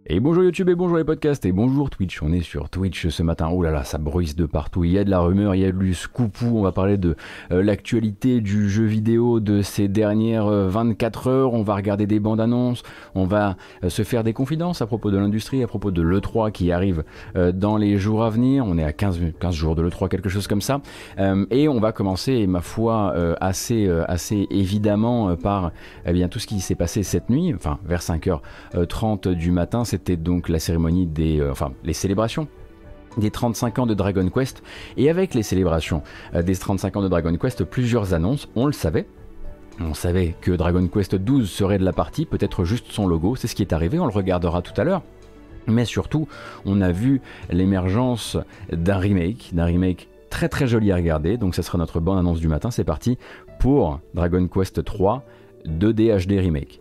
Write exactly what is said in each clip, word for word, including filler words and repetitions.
Et bonjour YouTube et bonjour les podcasts et bonjour Twitch, on est sur Twitch ce matin, oh là là ça bruisse de partout, il y a de la rumeur, il y a du scoopou, on va parler de euh, l'actualité du jeu vidéo de ces dernières euh, vingt-quatre heures, on va regarder des bandes annonces, on va euh, se faire des confidences à propos de l'industrie, à propos de l'E trois qui arrive euh, dans les jours à venir, on est à quinze, quinze jours de l'E trois, quelque chose comme ça, euh, et on va commencer ma foi euh, assez, euh, assez évidemment euh, par eh bien, tout ce qui s'est passé cette nuit, enfin vers cinq heures trente du matin, c'est C'était donc la cérémonie des, euh, enfin les célébrations des trente-cinq ans de Dragon Quest, et avec les célébrations euh, des trente-cinq ans de Dragon Quest, plusieurs annonces, on le savait. On savait que Dragon Quest douze serait de la partie, peut-être juste son logo, c'est ce qui est arrivé, on le regardera tout à l'heure. Mais surtout, on a vu l'émergence d'un remake, d'un remake très très joli à regarder, donc ça sera notre bonne annonce du matin, c'est parti pour Dragon Quest trois deux D H D Remake.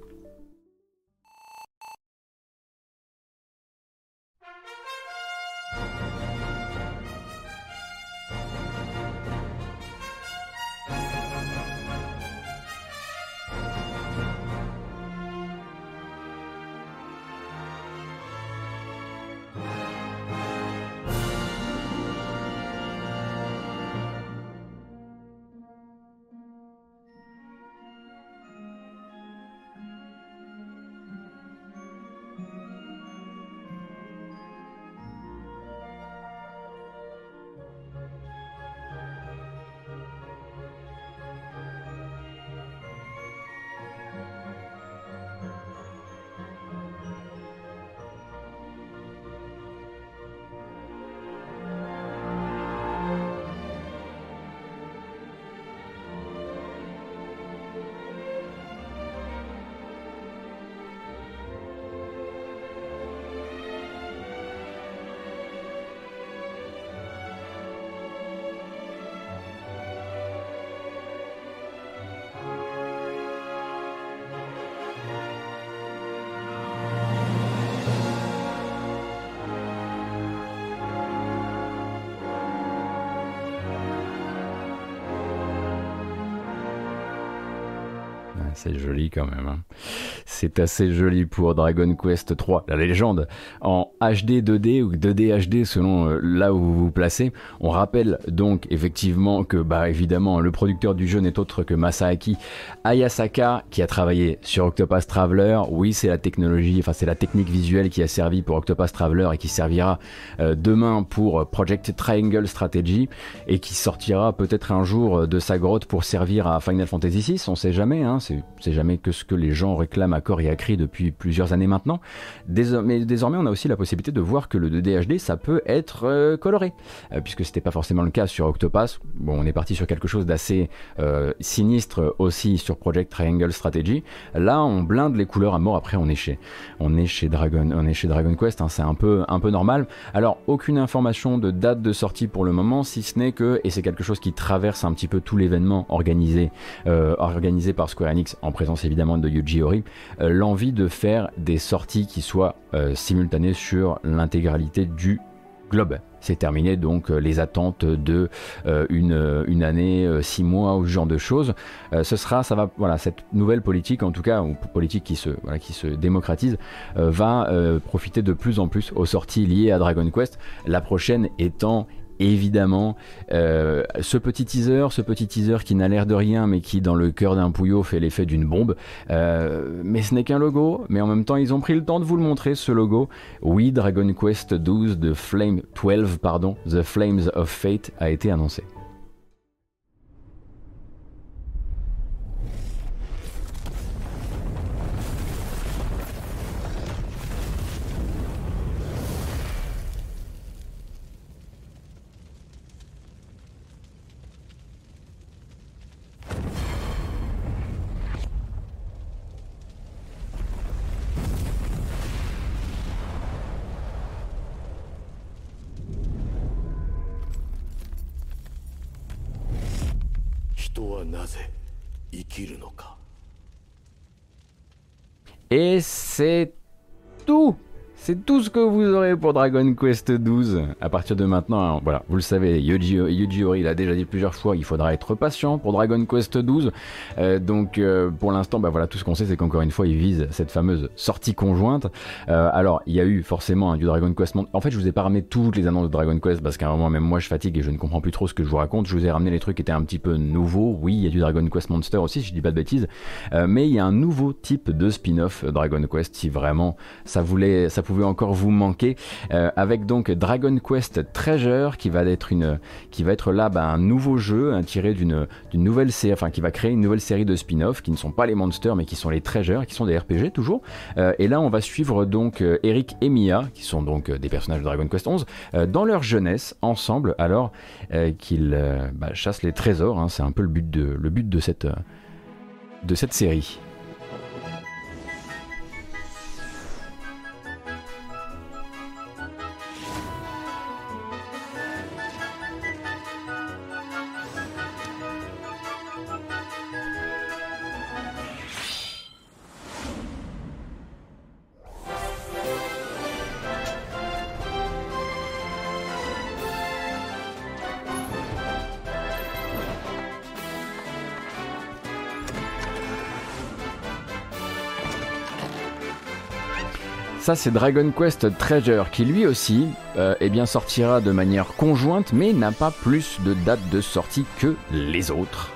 C'est joli quand même, hein. C'est assez joli pour Dragon Quest trois, la légende, en H D deux D ou deux D H D selon euh, là où vous vous placez. On rappelle donc effectivement que, bah évidemment, le producteur du jeu n'est autre que Masaaki Hayasaka, qui a travaillé sur Octopath Traveler. Oui, c'est la technologie, enfin c'est la technique visuelle qui a servi pour Octopath Traveler et qui servira euh, demain pour Project Triangle Strategy et qui sortira peut-être un jour de sa grotte pour servir à Final Fantasy six, on sait jamais, hein, c'est, c'est jamais que ce que les gens réclament à corps et à cri depuis plusieurs années maintenant. Désormais, désormais, on a aussi la possibilité de voir que le deux D H D, ça peut être euh, coloré, euh, puisque c'était pas forcément le cas sur Octopath. Bon, on est parti sur quelque chose d'assez euh, sinistre aussi sur Project Triangle Strategy. Là, on blinde les couleurs à mort. Après, on est chez, on est chez Dragon, on est chez Dragon Quest. Hein, c'est un peu, un peu normal. Alors, aucune information de date de sortie pour le moment, si ce n'est que, et c'est quelque chose qui traverse un petit peu tout l'événement organisé, euh, organisé par Square Enix, en présence évidemment de Yuji Horii, euh, l'envie de faire des sorties qui soient euh, simultanées sur l'intégralité du globe. C'est terminé donc euh, les attentes de euh, une, une année, euh, six mois ou ce genre de choses. Euh, ce sera, ça va, voilà, cette nouvelle politique, en tout cas, ou politique qui se, voilà, qui se démocratise, euh, va euh, profiter de plus en plus aux sorties liées à Dragon Quest. La prochaine étant évidemment euh, ce petit teaser, ce petit teaser qui n'a l'air de rien mais qui dans le cœur d'un pouillot fait l'effet d'une bombe, euh, mais ce n'est qu'un logo, mais en même temps ils ont pris le temps de vous le montrer, ce logo. Oui, Dragon Quest douze de Flame douze, pardon, The Flames of Fate a été annoncé. Et c'est tout C'est tout ce que vous aurez pour Dragon Quest douze. À partir de maintenant, alors, voilà, vous le savez, Yuji, Yuji Horii l'a déjà dit plusieurs fois, il faudra être patient pour Dragon Quest douze. Euh, donc euh, pour l'instant, bah, voilà, tout ce qu'on sait, c'est qu'encore une fois, il vise cette fameuse sortie conjointe. Euh, alors, il y a eu forcément hein, du Dragon Quest. En fait, je vous ai pas ramené toutes les annonces de Dragon Quest parce qu'à un moment, même moi, je fatigue et je ne comprends plus trop ce que je vous raconte. Je vous ai ramené les trucs qui étaient un petit peu nouveaux. Oui, il y a du Dragon Quest Monster aussi, si je dis pas de bêtises. Euh, mais il y a un nouveau type de spin-off Dragon Quest, si vraiment ça voulait, ça pouvait encore vous manquer, euh, avec donc Dragon Quest Treasure qui va être une, qui va être là bah, un nouveau jeu hein, tiré d'une d'une nouvelle série, enfin qui va créer une nouvelle série de spin-off qui ne sont pas les Monsters mais qui sont les Treasure, qui sont des R P G toujours. Euh, et là on va suivre donc euh, Eric et Mia qui sont donc euh, des personnages de Dragon Quest onze euh, dans leur jeunesse ensemble alors euh, qu'ils euh, bah, chassent les trésors. Hein, c'est un peu le but de le but de cette euh, de cette série. Ça c'est Dragon Quest Treasure qui lui aussi euh, eh bien, sortira de manière conjointe mais n'a pas plus de date de sortie que les autres.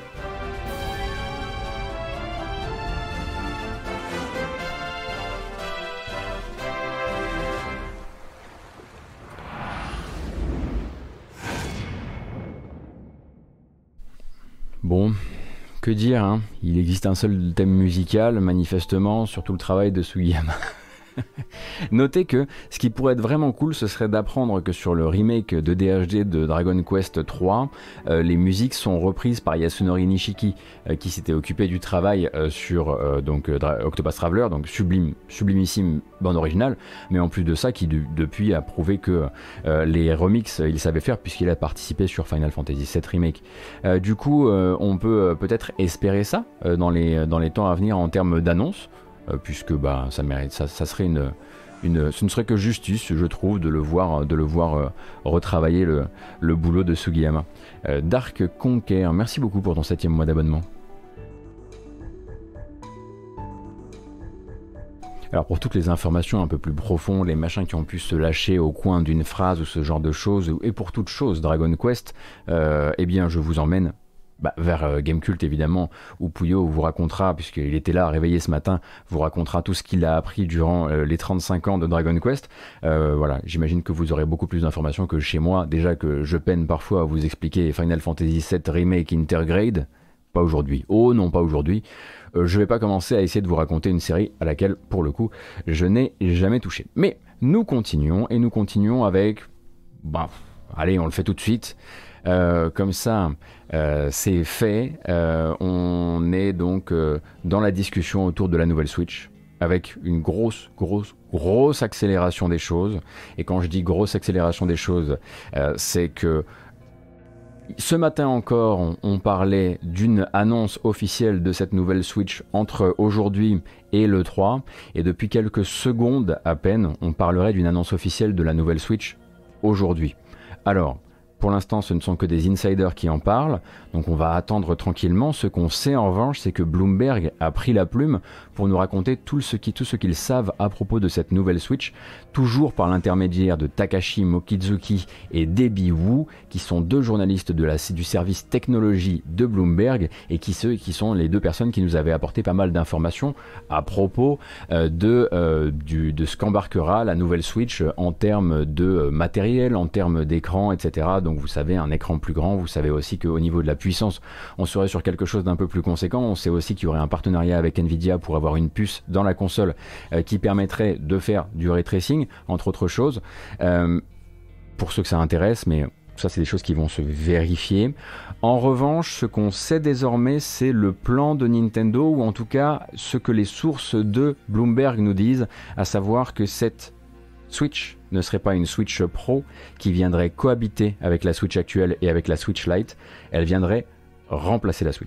Bon, que dire hein, il existe un seul thème musical manifestement sur tout le travail de Sugiyama. Notez que ce qui pourrait être vraiment cool, ce serait d'apprendre que sur le remake de D H D de Dragon Quest trois, euh, les musiques sont reprises par Yasunori Nishiki, euh, qui s'était occupé du travail euh, sur euh, donc, euh, Octopath Traveler, donc sublime, sublimissime bande originale, mais en plus de ça, qui de, depuis a prouvé que euh, les remixes, il savait faire puisqu'il a participé sur Final Fantasy sept Remake. Euh, du coup, euh, on peut euh, peut-être espérer ça euh, dans, les, dans les temps à venir en termes d'annonces. Euh, puisque bah, ça, mérite, ça, ça serait une, une, ce ne serait que justice, je trouve, de le voir, de le voir euh, retravailler le, le boulot de Sugiyama. Euh, Dark Conquer, merci beaucoup pour ton septième mois d'abonnement. Alors pour toutes les informations un peu plus profondes, les machins qui ont pu se lâcher au coin d'une phrase ou ce genre de choses, et pour toute chose Dragon Quest, euh, eh bien je vous emmène Bah, vers euh, Gamecult évidemment, où Puyo vous racontera, puisqu'il était là réveillé ce matin, vous racontera tout ce qu'il a appris durant euh, les trente-cinq ans de Dragon Quest. Euh, voilà, j'imagine que vous aurez beaucoup plus d'informations que chez moi, déjà que je peine parfois à vous expliquer Final Fantasy sept Remake Intergrade. Pas aujourd'hui, oh non pas aujourd'hui. Euh, je vais pas commencer à essayer de vous raconter une série à laquelle, pour le coup, je n'ai jamais touché. Mais nous continuons, et nous continuons avec... Bah, allez, on le fait tout de suite. Euh, comme ça, euh, c'est fait. Euh, on est donc euh, dans la discussion autour de la nouvelle Switch, avec une grosse, grosse, grosse accélération des choses. Et quand je dis grosse accélération des choses, euh, c'est que ce matin encore, on, on parlait d'une annonce officielle de cette nouvelle Switch entre aujourd'hui et le trois. Et depuis quelques secondes à peine, on parlerait d'une annonce officielle de la nouvelle Switch aujourd'hui. Alors... Pour l'instant, ce ne sont que des insiders qui en parlent, donc on va attendre tranquillement. Ce qu'on sait en revanche, c'est que Bloomberg a pris la plume pour nous raconter tout ce qui, tout ce qu'ils savent à propos de cette nouvelle Switch, toujours par l'intermédiaire de Takashi Mochizuki et Debbie Wu, qui sont deux journalistes de la, du service technologie de Bloomberg, et qui, ceux, qui sont les deux personnes qui nous avaient apporté pas mal d'informations à propos euh, de, euh, du, de ce qu'embarquera la nouvelle Switch en termes de matériel, en termes d'écran, et cetera. Donc vous savez, un écran plus grand, vous savez aussi qu'au niveau de la puissance, on serait sur quelque chose d'un peu plus conséquent. On sait aussi qu'il y aurait un partenariat avec Nvidia pour avoir une puce dans la console euh, qui permettrait de faire du ray tracing, entre autres choses, euh, pour ceux que ça intéresse, mais ça c'est des choses qui vont se vérifier. En revanche, ce qu'on sait désormais, c'est le plan de Nintendo, ou en tout cas ce que les sources de Bloomberg nous disent, à savoir que cette Switch ne serait pas une Switch Pro qui viendrait cohabiter avec la Switch actuelle et avec la Switch Lite. Elle viendrait remplacer la Switch.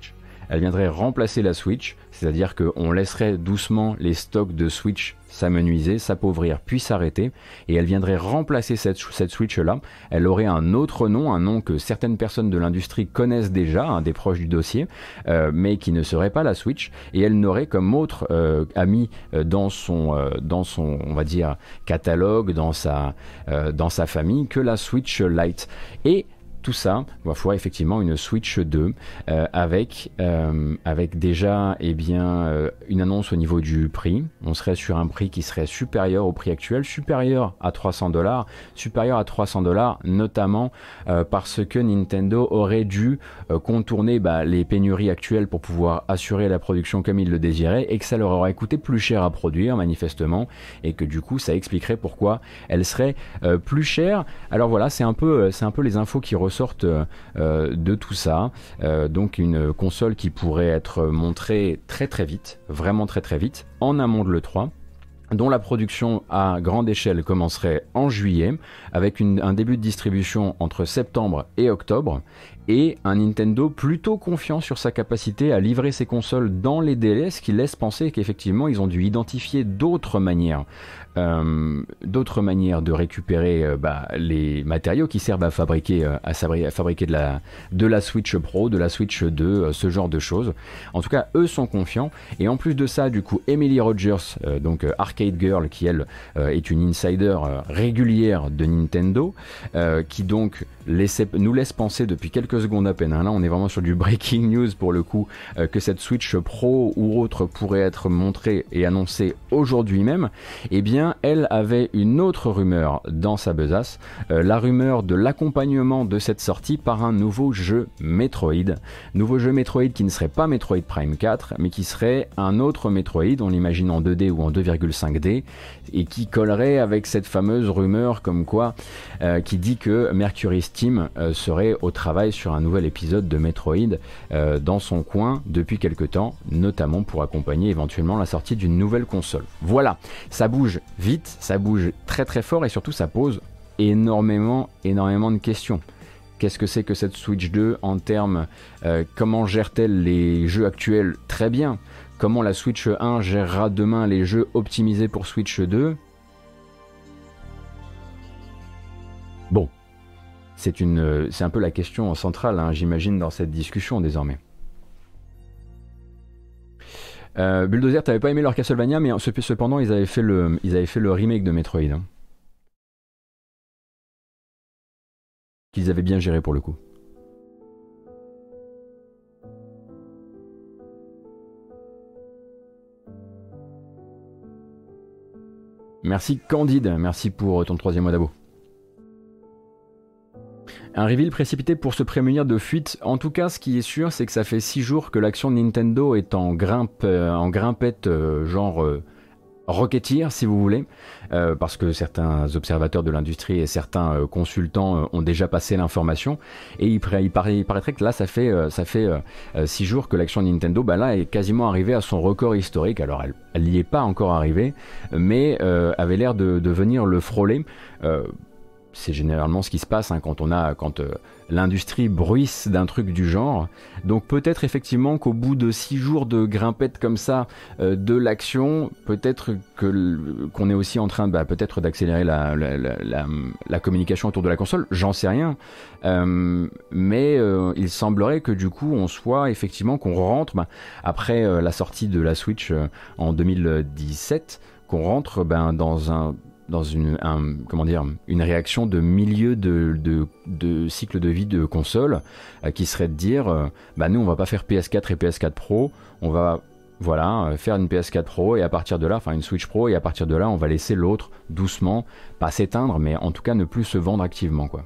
elle viendrait remplacer la Switch, c'est-à-dire qu'on laisserait doucement les stocks de Switch s'amenuiser, s'appauvrir, puis s'arrêter, et elle viendrait remplacer cette, cette Switch-là. Elle aurait un autre nom, un nom que certaines personnes de l'industrie connaissent déjà, hein, des proches du dossier, euh, mais qui ne serait pas la Switch, et elle n'aurait comme autre euh, ami euh, dans son, euh, dans son, on va dire, catalogue, dans sa, euh, dans sa famille, que la Switch Lite. Et tout ça, ma foi, effectivement, une Switch deux euh, avec, euh, avec déjà eh bien, euh, une annonce au niveau du prix. On serait sur un prix qui serait supérieur au prix actuel, supérieur à trois cents dollars, supérieur à trois cents dollars, notamment euh, parce que Nintendo aurait dû euh, contourner bah, les pénuries actuelles pour pouvoir assurer la production comme il le désirait et que ça leur aurait coûté plus cher à produire, manifestement, et que du coup, ça expliquerait pourquoi elle serait euh, plus chère. Alors voilà, c'est un peu, c'est un peu les infos qui ressortent sorte euh, de tout ça, euh, donc une console qui pourrait être montrée très très vite, vraiment très très vite, en amont de l'E trois, dont la production à grande échelle commencerait en juillet, avec une, un début de distribution entre septembre et octobre, et un Nintendo plutôt confiant sur sa capacité à livrer ses consoles dans les délais, ce qui laisse penser qu'effectivement ils ont dû identifier d'autres manières Euh, d'autres manières de récupérer euh, bah, les matériaux qui servent à fabriquer, euh, à, sabri- à fabriquer de la, de la Switch Pro, de la Switch deux, euh, ce genre de choses. En tout cas, eux sont confiants. Et en plus de ça, du coup, Emily Rogers, euh, donc euh, Arcade Girl, qui elle euh, est une insider euh, régulière de Nintendo, euh, qui donc laissait, nous laisse penser depuis quelques secondes à peine, hein, là on est vraiment sur du breaking news pour le coup, euh, que cette Switch Pro ou autre pourrait être montrée et annoncée aujourd'hui même. Eh bien, elle avait une autre rumeur dans sa besace, euh, la rumeur de l'accompagnement de cette sortie par un nouveau jeu Metroid. Nouveau jeu Metroid qui ne serait pas Metroid Prime quatre, mais qui serait un autre Metroid, on l'imagine en deux D ou en deux virgule cinq D, et qui collerait avec cette fameuse rumeur comme quoi, euh, qui dit que Mercury Steam euh, serait au travail sur un nouvel épisode de Metroid euh, dans son coin depuis quelque temps, notamment pour accompagner éventuellement la sortie d'une nouvelle console. Voilà, ça bouge vite, ça bouge très très fort et surtout ça pose énormément, énormément de questions. Qu'est-ce que c'est que cette Switch deux en termes, euh, comment gère-t-elle les jeux actuels? Très bien. Comment la Switch un gérera demain les jeux optimisés pour Switch deux? Bon, c'est une, c'est un peu la question centrale, hein, j'imagine, dans cette discussion désormais. Euh, Bulldozer, t'avais pas aimé leur Castlevania, mais cependant ils avaient fait le, ils avaient fait le remake de Metroid, hein, qu'ils avaient bien géré pour le coup. Merci Candide, merci pour ton troisième mois d'abo. Un reveal précipité pour se prémunir de fuite. En tout cas, ce qui est sûr, c'est que ça fait six jours que l'action de Nintendo est en grimpe, euh, en grimpette, euh, genre euh, Rocketeer, si vous voulez, euh, parce que certains observateurs de l'industrie et certains euh, consultants euh, ont déjà passé l'information. Et il, il, paraît, il paraîtrait que là, ça fait, euh, ça fait euh, six jours que l'action de Nintendo, bah là, est quasiment arrivée à son record historique. Alors, elle n'y est pas encore arrivée, mais euh, avait l'air de, de venir le frôler. Euh, C'est généralement ce qui se passe, hein, quand on a, quand euh, l'industrie bruisse d'un truc du genre. Donc peut-être effectivement qu'au bout de six jours de grimpette comme ça euh, de l'action, peut-être que qu'on est aussi en train, bah, peut-être d'accélérer la, la, la, la, la communication autour de la console. J'en sais rien, euh, mais euh, il semblerait que du coup on soit effectivement qu'on rentre bah, après euh, la sortie de la Switch euh, en deux mille dix-sept, qu'on rentre ben, dans un dans une, un, comment dire, une réaction de milieu de, de, de cycle de vie de console, euh, qui serait de dire, euh, bah nous on va pas faire P S quatre et P S quatre Pro, on va voilà, euh, faire une P S quatre Pro et à partir de là, enfin une Switch Pro, et à partir de là on va laisser l'autre doucement, pas s'éteindre, mais en tout cas ne plus se vendre activement, quoi.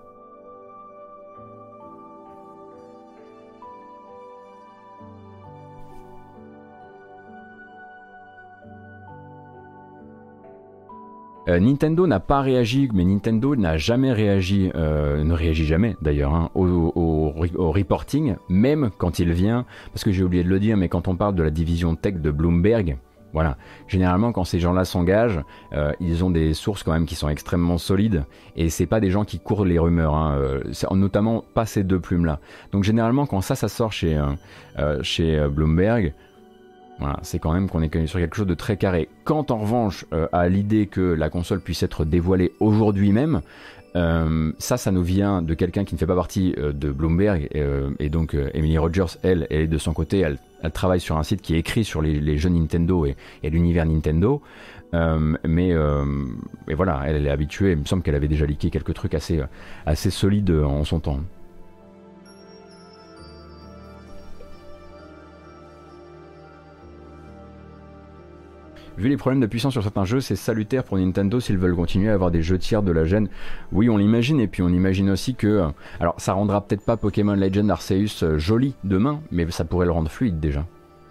Euh, Nintendo n'a pas réagi, mais Nintendo n'a jamais réagi, euh, ne réagit jamais d'ailleurs, hein, au, au, au reporting, même quand il vient, parce que j'ai oublié de le dire, mais quand on parle de la division tech de Bloomberg, Voilà. Généralement, quand ces gens-là s'engagent, euh, ils ont des sources quand même qui sont extrêmement solides, et c'est pas des gens qui courent les rumeurs, hein, euh, notamment pas ces deux plumes-là. Donc généralement, quand ça, ça sort chez, euh, euh, chez Bloomberg, voilà, c'est quand même qu'on est sur quelque chose de très carré. Quant en revanche euh, à l'idée que la console puisse être dévoilée aujourd'hui même, Euh, ça, ça nous vient de quelqu'un qui ne fait pas partie euh, de Bloomberg, euh, et donc euh, Emily Rogers, elle, elle est de son côté, elle, elle travaille sur un site qui écrit sur les, les jeux Nintendo et, et l'univers Nintendo, euh, mais euh, et voilà, elle, elle est habituée, il me semble qu'elle avait déjà leaké quelques trucs assez, assez solides en son temps. Vu les problèmes de puissance sur certains jeux, c'est salutaire pour Nintendo s'ils veulent continuer à avoir des jeux tiers de la gêne. Oui, on l'imagine, et puis on imagine aussi que... Alors, ça rendra peut-être pas Pokémon Legend Arceus euh, joli demain, mais ça pourrait le rendre fluide déjà.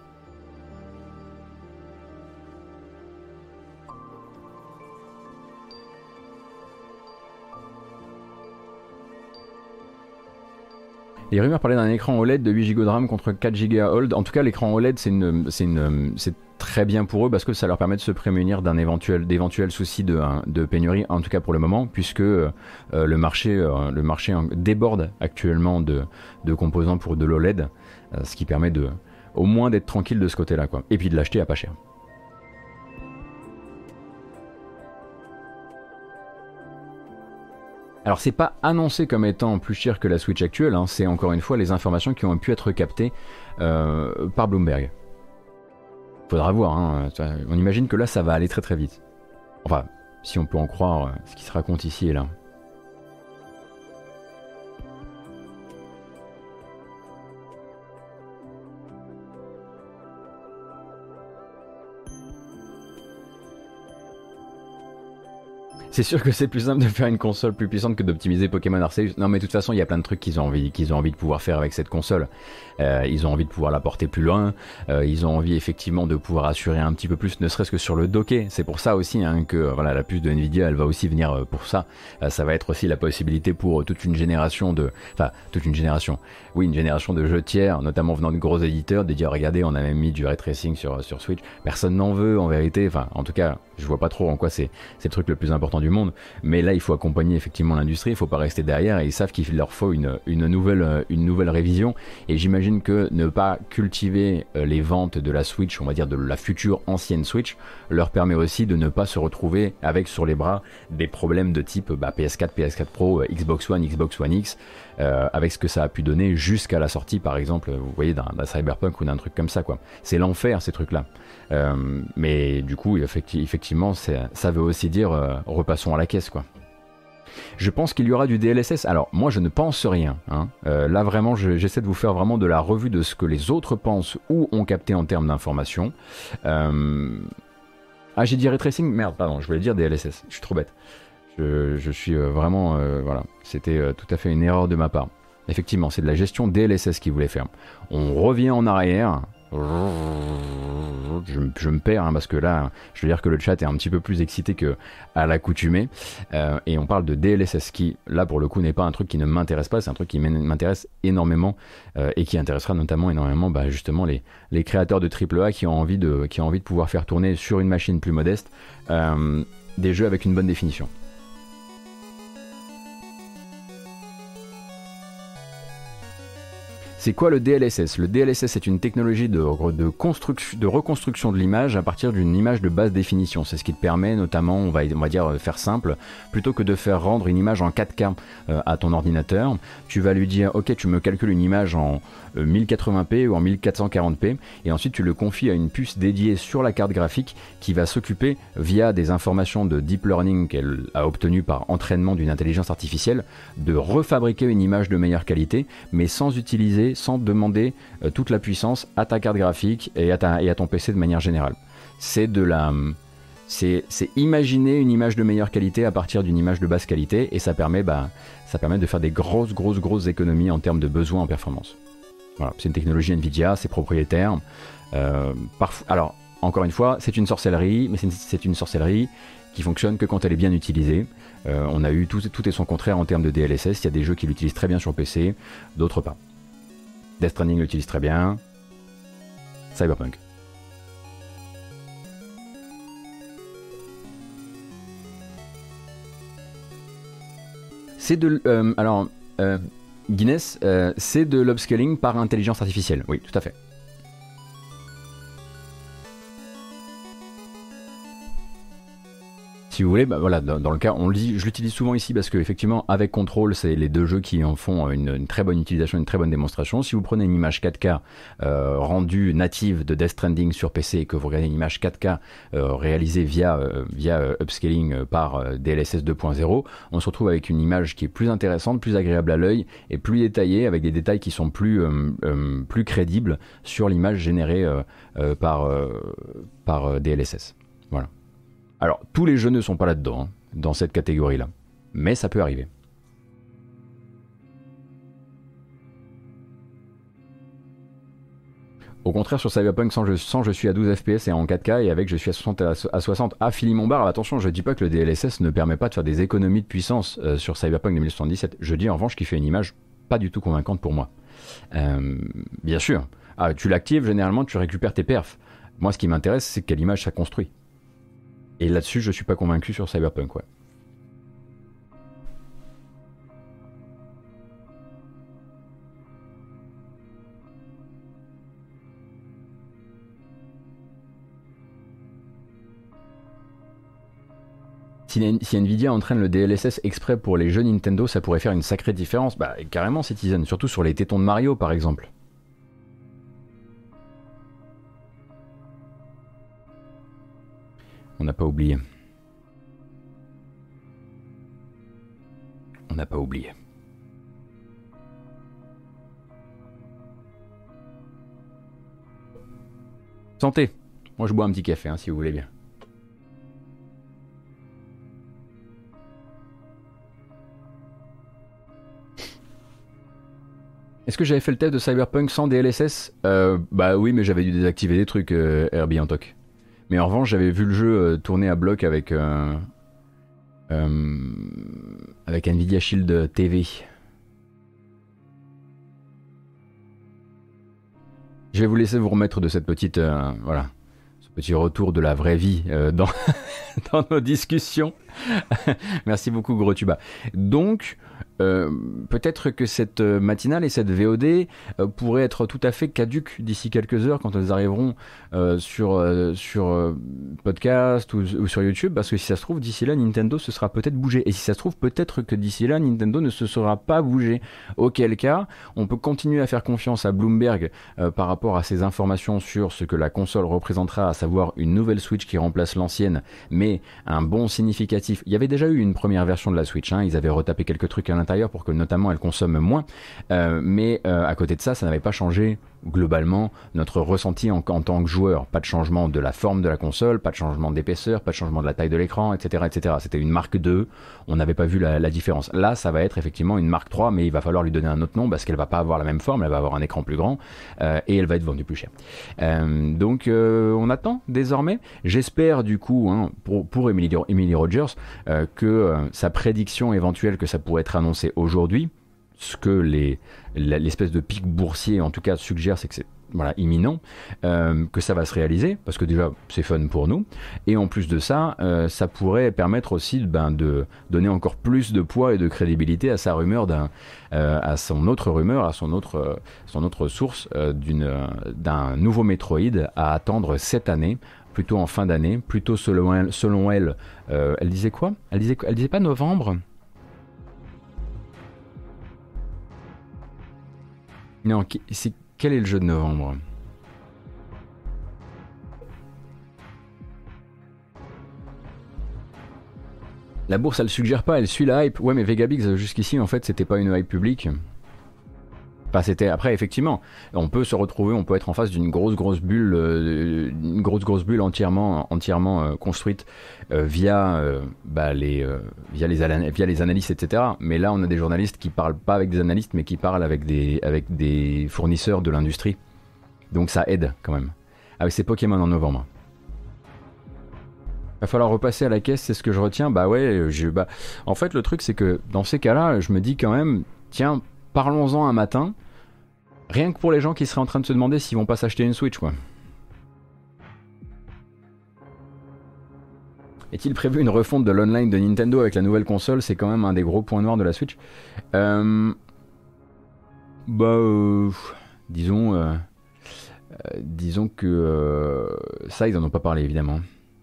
Les rumeurs parlaient d'un écran O L E D de huit giga de RAM contre quatre giga O L E D. En tout cas, l'écran O L E D, c'est une, c'est une, c'est très bien pour eux parce que ça leur permet de se prémunir d'un éventuel, d'éventuels soucis de, de pénurie, en tout cas pour le moment, puisque euh, le marché, euh, le marché déborde actuellement de, de composants pour de l'O L E D, euh, ce qui permet de, au moins d'être tranquille de ce côté-là, quoi. Et puis de l'acheter à pas cher. Alors c'est pas annoncé comme étant plus cher que la Switch actuelle, hein, c'est encore une fois les informations qui ont pu être captées euh, par Bloomberg. Faudra voir, hein, on imagine que là ça va aller très très vite. Enfin, si on peut en croire ce qui se raconte ici et là. C'est sûr que c'est plus simple de faire une console plus puissante que d'optimiser Pokémon Arceus. Non, mais de toute façon, il y a plein de trucs qu'ils ont envie, qu'ils ont envie de pouvoir faire avec cette console. Euh, ils ont envie de pouvoir la porter plus loin. Euh, ils ont envie effectivement de pouvoir assurer un petit peu plus, ne serait-ce que sur le docké. C'est pour ça aussi hein, que voilà, la puce de Nvidia, elle va aussi venir pour ça. Euh, ça va être aussi la possibilité pour toute une génération de, enfin toute une génération. Oui, une génération de jeux tiers, notamment venant de gros éditeurs, de dire regardez, on a même mis du ray tracing sur sur Switch. Personne n'en veut en vérité. Enfin, en tout cas, je vois pas trop en quoi c'est c'est le truc le plus important du monde, mais là il faut accompagner effectivement l'industrie, il faut pas rester derrière, et ils savent qu'il leur faut une, une, nouvelle, une nouvelle révision, et j'imagine que ne pas cultiver les ventes de la Switch, on va dire de la future ancienne Switch, leur permet aussi de ne pas se retrouver avec sur les bras des problèmes de type bah, P S quatre, P S quatre Pro, Xbox One, Xbox One X, euh, avec ce que ça a pu donner jusqu'à la sortie par exemple, vous voyez, d'un, d'un Cyberpunk ou d'un truc comme ça, quoi. C'est l'enfer ces trucs là. Euh, mais du coup effectivement ça veut aussi dire euh, repassons à la caisse, quoi. Je pense qu'il y aura du D L S S. Alors moi je ne pense rien hein. euh, là vraiment je, j'essaie de vous faire vraiment de la revue de ce que les autres pensent ou ont capté en termes d'informations. euh... Ah j'ai dit ray tracing, merde pardon, je voulais dire D L S S, je suis trop bête, je, je suis euh, vraiment euh, voilà, c'était euh, tout à fait une erreur de ma part. Effectivement c'est de la gestion D L S S qu'ils voulaient faire. On revient en arrière. Je, je me perds hein, parce que là je veux dire que le chat est un petit peu plus excité que à l'accoutumée, euh, et on parle de D L S S qui là pour le coup n'est pas un truc qui ne m'intéresse pas, c'est un truc qui m'intéresse énormément euh, et qui intéressera notamment énormément bah, justement les, les créateurs de triple A qui ont envie de, qui ont envie de pouvoir faire tourner sur une machine plus modeste euh, des jeux avec une bonne définition. C'est quoi le D L S S? Le D L S S est une technologie de, de, construction, de reconstruction de l'image à partir d'une image de basse définition. C'est ce qui te permet notamment, on va, on va dire faire simple, plutôt que de faire rendre une image en quatre K euh, à ton ordinateur, tu vas lui dire ok tu me calcules une image en euh, mille quatre-vingts p ou en mille quatre cent quarante p, et ensuite tu le confies à une puce dédiée sur la carte graphique qui va s'occuper via des informations de deep learning qu'elle a obtenues par entraînement d'une intelligence artificielle de refabriquer une image de meilleure qualité, mais sans utiliser sans demander euh, toute la puissance à ta carte graphique et à, ta, et à ton P C de manière générale. C'est de la... C'est, c'est imaginer une image de meilleure qualité à partir d'une image de basse qualité, et ça permet, bah, ça permet de faire des grosses, grosses, grosses économies en termes de besoins en performance. Voilà, c'est une technologie Nvidia, c'est propriétaire. Euh, parfois, alors, encore une fois, c'est une sorcellerie, mais c'est une, c'est une sorcellerie qui fonctionne que quand elle est bien utilisée. Euh, on a eu tout, tout et son contraire en termes de D L S S, il y a des jeux qui l'utilisent très bien sur P C, d'autres pas. Death Stranding l'utilise très bien. Cyberpunk. C'est de... Euh, alors, euh, Guinness, euh, c'est de l'upscaling par intelligence artificielle. Oui, tout à fait. Si vous voulez, bah voilà, dans, dans le cas, on le dit, je l'utilise souvent ici parce que effectivement, avec Control, c'est les deux jeux qui en font une, une très bonne utilisation, une très bonne démonstration. Si vous prenez une image quatre K euh, rendue native de Death Stranding sur P C et que vous regardez une image quatre K euh, réalisée via euh, via euh, upscaling euh, par euh, D L S S deux point zéro, on se retrouve avec une image qui est plus intéressante, plus agréable à l'œil et plus détaillée, avec des détails qui sont plus euh, euh, plus crédibles sur l'image générée euh, euh, par euh, par euh, D L S S. Voilà. Alors, tous les jeux ne sont pas là-dedans, hein, dans cette catégorie-là. Mais ça peut arriver. Au contraire, sur Cyberpunk, sans je, sans je suis à douze F P S et en quatre K, et avec je suis à soixante. À soixante. Ah, Philippe Montbar, attention, je dis pas que le D L S S ne permet pas de faire des économies de puissance euh, sur Cyberpunk deux mille soixante-dix-sept. Je dis en revanche qu'il fait une image pas du tout convaincante pour moi. Euh, bien sûr. Ah, tu l'actives, généralement, tu récupères tes perfs. Moi, ce qui m'intéresse, c'est quelle image ça construit. Et là-dessus, je suis pas convaincu sur Cyberpunk, ouais. Si, si Nvidia entraîne le D L S S exprès pour les jeux Nintendo, ça pourrait faire une sacrée différence. Bah, carrément, Citizen, surtout sur les tétons de Mario, par exemple. On n'a pas oublié. On n'a pas oublié. Santé. Moi je bois un petit café hein, si vous voulez bien. Est-ce que j'avais fait le test de Cyberpunk sans D L S S euh, Bah oui, mais j'avais dû désactiver des trucs euh, Herbie en toc. Mais en revanche, j'avais vu le jeu euh, tourner à bloc avec euh, euh, avec Nvidia Shield T V. Je vais vous laisser vous remettre de cette petite euh, voilà, ce petit retour de la vraie vie euh, dans dans nos discussions. Merci beaucoup Gros Tuba. Donc Euh, peut-être que cette matinale et cette V O D euh, pourraient être tout à fait caduques d'ici quelques heures quand elles arriveront euh, sur, euh, sur euh, podcast ou, ou sur YouTube, parce que si ça se trouve d'ici là Nintendo se sera peut-être bougé, et si ça se trouve peut-être que d'ici là Nintendo ne se sera pas bougé, auquel cas on peut continuer à faire confiance à Bloomberg euh, par rapport à ces informations sur ce que la console représentera, à savoir une nouvelle Switch qui remplace l'ancienne, mais un bond significatif. Il y avait déjà eu une première version de la Switch, hein, ils avaient retapé quelques trucs à l'intérieur pour que notamment elle consomme moins, euh, mais euh, à côté de ça, ça n'avait pas changé globalement notre ressenti en, en tant que joueur. Pas de changement de la forme de la console, pas de changement d'épaisseur, pas de changement de la taille de l'écran, et cetera, et cetera. C'était une marque deux, on n'avait pas vu la, la différence. Là, ça va être effectivement une marque trois, mais il va falloir lui donner un autre nom parce qu'elle va pas avoir la même forme, elle va avoir un écran plus grand euh, et elle va être vendue plus cher. Euh, donc euh, on attend désormais. J'espère du coup hein, pour, pour Emily, Emily Rogers euh, que euh, sa prédiction éventuelle que ça pourrait être annoncé aujourd'hui, ce que les, l'espèce de pic boursier en tout cas suggère, c'est que c'est voilà, imminent, euh, que ça va se réaliser, parce que déjà c'est fun pour nous, et en plus de ça, euh, ça pourrait permettre aussi ben, de donner encore plus de poids et de crédibilité à sa rumeur, d'un, euh, à son autre rumeur, à son autre, euh, son autre source euh, d'une, euh, d'un nouveau Metroid à attendre cette année, plutôt en fin d'année, plutôt selon elle, selon elle, euh, elle disait quoi elle disait, elle disait pas novembre. Non, c'est, quel est le jeu de novembre? La bourse, elle le suggère pas, elle suit la hype. Ouais, mais Vegabix, jusqu'ici, en fait, c'était pas une hype publique. Enfin, c'était après effectivement, on peut se retrouver, on peut être en face d'une grosse grosse bulle, euh, une grosse grosse bulle entièrement entièrement euh, construite euh, via euh, bah, les euh, via les via les analystes et cetera. Mais là, on a des journalistes qui parlent pas avec des analystes, mais qui parlent avec des avec des fournisseurs de l'industrie. Donc ça aide quand même. Avec ces Pokémon en novembre. Va falloir repasser à la caisse, c'est ce que je retiens. Bah ouais, je, bah, en fait le truc c'est que dans ces cas-là, je me dis quand même, tiens. Parlons-en un matin, rien que pour les gens qui seraient en train de se demander s'ils vont pas s'acheter une Switch, quoi. Est-il prévu une refonte de l'online de Nintendo avec la nouvelle console? C'est quand même un des gros points noirs de la Switch. Euh... Bah, euh... disons, euh... Euh, disons que euh... ça, ils en ont pas parlé évidemment.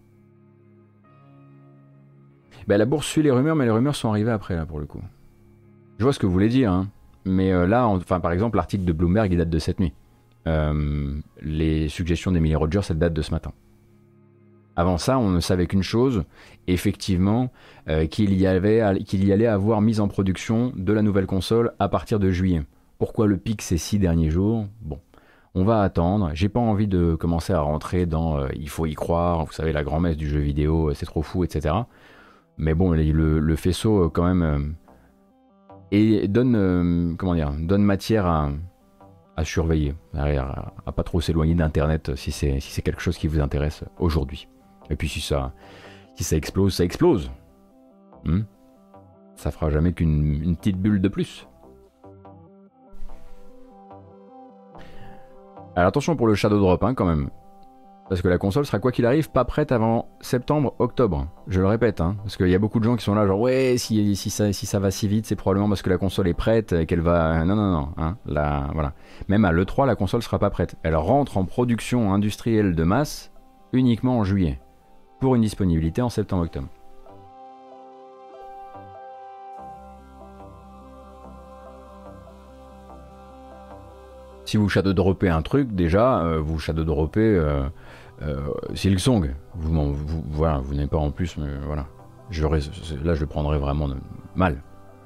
Bah, la bourse suit les rumeurs, mais les rumeurs sont arrivées après là pour le coup. Je vois ce que vous voulez dire, hein. Mais euh, là, enfin, par exemple, l'article de Bloomberg, il date de cette nuit. Euh, les suggestions d'Emily Rogers, elles datent de ce matin. Avant ça, on ne savait qu'une chose, effectivement, euh, qu'il y avait, qu'il y allait avoir mise en production de la nouvelle console à partir de juillet. Pourquoi le pic ces six derniers jours? Bon, on va attendre. J'ai pas envie de commencer à rentrer dans euh, il faut y croire, vous savez, la grand-messe du jeu vidéo, c'est trop fou, et cetera. Mais bon, le, le faisceau, quand même, euh, et donne, euh, comment dire, donne matière à, à surveiller, à, à, à pas trop s'éloigner d'Internet si c'est si c'est quelque chose qui vous intéresse aujourd'hui. Et puis si ça, si ça explose, ça explose. Hmm, ça fera jamais qu'une une petite bulle de plus. Alors attention pour le Shadow Drop, hein, quand même. Parce que la console sera quoi qu'il arrive pas prête avant septembre-octobre. Je le répète, hein, parce qu'il y a beaucoup de gens qui sont là genre ouais, si, si, ça, si ça va si vite, c'est probablement parce que la console est prête et qu'elle va... Non, non, non. Hein, la, voilà. Même à l'E trois, la console sera pas prête. Elle rentre en production industrielle de masse uniquement en juillet. Pour une disponibilité en septembre-octobre. Si vous shadow droppez un truc, déjà, euh, vous shadow droppez euh, euh, Silksong. Vous, vous, voilà, vous n'avez pas en plus, mais voilà. Je, là, je le prendrais vraiment mal.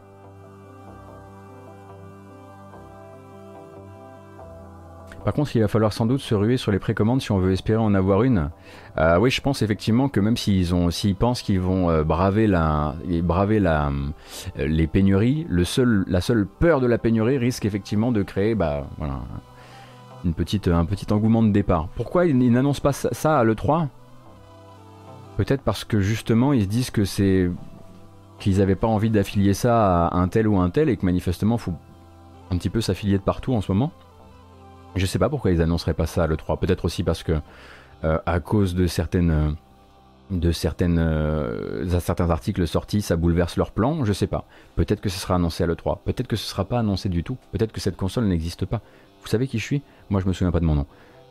Par contre, il va falloir sans doute se ruer sur les précommandes si on veut espérer en avoir une. Euh, oui, je pense effectivement que même s'ils ont, s'ils pensent qu'ils vont euh, braver, la, braver la, euh, les pénuries, le seul, la seule peur de la pénurie risque effectivement de créer bah, voilà, une petite, un petit engouement de départ. Pourquoi ils, ils n'annoncent pas ça, ça à l'E trois? Peut-être parce que justement ils se disent que c'est qu'ils n'avaient pas envie d'affilier ça à un tel ou un tel et que manifestement il faut un petit peu s'affilier de partout en ce moment. Je sais pas pourquoi ils annonceraient pas ça à l'E trois. Peut-être aussi parce que euh, à cause de certaines, de certaines, euh, certains articles sortis, ça bouleverse leur plan. Je sais pas. Peut-être que ce sera annoncé à l'E trois. Peut-être que ce sera pas annoncé du tout. Peut-être que cette console n'existe pas. Vous savez qui je suis? Moi, je me souviens pas de mon nom.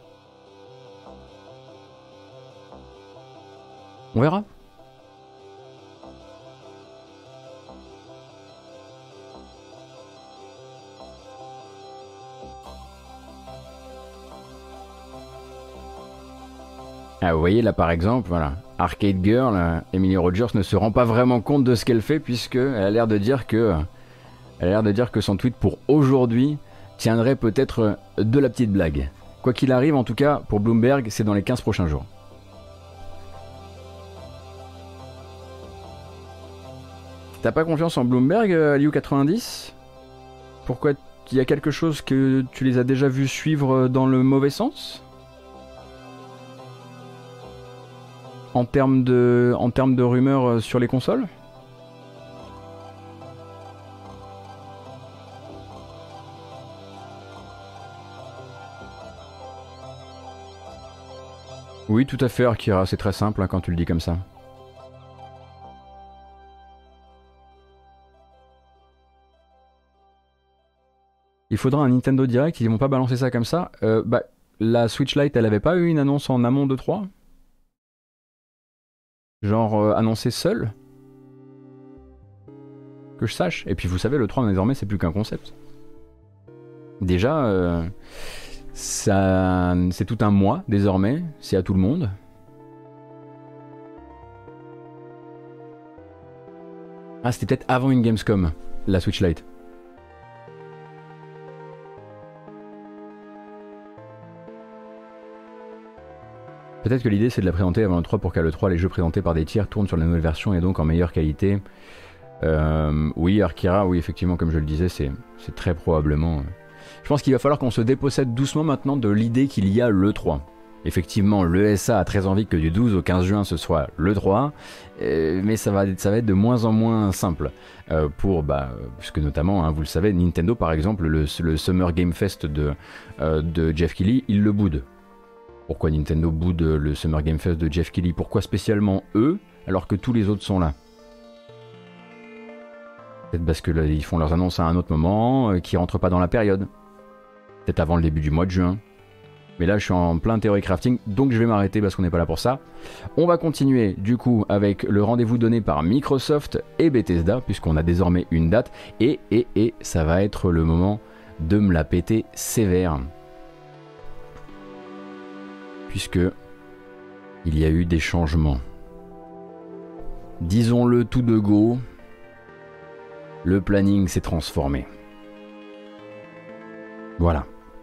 On verra. Ah, vous voyez là par exemple, voilà, Arcade Girl, euh, Emily Rogers ne se rend pas vraiment compte de ce qu'elle fait puisque elle a l'air de dire que, elle a l'air de dire que son tweet pour aujourd'hui tiendrait peut-être de la petite blague. Quoi qu'il arrive, en tout cas pour Bloomberg, c'est dans les quinze prochains jours. T'as pas confiance en Bloomberg, euh, Liu quatre-vingt-dix? Pourquoi? Il y a quelque chose que tu les as déjà vus suivre dans le mauvais sens? En termes de, en termes de rumeurs sur les consoles? Oui, tout à fait, Akira, c'est très simple hein, quand tu le dis comme ça. Il faudra un Nintendo Direct, ils vont pas balancer ça comme ça. Euh, bah, la Switch Lite, elle avait pas eu une annonce en amont de trois? Genre euh, annoncé seul? Que je sache. Et puis vous savez, le trois désormais c'est plus qu'un concept. Déjà, euh, ça, c'est tout un mois désormais, c'est à tout le monde. Ah, c'était peut-être avant une Gamescom, la Switch Lite. Peut-être que l'idée c'est de la présenter avant le trois pour qu'à l'E trois les jeux présentés par des tiers tournent sur la nouvelle version et donc en meilleure qualité. Euh, oui, Akira, oui, effectivement, comme je le disais, c'est très probablement... Je pense qu'il va falloir qu'on se dépossède doucement maintenant de l'idée qu'il y a l'E trois. Effectivement, l'E S A a très envie que du douze au quinze juin ce soit l'E trois, euh, mais ça va, ça va être de moins en moins simple. Euh, pour, bah, puisque notamment, hein, vous le savez, Nintendo par exemple, le, le Summer Game Fest de, euh, de Jeff Keighley, il le boude. Pourquoi Nintendo boude le Summer Game Fest de Jeff Keighley? Pourquoi spécialement eux, alors que tous les autres sont là? Peut-être parce que là, ils font leurs annonces à un autre moment, euh, qui rentrent pas dans la période. Peut-être avant le début du mois de juin. Mais là, je suis en plein théorie crafting, donc je vais m'arrêter parce qu'on n'est pas là pour ça. On va continuer du coup avec le rendez-vous donné par Microsoft et Bethesda, puisqu'on a désormais une date. Et, et, et, ça va être le moment de me la péter sévère. Puisque il y a eu des changements. Disons-le tout de go, le planning s'est transformé. Voilà.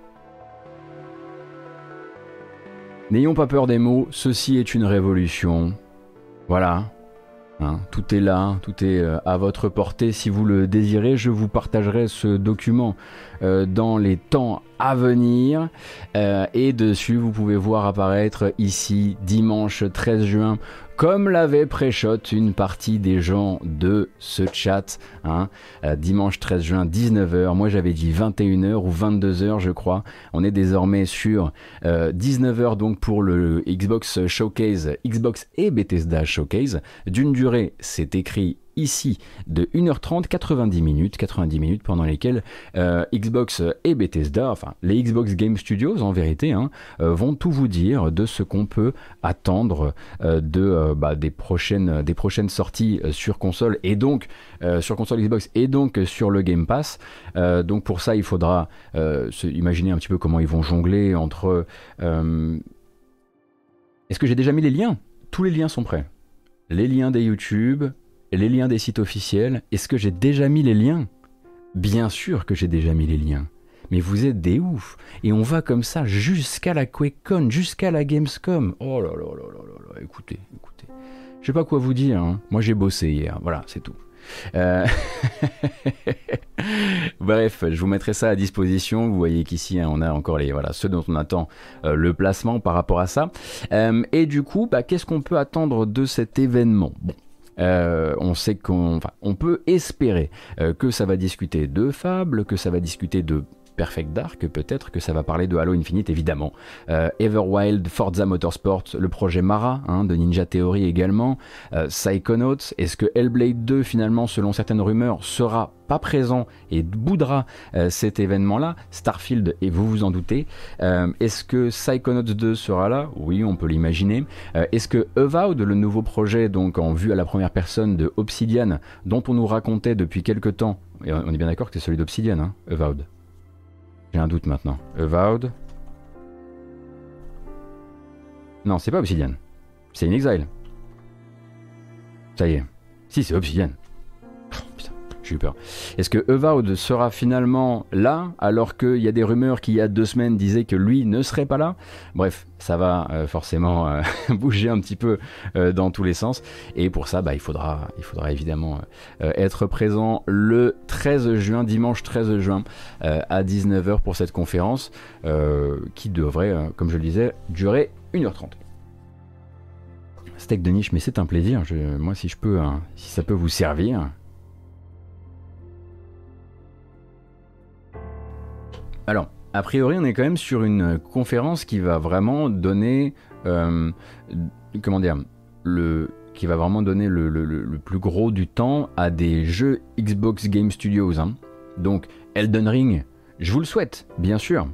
N'ayons pas peur des mots, ceci est une révolution. Voilà. Hein, tout est là, tout est euh, à votre portée. Si vous le désirez, je vous partagerai ce document euh, dans les temps à venir. Euh, et dessus, vous pouvez voir apparaître ici, dimanche treize juin, comme l'avait pré-shot une partie des gens de ce chat, hein, euh, dimanche treize juin, dix-neuf heures, moi j'avais dit vingt et une heures ou vingt-deux heures je crois, on est désormais sur euh, dix-neuf heures donc pour le Xbox Showcase, Xbox et Bethesda Showcase, d'une durée, c'est écrit ici, de une heure trente, quatre-vingt-dix minutes, quatre-vingt-dix minutes pendant lesquelles euh, Xbox et Bethesda, enfin les Xbox Game Studios en vérité, hein, euh, vont tout vous dire de ce qu'on peut attendre euh, de, euh, bah, des, prochaines, des prochaines sorties euh, sur console et donc euh, sur console Xbox et donc sur le Game Pass. Euh, donc pour ça il faudra euh, se imaginer un petit peu comment ils vont jongler entre... Euh... Est-ce que j'ai déjà mis les liens? Tous les liens sont prêts. Les liens des YouTube, les liens des sites officiels. Est-ce que j'ai déjà mis les liens? Bien sûr que j'ai déjà mis les liens. Mais vous êtes des oufs. Et on va comme ça jusqu'à la QuakeCon, jusqu'à la Gamescom. Oh là là là là là là. Écoutez, écoutez. Je sais pas quoi vous dire. Hein. Moi j'ai bossé hier. Voilà, c'est tout. Euh... Bref, je vous mettrai ça à disposition. Vous voyez qu'ici hein, on a encore les voilà ceux dont on attend euh, le placement par rapport à ça. Euh, et du coup, bah, qu'est-ce qu'on peut attendre de cet événement? Bon. Euh, on sait qu'on enfin, on peut espérer euh, que ça va discuter de Fable, que ça va discuter de Perfect Dark, peut-être que ça va parler de Halo Infinite évidemment, euh, Everwild, Forza Motorsport, le projet Mara hein, de Ninja Theory également, euh, Psychonauts. Est-ce que Hellblade deux finalement selon certaines rumeurs sera pas présent et boudera euh, cet événement là? Starfield, et vous vous en doutez. Euh, est-ce que Psychonauts deux sera là? Oui, on peut l'imaginer. Euh, est-ce que Avowed, le nouveau projet donc en vue à la première personne de Obsidian, dont on nous racontait depuis quelque temps, et on est bien d'accord que c'est celui d'Obsidian, hein, Avowed. J'ai un doute maintenant. Avowed. Non, c'est pas Obsidian. C'est In Exile. Ça y est. Si, c'est Obsidian. Oh, putain, j'ai eu peur. Est-ce que Avowed sera finalement là, alors qu'il y a des rumeurs qui, il y a deux semaines, disaient que lui ne serait pas là? Bref, ça va euh, forcément euh, bouger un petit peu euh, dans tous les sens. Et pour ça, bah, il, faudra, il faudra évidemment euh, être présent le treize juin, dimanche treize juin, euh, à dix-neuf heures pour cette conférence euh, qui devrait, euh, comme je le disais, durer une heure trente. Steak de niche, mais c'est un plaisir. Je, moi, si je peux, hein, si ça peut vous servir. Alors, a priori, on est quand même sur une conférence qui va vraiment donner, euh, comment dire, le, qui va vraiment donner le, le, le plus gros du temps à des jeux Xbox Game Studios. Hein. Donc, Elden Ring, je vous le souhaite, bien sûr.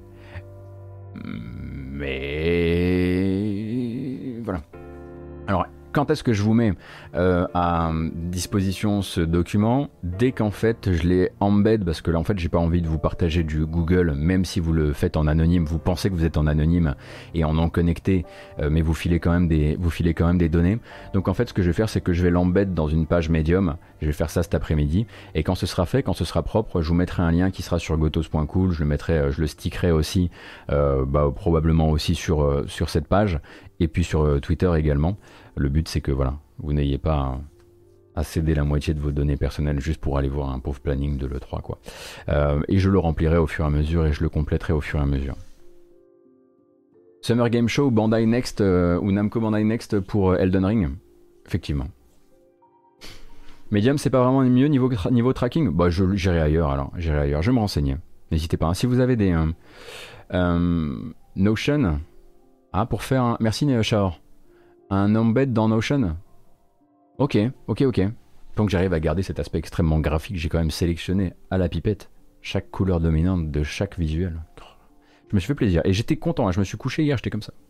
Mais voilà. Alors, quand est-ce que je vous mets euh, à disposition ce document? Dès qu'en fait je l'ai embed, parce que là en fait j'ai pas envie de vous partager du Google, même si vous le faites en anonyme, vous pensez que vous êtes en anonyme et en non connecté, euh, mais vous filez quand même des, vous filez quand même des données. Donc en fait ce que je vais faire, c'est que je vais l'embed dans une page Medium. Je vais faire ça cet après-midi, et quand ce sera fait, quand ce sera propre, je vous mettrai un lien qui sera sur gotos point cool. Je le mettrai, je le stickerai aussi, euh, bah, probablement aussi sur euh, sur cette page, et puis sur euh, Twitter également. Le but c'est que voilà, vous n'ayez pas à céder la moitié de vos données personnelles juste pour aller voir un pauvre planning de l'E trois quoi. Euh, et je le remplirai au fur et à mesure et je le compléterai au fur et à mesure. Summer Game Show, Bandai Next euh, ou Namco Bandai Next pour Elden Ring, effectivement. Medium c'est pas vraiment mieux niveau, tra niveau tracking? Bah je j'irai ailleurs alors, j'irai ailleurs, je vais me renseigner. N'hésitez pas, hein. Si vous avez des euh, euh, Notion, ah pour faire un... Merci Neoshao. Un embed dans Notion? Ok, ok, ok. Tant que j'arrive à garder cet aspect extrêmement graphique, j'ai quand même sélectionné à la pipette chaque couleur dominante de chaque visuel. Je me suis fait plaisir. Et j'étais content, hein. Je me suis couché hier, j'étais comme ça.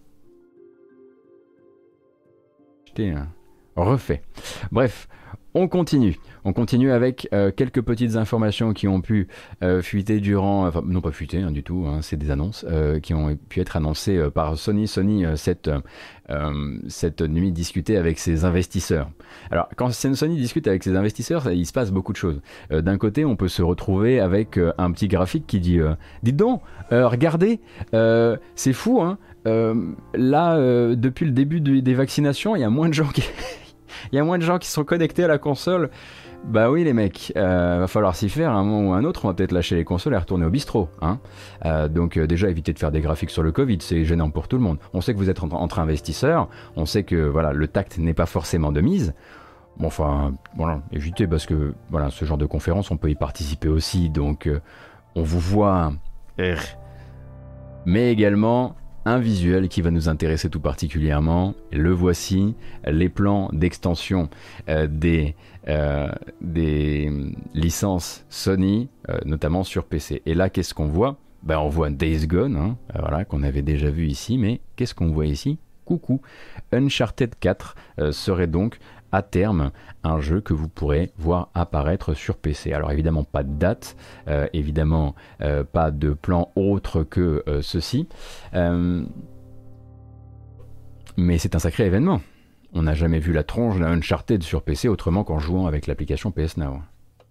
J'étais euh, refait. Bref, on continue. On continue avec euh, quelques petites informations qui ont pu euh, fuiter durant, enfin non pas fuiter hein, du tout, hein, c'est des annonces euh, qui ont pu être annoncées euh, par Sony. Sony euh, cette, euh, cette nuit discutait avec ses investisseurs. Alors quand Sony discute avec ses investisseurs, il se passe beaucoup de choses. Euh, D'un côté, on peut se retrouver avec euh, un petit graphique qui dit euh, dites donc, euh, regardez, euh, c'est fou, hein. Euh, là, euh, depuis le début de- des vaccinations, il y a moins de gens qui, il y a moins de gens qui sont connectés à la console. Bah oui les mecs, euh, va falloir s'y faire à un moment ou à un autre, on va peut-être lâcher les consoles et retourner au bistrot. Hein. Euh, donc euh, déjà éviter de faire des graphiques sur le Covid, c'est gênant pour tout le monde. On sait que vous êtes entre, entre investisseurs, on sait que voilà, le tact n'est pas forcément de mise. Bon enfin, voilà, évitez parce que voilà, ce genre de conférence, on peut y participer aussi, donc euh, on vous voit. Er, mais également un visuel qui va nous intéresser tout particulièrement. Le voici, les plans d'extension euh, des, euh, des licences Sony, euh, notamment sur P C. Et là, qu'est-ce qu'on voit? Ben, on voit Days Gone, hein, euh, voilà, qu'on avait déjà vu ici, mais qu'est-ce qu'on voit ici? Coucou, Uncharted quatre euh, serait donc à terme un jeu que vous pourrez voir apparaître sur P C. Alors évidemment pas de date, euh, évidemment euh, pas de plan autre que euh, ceci, euh, mais c'est un sacré événement. On n'a jamais vu la tronche d'un Uncharted sur P C autrement qu'en jouant avec l'application P S Now.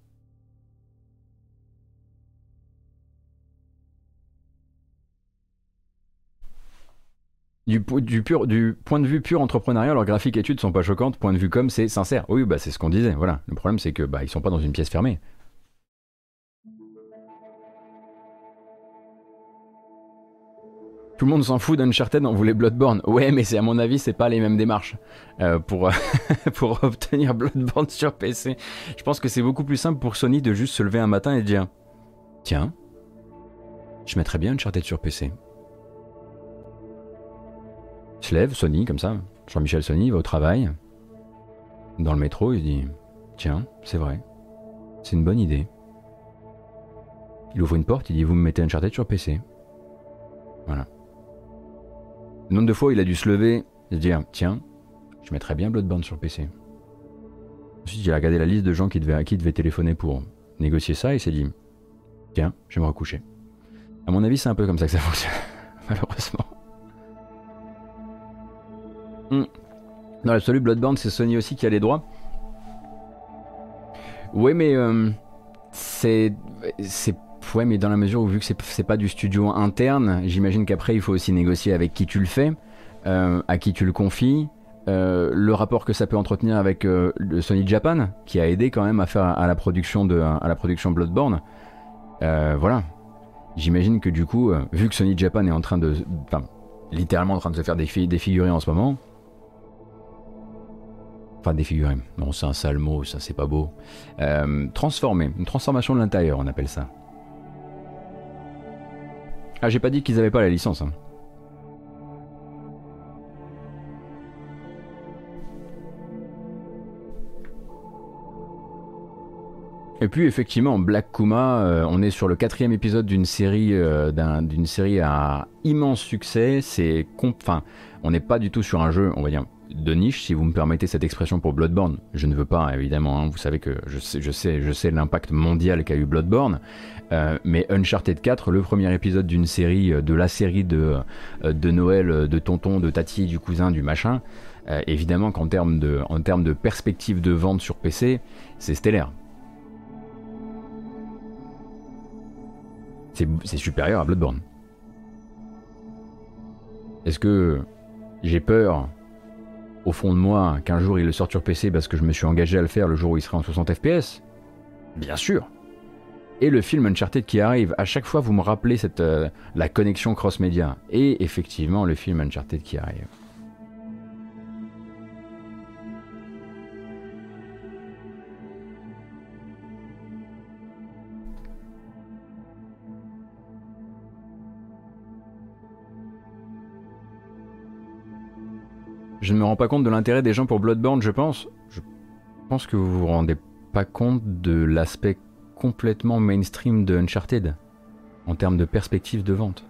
Du, du, pur, du point de vue pur entrepreneurial, leurs graphiques études sont pas choquantes. Point de vue com, c'est sincère. Oui, bah c'est ce qu'on disait. Voilà. Le problème, c'est que bah ils sont pas dans une pièce fermée. Tout le monde s'en fout d'Uncharted, on voulait Bloodborne. Ouais, mais c'est à mon avis, c'est pas les mêmes démarches euh, pour, pour obtenir Bloodborne sur P C. Je pense que c'est beaucoup plus simple pour Sony de juste se lever un matin et dire tiens, je mettrais bien Uncharted sur P C. Il se lève, Sony, comme ça. Jean-Michel Sony va au travail. Dans le métro, il se dit tiens, c'est vrai, c'est une bonne idée. Il ouvre une porte, il dit vous me mettez Uncharted sur P C. Voilà. Le nombre de fois il a dû se lever et se dire tiens, je mettrais bien Bloodborne sur P C. Ensuite, il a regardé la liste de gens qui devaient, à qui devait téléphoner pour négocier ça et il s'est dit tiens, je vais me recoucher. À mon avis, c'est un peu comme ça que ça fonctionne, malheureusement. Hmm. Dans l'absolu, Bloodborne, c'est Sony aussi qui a les droits. Oui, mais euh, c'est. c'est Ouais, mais dans la mesure où, vu que c'est c'est pas du studio interne, j'imagine qu'après, il faut aussi négocier avec qui tu le fais, euh, à qui tu le confies, euh, le rapport que ça peut entretenir avec euh, le Sony Japan, qui a aidé quand même à faire à la production de à la production Bloodborne. Euh, voilà. J'imagine que du coup, euh, vu que Sony Japan est en train de, enfin, littéralement en train de se faire défi- défigurer en ce moment. Enfin, défigurer. Non, c'est un sale mot, ça, c'est pas beau. Euh, transformer. Une transformation de l'intérieur, on appelle ça. Ah, j'ai pas dit qu'ils avaient pas la licence. Hein. Et puis effectivement, Black Kuma, euh, on est sur le quatrième épisode d'une série, euh, d'un- d'une série à immense succès. C'est, enfin, on n'est pas du tout sur un jeu, on va dire, de niche, si vous me permettez cette expression pour Bloodborne. Je ne veux pas, évidemment. Hein, vous savez que je sais, je sais, je sais l'impact mondial qu'a eu Bloodborne. Euh, mais Uncharted quatre, le premier épisode d'une série, euh, de la série de, euh, de Noël, euh, de tonton, de tati, du cousin, du machin. Euh, évidemment qu'en termes de, en termes de perspective de vente sur P C, c'est stellaire. C'est supérieur à Bloodborne. Est-ce que j'ai peur, au fond de moi, qu'un jour il le sorte sur P C parce que je me suis engagé à le faire le jour où il sera en soixante F P S? Bien sûr. Et le film Uncharted qui arrive, à chaque fois vous me rappelez cette, euh, la connexion cross-média. Et effectivement, le film Uncharted qui arrive. Je ne me rends pas compte de l'intérêt des gens pour Bloodborne, je pense. Je pense que vous vous rendez pas compte de l'aspect complètement mainstream de Uncharted en termes de perspective de vente.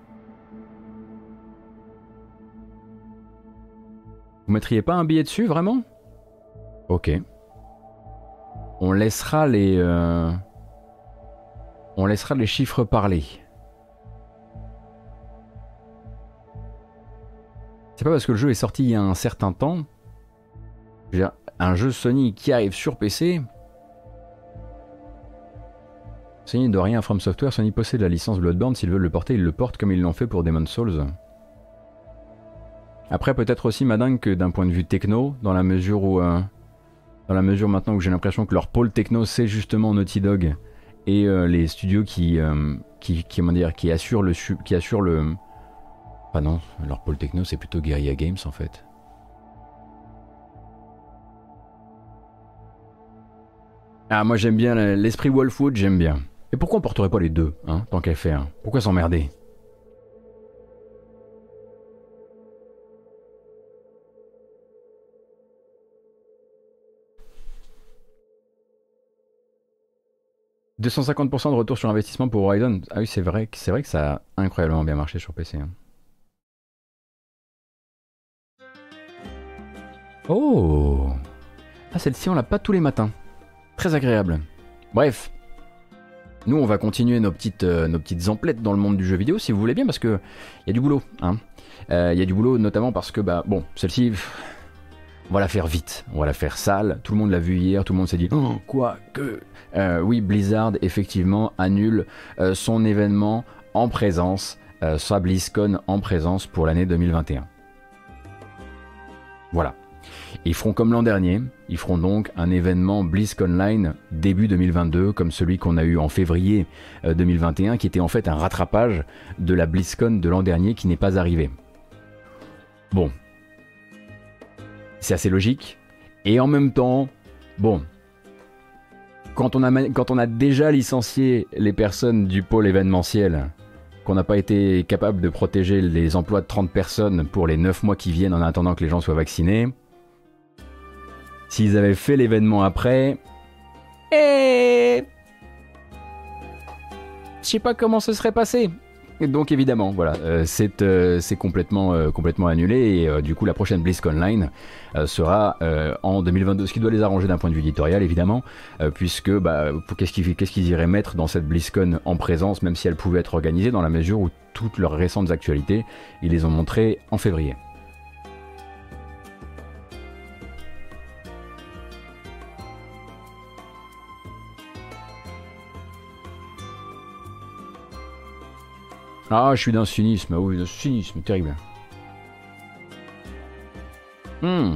Vous mettriez pas un billet dessus, vraiment? Ok. On laissera les... Euh... On laissera les chiffres parler. C'est pas parce que le jeu est sorti il y a un certain temps... Je veux dire, un jeu Sony qui arrive sur P C... Sony ne doit rien à From Software, Sony possède la licence Bloodborne, s'ils veulent le porter, ils le portent comme ils l'ont fait pour Demon's Souls. Après, peut-être aussi madingue que d'un point de vue techno, dans la mesure où... Euh, dans la mesure maintenant où j'ai l'impression que leur pôle techno, c'est justement Naughty Dog, et euh, les studios qui, euh, qui, qui, comment dire, qui assurent le... Qui assurent le... Enfin non, leur pôle techno, c'est plutôt Guerrilla Games, en fait. Ah, moi j'aime bien l'esprit Wolfwood, j'aime bien. Et pourquoi on porterait pas les deux, hein, tant qu'à faire? Pourquoi s'emmerder? deux cent cinquante pour cent de retour sur investissement pour Horizon. Ah oui, c'est vrai, c'est vrai que ça a incroyablement bien marché sur P C. Hein. Oh! Ah, celle-ci, on l'a pas tous les matins. Très agréable. Bref. Nous, on va continuer nos petites, euh, nos petites emplettes dans le monde du jeu vidéo, si vous voulez bien, parce que il y a du boulot. Il hein. euh, y a du boulot, notamment parce que, bah, bon, celle-ci, on va la faire vite, on va la faire sale. Tout le monde l'a vu hier, tout le monde s'est dit, oh, quoi que... Euh, oui, Blizzard, effectivement, annule euh, son événement en présence, euh, sa BlizzCon en présence pour l'année deux mille vingt et un. Voilà. Ils feront comme l'an dernier, ils feront donc un événement BlizzConline début deux mille vingt-deux, comme celui qu'on a eu en février euh, deux mille vingt et un, qui était en fait un rattrapage de la BlizzCon de l'an dernier qui n'est pas arrivé. Bon. C'est assez logique. Et en même temps, bon, quand on a, quand on a déjà licencié les personnes du pôle événementiel, qu'on n'a pas été capable de protéger les emplois de trente personnes pour les neuf mois qui viennent en attendant que les gens soient vaccinés, s'ils avaient fait l'événement après, et je sais pas comment ce serait passé. Et donc évidemment, voilà, euh, c'est euh, complètement, euh, complètement annulé et euh, du coup la prochaine BlizzConline euh, sera euh, en deux mille vingt-deux, ce qui doit les arranger d'un point de vue éditorial évidemment, euh, puisque bah, qu'est-ce qu'ils qu'est-ce qu'ils iraient mettre dans cette BlizzCon en présence, même si elle pouvait être organisée, dans la mesure où toutes leurs récentes actualités, ils les ont montrées en février. Ah, je suis d'un cynisme, oui, d'un cynisme terrible. Hmm.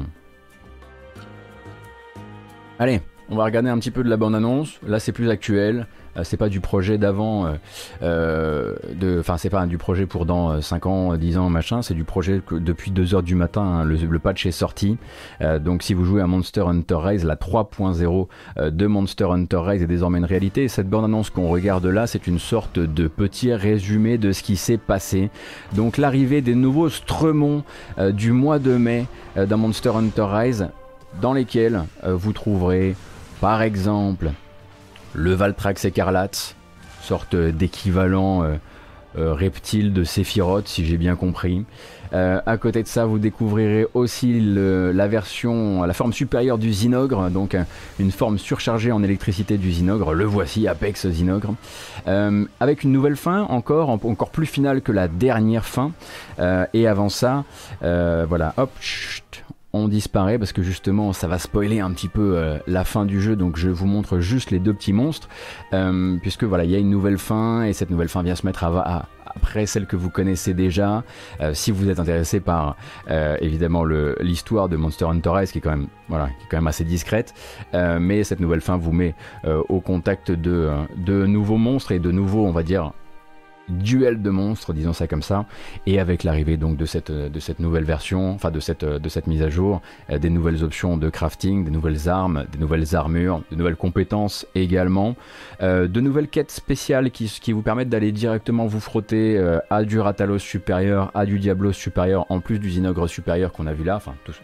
Allez, on va regarder un petit peu de la bande-annonce. Là, c'est plus actuel. Euh, c'est pas du projet d'avant, euh, de, enfin, c'est pas du projet pour dans cinq ans, dix ans, machin. C'est du projet que depuis deux heures du matin, hein, le, le patch est sorti. Euh, donc, si vous jouez à Monster Hunter Rise, la trois point zéro euh, de Monster Hunter Rise est désormais une réalité. Et cette bande-annonce qu'on regarde là, c'est une sorte de petit résumé de ce qui s'est passé. Donc, l'arrivée des nouveaux Stremons euh, du mois de mai euh, dans Monster Hunter Rise, dans lesquels euh, vous trouverez, par exemple, le Valtrax écarlate, sorte d'équivalent euh, euh, reptile de Sephiroth, si j'ai bien compris. Euh, à côté de ça, vous découvrirez aussi le, la version, la forme supérieure du Zinogre, donc euh, une forme surchargée en électricité du Zinogre. Le voici, Apex Zinogre. Euh, avec une nouvelle fin, encore, encore plus finale que la dernière fin. Euh, et avant ça, euh, voilà, hop, chut, on disparaît parce que justement ça va spoiler un petit peu euh, la fin du jeu, donc je vous montre juste les deux petits monstres, euh, puisque voilà, il y a une nouvelle fin et cette nouvelle fin vient se mettre à, à, après celle que vous connaissez déjà. Euh, si vous êtes intéressé par euh, évidemment l'histoire de Monster Hunter Rise, qui est quand même, voilà, qui est quand même assez discrète, euh, mais cette nouvelle fin vous met euh, au contact de, de nouveaux monstres et de nouveaux, on va dire, duel de monstres, disons ça comme ça, et avec l'arrivée donc de cette, de cette nouvelle version, enfin de cette, de cette mise à jour, euh, des nouvelles options de crafting, des nouvelles armes, des nouvelles armures, de nouvelles compétences également, euh, de nouvelles quêtes spéciales qui, qui vous permettent d'aller directement vous frotter euh, à du Rathalos supérieur, à du Diablos supérieur, en plus du Zinogre supérieur qu'on a vu là, enfin tout,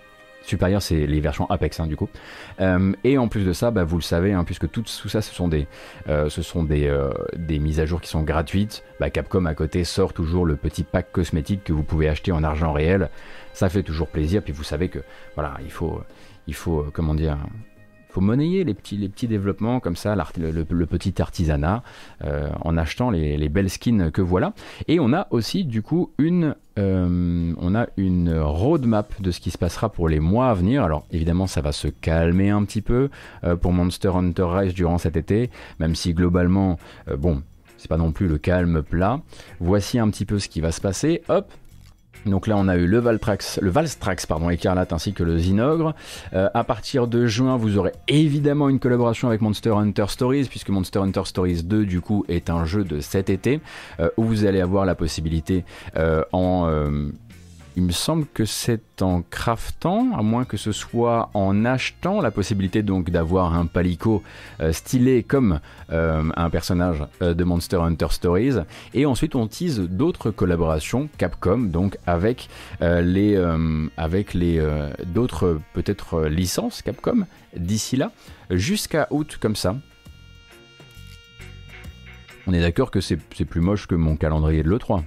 supérieur, c'est les versions Apex, hein, du coup. Euh, et en plus de ça, bah, vous le savez, hein, puisque tout, tout ça, ce sont des, euh, ce sont des, euh, des mises à jour qui sont gratuites. Bah, Capcom à côté sort toujours le petit pack cosmétique que vous pouvez acheter en argent réel. Ça fait toujours plaisir. Puis vous savez que voilà, il faut, il faut, comment dire. Il faut monnayer les petits, les petits développements comme ça, le, le, le petit artisanat, euh, en achetant les, les belles skins que voilà. Et on a aussi du coup une, euh, on a une roadmap de ce qui se passera pour les mois à venir. Alors évidemment ça va se calmer un petit peu euh, pour Monster Hunter Rise durant cet été, même si globalement, euh, bon, c'est pas non plus le calme plat. Voici un petit peu ce qui va se passer. Hop. Donc là on a eu le Valtrax, le Valstrax pardon, Écarlate ainsi que le Zinogre. Euh, à partir de juin vous aurez évidemment une collaboration avec Monster Hunter Stories, puisque Monster Hunter Stories deux du coup est un jeu de cet été, euh, où vous allez avoir la possibilité euh, en... Euh, il me semble que c'est en craftant, à moins que ce soit en achetant, la possibilité donc d'avoir un palico euh, stylé comme euh, un personnage euh, de Monster Hunter Stories. Et ensuite on tease d'autres collaborations Capcom, donc avec euh, les, euh, avec les euh, d'autres peut-être euh, licences Capcom d'ici là, jusqu'à août comme ça. On est d'accord que c'est c'est plus moche que mon calendrier de l'E trois.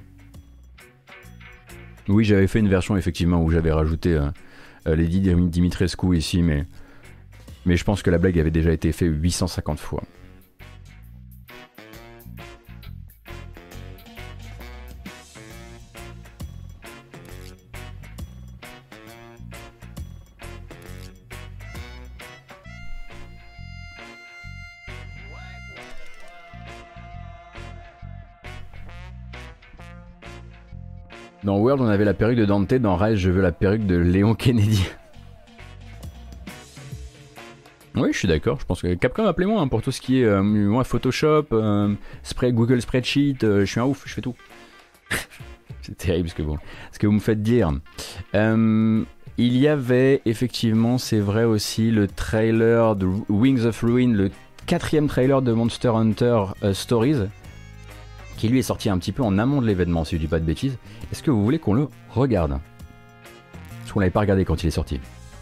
Oui, j'avais fait une version effectivement où j'avais rajouté euh, euh, Lady Dimitrescu ici, mais, mais je pense que la blague avait déjà été faite huit cent cinquante fois. Dans World, on avait la perruque de Dante, dans Rise, je veux la perruque de Léon Kennedy. Oui, je suis d'accord, je pense que Capcom, appelez-moi hein, pour tout ce qui est euh, moi, Photoshop, euh, spray, Google Spreadsheet, euh, je suis un ouf, je fais tout. C'est terrible ce que, vous, ce que vous me faites dire. Euh, il y avait effectivement, c'est vrai aussi, le trailer de Wings of Ruin, le quatrième trailer de Monster Hunter uh, Stories, qui lui est sorti un petit peu en amont de l'événement, si je dis pas de bêtises. Est-ce que vous voulez qu'on le regarde? Parce qu'on l'avait pas regardé quand il est sorti.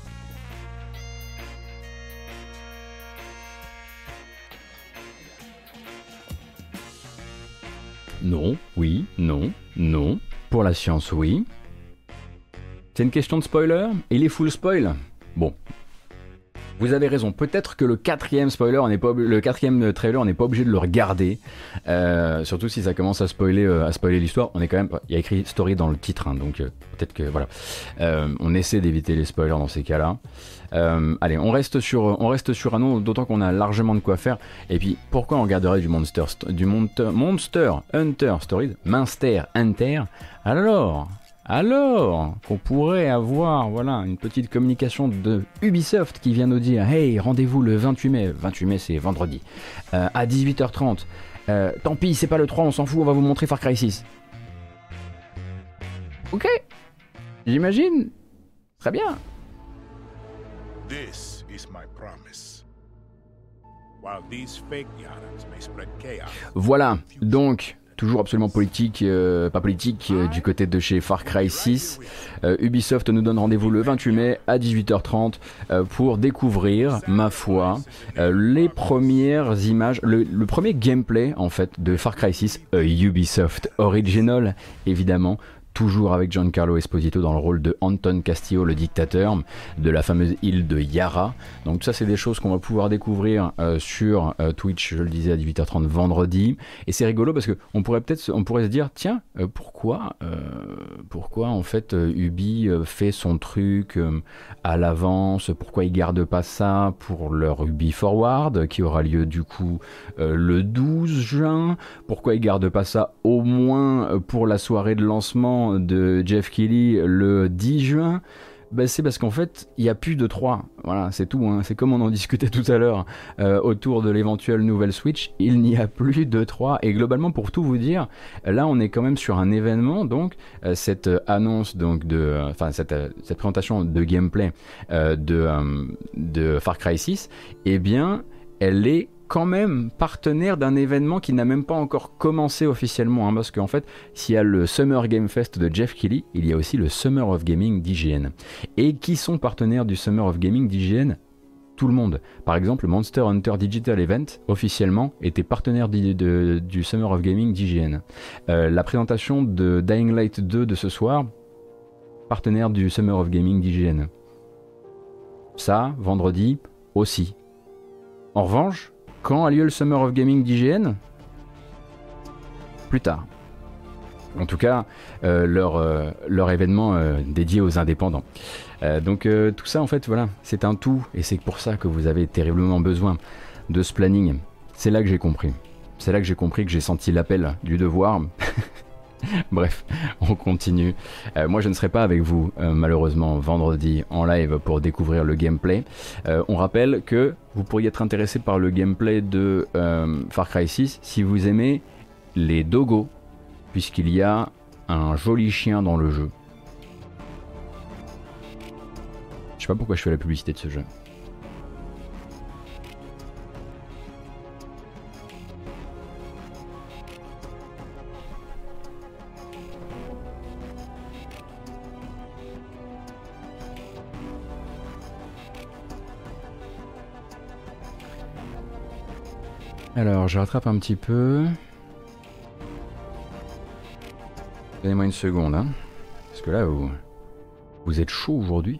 Non, oui, non, non. Pour la science, oui. C'est une question de spoiler? Il est full spoil? Bon. Vous avez raison, peut-être que le quatrième spoiler, on n'est pas le quatrième trailer, on n'est pas obligé de le regarder, euh, surtout si ça commence à spoiler, euh, à spoiler l'histoire. On est quand même, il y a écrit story dans le titre, hein, donc euh, peut-être que voilà, euh, on essaie d'éviter les spoilers dans ces cas-là. Euh, allez, on reste sur, on reste sur un nom, d'autant qu'on a largement de quoi faire. Et puis, pourquoi on regarderait du Monster, du Monster, Monster Hunter Stories, Monster Hunter, alors? Alors qu'on pourrait avoir voilà, une petite communication de Ubisoft qui vient nous dire « Hey, rendez-vous le vingt-huit mai », vingt-huit mai c'est vendredi, euh, à dix-huit heures trente. Euh, tant pis, c'est pas le trois, on s'en fout, on va vous montrer Far Cry six. Ok, j'imagine. Très bien. This is my promise. While these fake yards may spread chaos. Voilà, donc... Toujours absolument politique, euh, pas politique, euh, du côté de chez Far Cry six. Euh, Ubisoft nous donne rendez-vous le vingt-huit mai à dix-huit heures trente euh, pour découvrir, ma foi, euh, les premières images, le, le premier gameplay en fait de Far Cry six, euh, Ubisoft Original évidemment. Toujours avec Giancarlo Esposito dans le rôle de Anton Castillo, le dictateur de la fameuse île de Yara. Donc tout ça c'est des choses qu'on va pouvoir découvrir euh, sur euh, Twitch, je le disais, à dix-huit heures trente vendredi. Et c'est rigolo parce qu'on pourrait peut-être on pourrait se dire, tiens, euh, pourquoi, euh, pourquoi en fait euh, Ubi euh, fait son truc euh, à l'avance, pourquoi ils gardent pas ça pour leur Ubi Forward qui aura lieu du coup euh, le douze juin, pourquoi ils gardent pas ça au moins pour la soirée de lancement de Jeff Keighley le dix juin, ben c'est parce qu'en fait il n'y a plus de trois, voilà c'est tout, hein. C'est comme on en discutait tout à l'heure euh, autour de l'éventuelle nouvelle Switch, il n'y a plus de trois et globalement pour tout vous dire, là on est quand même sur un événement, donc euh, cette annonce donc de, enfin euh, cette, euh, cette présentation de gameplay euh, de, euh, de Far Cry six, eh bien elle est quand même partenaire d'un événement qui n'a même pas encore commencé officiellement, hein, parce qu'en fait, s'il y a le Summer Game Fest de Jeff Keighley, il y a aussi le Summer of Gaming d'I G N. Et qui sont partenaires du Summer of Gaming d'I G N? Tout le monde. Par exemple, Monster Hunter Digital Event, officiellement, était partenaire du, de, du Summer of Gaming d'I G N. Euh, la présentation de Dying Light deux de ce soir, partenaire du Summer of Gaming d'I G N. Ça, vendredi, aussi. En revanche, quand a lieu le Summer of Gaming d'I G N? Plus tard. En tout cas, euh, leur, euh, leur événement euh, dédié aux indépendants. Euh, donc euh, tout ça, en fait, voilà, c'est un tout, et c'est pour ça que vous avez terriblement besoin de ce planning. C'est là que j'ai compris. C'est là que j'ai compris que j'ai senti l'appel du devoir. Bref, on continue. Euh, moi, je ne serai pas avec vous, euh, malheureusement, vendredi en live pour découvrir le gameplay. Euh, on rappelle que vous pourriez être intéressé par le gameplay de euh, Far Cry six si vous aimez les dogos, puisqu'il y a un joli chien dans le jeu. Je sais pas pourquoi je fais la publicité de ce jeu. Alors, je rattrape un petit peu. Donnez-moi une seconde, hein. Parce que là, vous, vous êtes chaud aujourd'hui.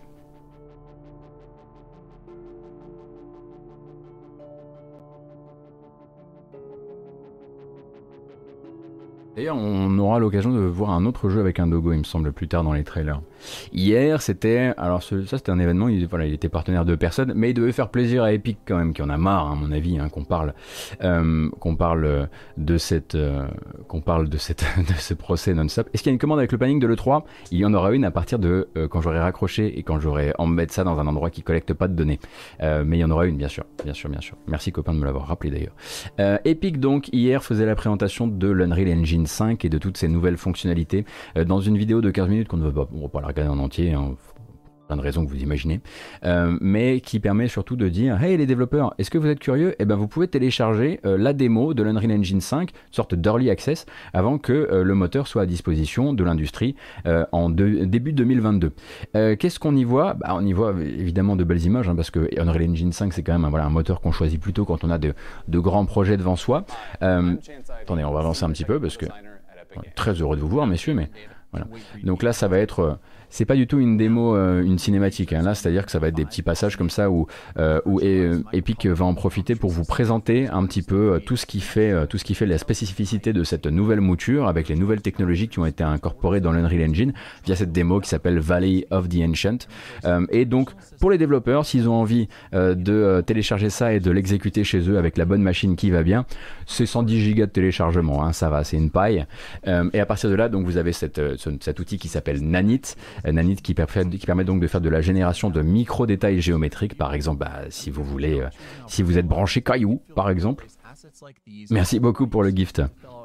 D'ailleurs, on aura l'occasion de voir un autre jeu avec un dogo, il me semble, plus tard dans les trailers. Hier, c'était... Alors, ce, ça, c'était un événement, il, voilà, il était partenaire de personne, mais il devait faire plaisir à Epic quand même, qui en a marre, hein, à mon avis, hein, qu'on parle, euh, qu'on parle de cette... Euh, qu'on parle de, cette, de ce procès non-stop. Est-ce qu'il y a une commande avec le planning de l'E trois? Il y en aura une à partir de euh, quand j'aurai raccroché et quand j'aurai embêté ça dans un endroit qui collecte pas de données. Euh, mais il y en aura une, bien sûr, bien sûr, bien sûr. Merci copain de me l'avoir rappelé d'ailleurs. Euh, Epic, donc, hier, faisait la présentation de l'Unreal Engine cinq et de toutes ces nouvelles fonctionnalités euh, dans une vidéo de quinze minutes qu'on ne va pas, on va pas la regarder en entier, hein, plein de raisons que vous imaginez, euh, mais qui permet surtout de dire hey les développeurs, est-ce que vous êtes curieux? Eh ben vous pouvez télécharger euh, la démo de l'Unreal Engine cinq, sorte d'early access, avant que euh, le moteur soit à disposition de l'industrie euh, en de, début deux mille vingt-deux. Euh, Qu'est-ce qu'on y voit? Bah, on y voit évidemment de belles images, hein, parce que Unreal Engine cinq c'est quand même un, voilà, un moteur qu'on choisit plutôt quand on a de, de grands projets devant soi. Euh, attendez, on va avancer un petit peu parce que très heureux de vous voir, messieurs, mais voilà. Donc là, ça va être... Euh, c'est pas du tout une démo, euh, une cinématique, hein. Là, c'est-à-dire que ça va être des petits passages comme ça où, euh, où euh, Epic va en profiter pour vous présenter un petit peu euh, tout ce qui fait, euh, tout ce qui fait la spécificité de cette nouvelle mouture avec les nouvelles technologies qui ont été incorporées dans l'Unreal Engine via cette démo qui s'appelle Valley of the Ancient. Euh, et donc, pour les développeurs, s'ils ont envie euh, de euh, télécharger ça et de l'exécuter chez eux avec la bonne machine qui va bien, c'est cent dix gigas de téléchargement, hein, ça va, c'est une paille. Euh, et à partir de là, donc vous avez cette, euh, ce, cet outil qui s'appelle Nanit. Nanit qui permet, qui permet donc de faire de la génération de micro-détails géométriques, par exemple, bah, si vous voulez, euh, si vous êtes branché Caillou, par exemple. Merci beaucoup pour le gift.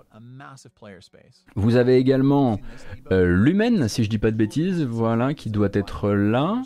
Vous avez également euh, Lumen, si je dis pas de bêtises, voilà, qui doit être là.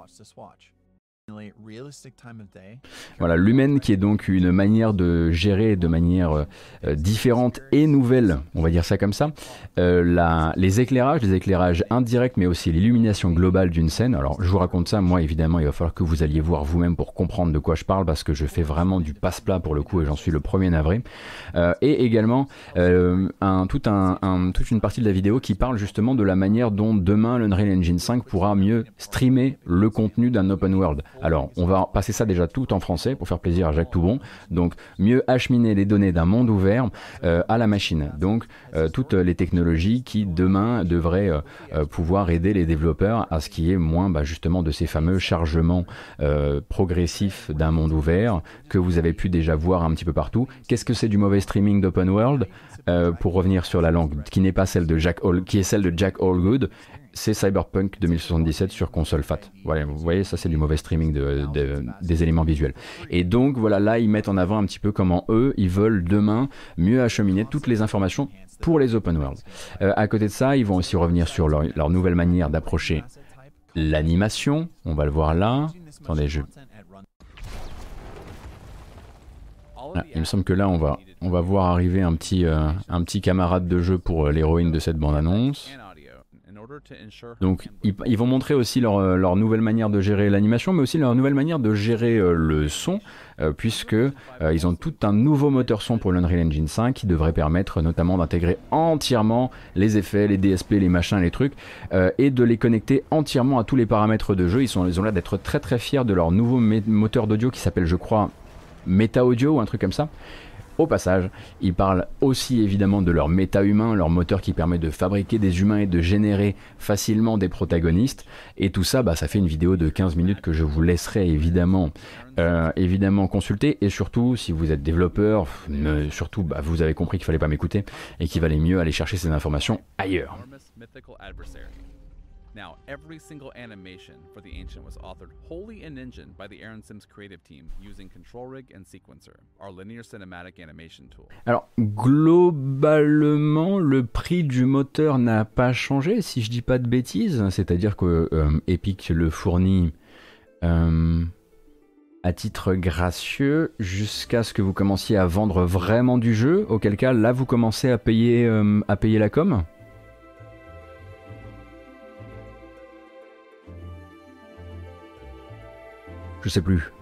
Voilà, Lumen qui est donc une manière de gérer de manière euh, différente et nouvelle, on va dire ça comme ça, euh, la, les éclairages, les éclairages indirects mais aussi l'illumination globale d'une scène. Alors je vous raconte ça, moi évidemment il va falloir que vous alliez voir vous-même pour comprendre de quoi je parle parce que je fais vraiment du passe-plat pour le coup et j'en suis le premier navré. Euh, et également euh, un, tout un, un, toute une partie de la vidéo qui parle justement de la manière dont demain l'Unreal Engine cinq pourra mieux streamer le contenu d'un open world. Alors, on va passer ça déjà tout en français pour faire plaisir à Jacques Toubon. Donc, mieux acheminer les données d'un monde ouvert euh, à la machine. Donc, euh, toutes les technologies qui demain devraient euh, euh, pouvoir aider les développeurs à ce qui est moins bah, justement de ces fameux chargements euh, progressifs d'un monde ouvert que vous avez pu déjà voir un petit peu partout. Qu'est-ce que c'est du mauvais streaming d'open world? euh, Pour revenir sur la langue qui n'est pas celle de Jack All, qui est celle de Jack Allgood. C'est Cyberpunk deux mille soixante-dix-sept sur console fat. Voilà, vous voyez, ça c'est du mauvais streaming de, de, des éléments visuels. Et donc voilà, là ils mettent en avant un petit peu comment eux, ils veulent demain mieux acheminer toutes les informations pour les open world. Euh, à côté de ça, ils vont aussi revenir sur leur, leur nouvelle manière d'approcher l'animation. On va le voir là. Attendez, je... Ah, il me semble que là, on va, on va voir arriver un petit, euh, un petit camarade de jeu pour euh, l'héroïne de cette bande-annonce. Donc, ils, ils vont montrer aussi leur, leur nouvelle manière de gérer l'animation, mais aussi leur nouvelle manière de gérer euh, le son, euh, puisque euh, ils ont tout un nouveau moteur son pour l'Unreal Engine cinq qui devrait permettre notamment d'intégrer entièrement les effets, les D S P, les machins, les trucs, euh, et de les connecter entièrement à tous les paramètres de jeu. Ils, sont, ils ont l'air d'être très très fiers de leur nouveau moteur d'audio qui s'appelle, je crois, Meta Audio ou un truc comme ça. Au passage, ils parlent aussi évidemment de leur méta-humain, leur moteur qui permet de fabriquer des humains et de générer facilement des protagonistes. Et tout ça, bah, ça fait une vidéo de quinze minutes que je vous laisserai évidemment, euh, évidemment consulter. Et surtout, si vous êtes développeur, ne, surtout, bah, vous avez compris qu'il fallait pas m'écouter et qu'il valait mieux aller chercher ces informations ailleurs. Now, every single animation for The Ancient was authored wholly in Engine by the Aaron Sims creative team using Control Rig and Sequencer, our linear cinematic animation tool. Alors, globalement, le prix du moteur n'a pas changé, si je dis pas de bêtises. C'est-à-dire que euh, Epic le fournit euh, à titre gracieux jusqu'à ce que vous commenciez à vendre vraiment du jeu, auquel cas, là, vous commencez à payer, euh, à payer la com. Je sais plus.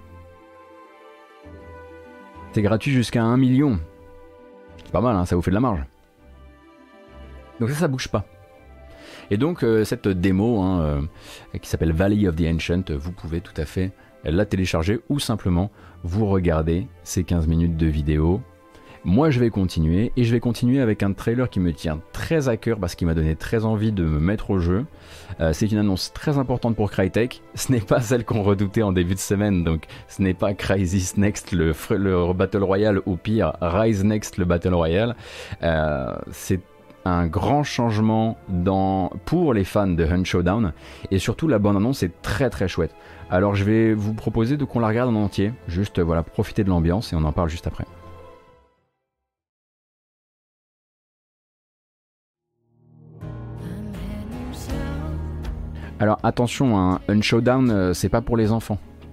C'est gratuit jusqu'à un million. C'est pas mal, hein, ça vous fait de la marge. Donc ça, ça bouge pas. Et donc, euh, cette démo hein, euh, qui s'appelle Valley of the Ancient, vous pouvez tout à fait la télécharger ou simplement vous regarder ces quinze minutes de vidéo. Moi, je vais continuer et je vais continuer avec un trailer qui me tient très à cœur parce qu'il m'a donné très envie de me mettre au jeu. Euh, c'est une annonce très importante pour Crytek. Ce n'est pas celle qu'on redoutait en début de semaine, donc ce n'est pas Crysis Next le, le Battle Royale ou pire Rise Next le Battle Royale. Euh, c'est un grand changement dans, pour les fans de Hunt Showdown et surtout la bande-annonce est très très chouette. Alors je vais vous proposer de qu'on la regarde en entier, juste voilà, profiter de l'ambiance et on en parle juste après. Alors attention, hein, un showdown, euh, c'est pas pour les enfants.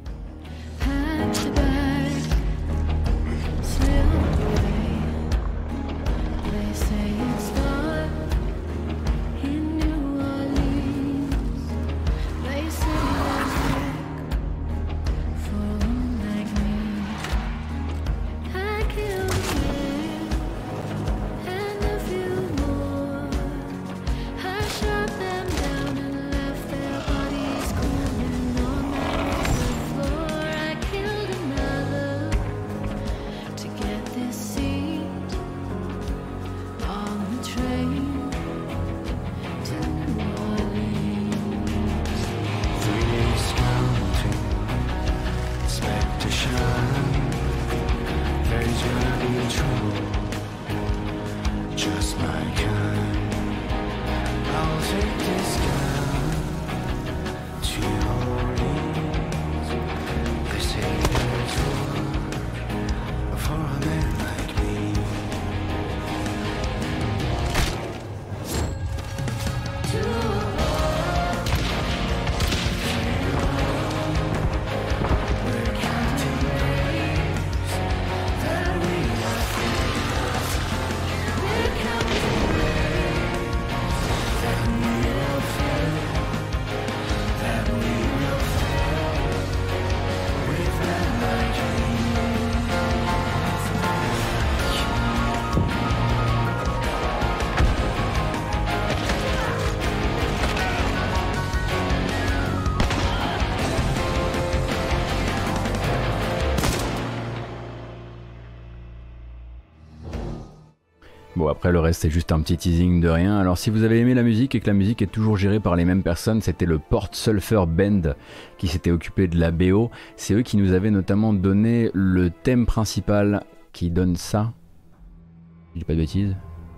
Bon, après le reste c'est juste un petit teasing de rien. Alors si vous avez aimé la musique et que la musique est toujours gérée par les mêmes personnes, c'était le Port Sulphur Band qui s'était occupé de la B O. C'est eux qui nous avaient notamment donné le thème principal qui donne ça. Je dis pas de bêtises.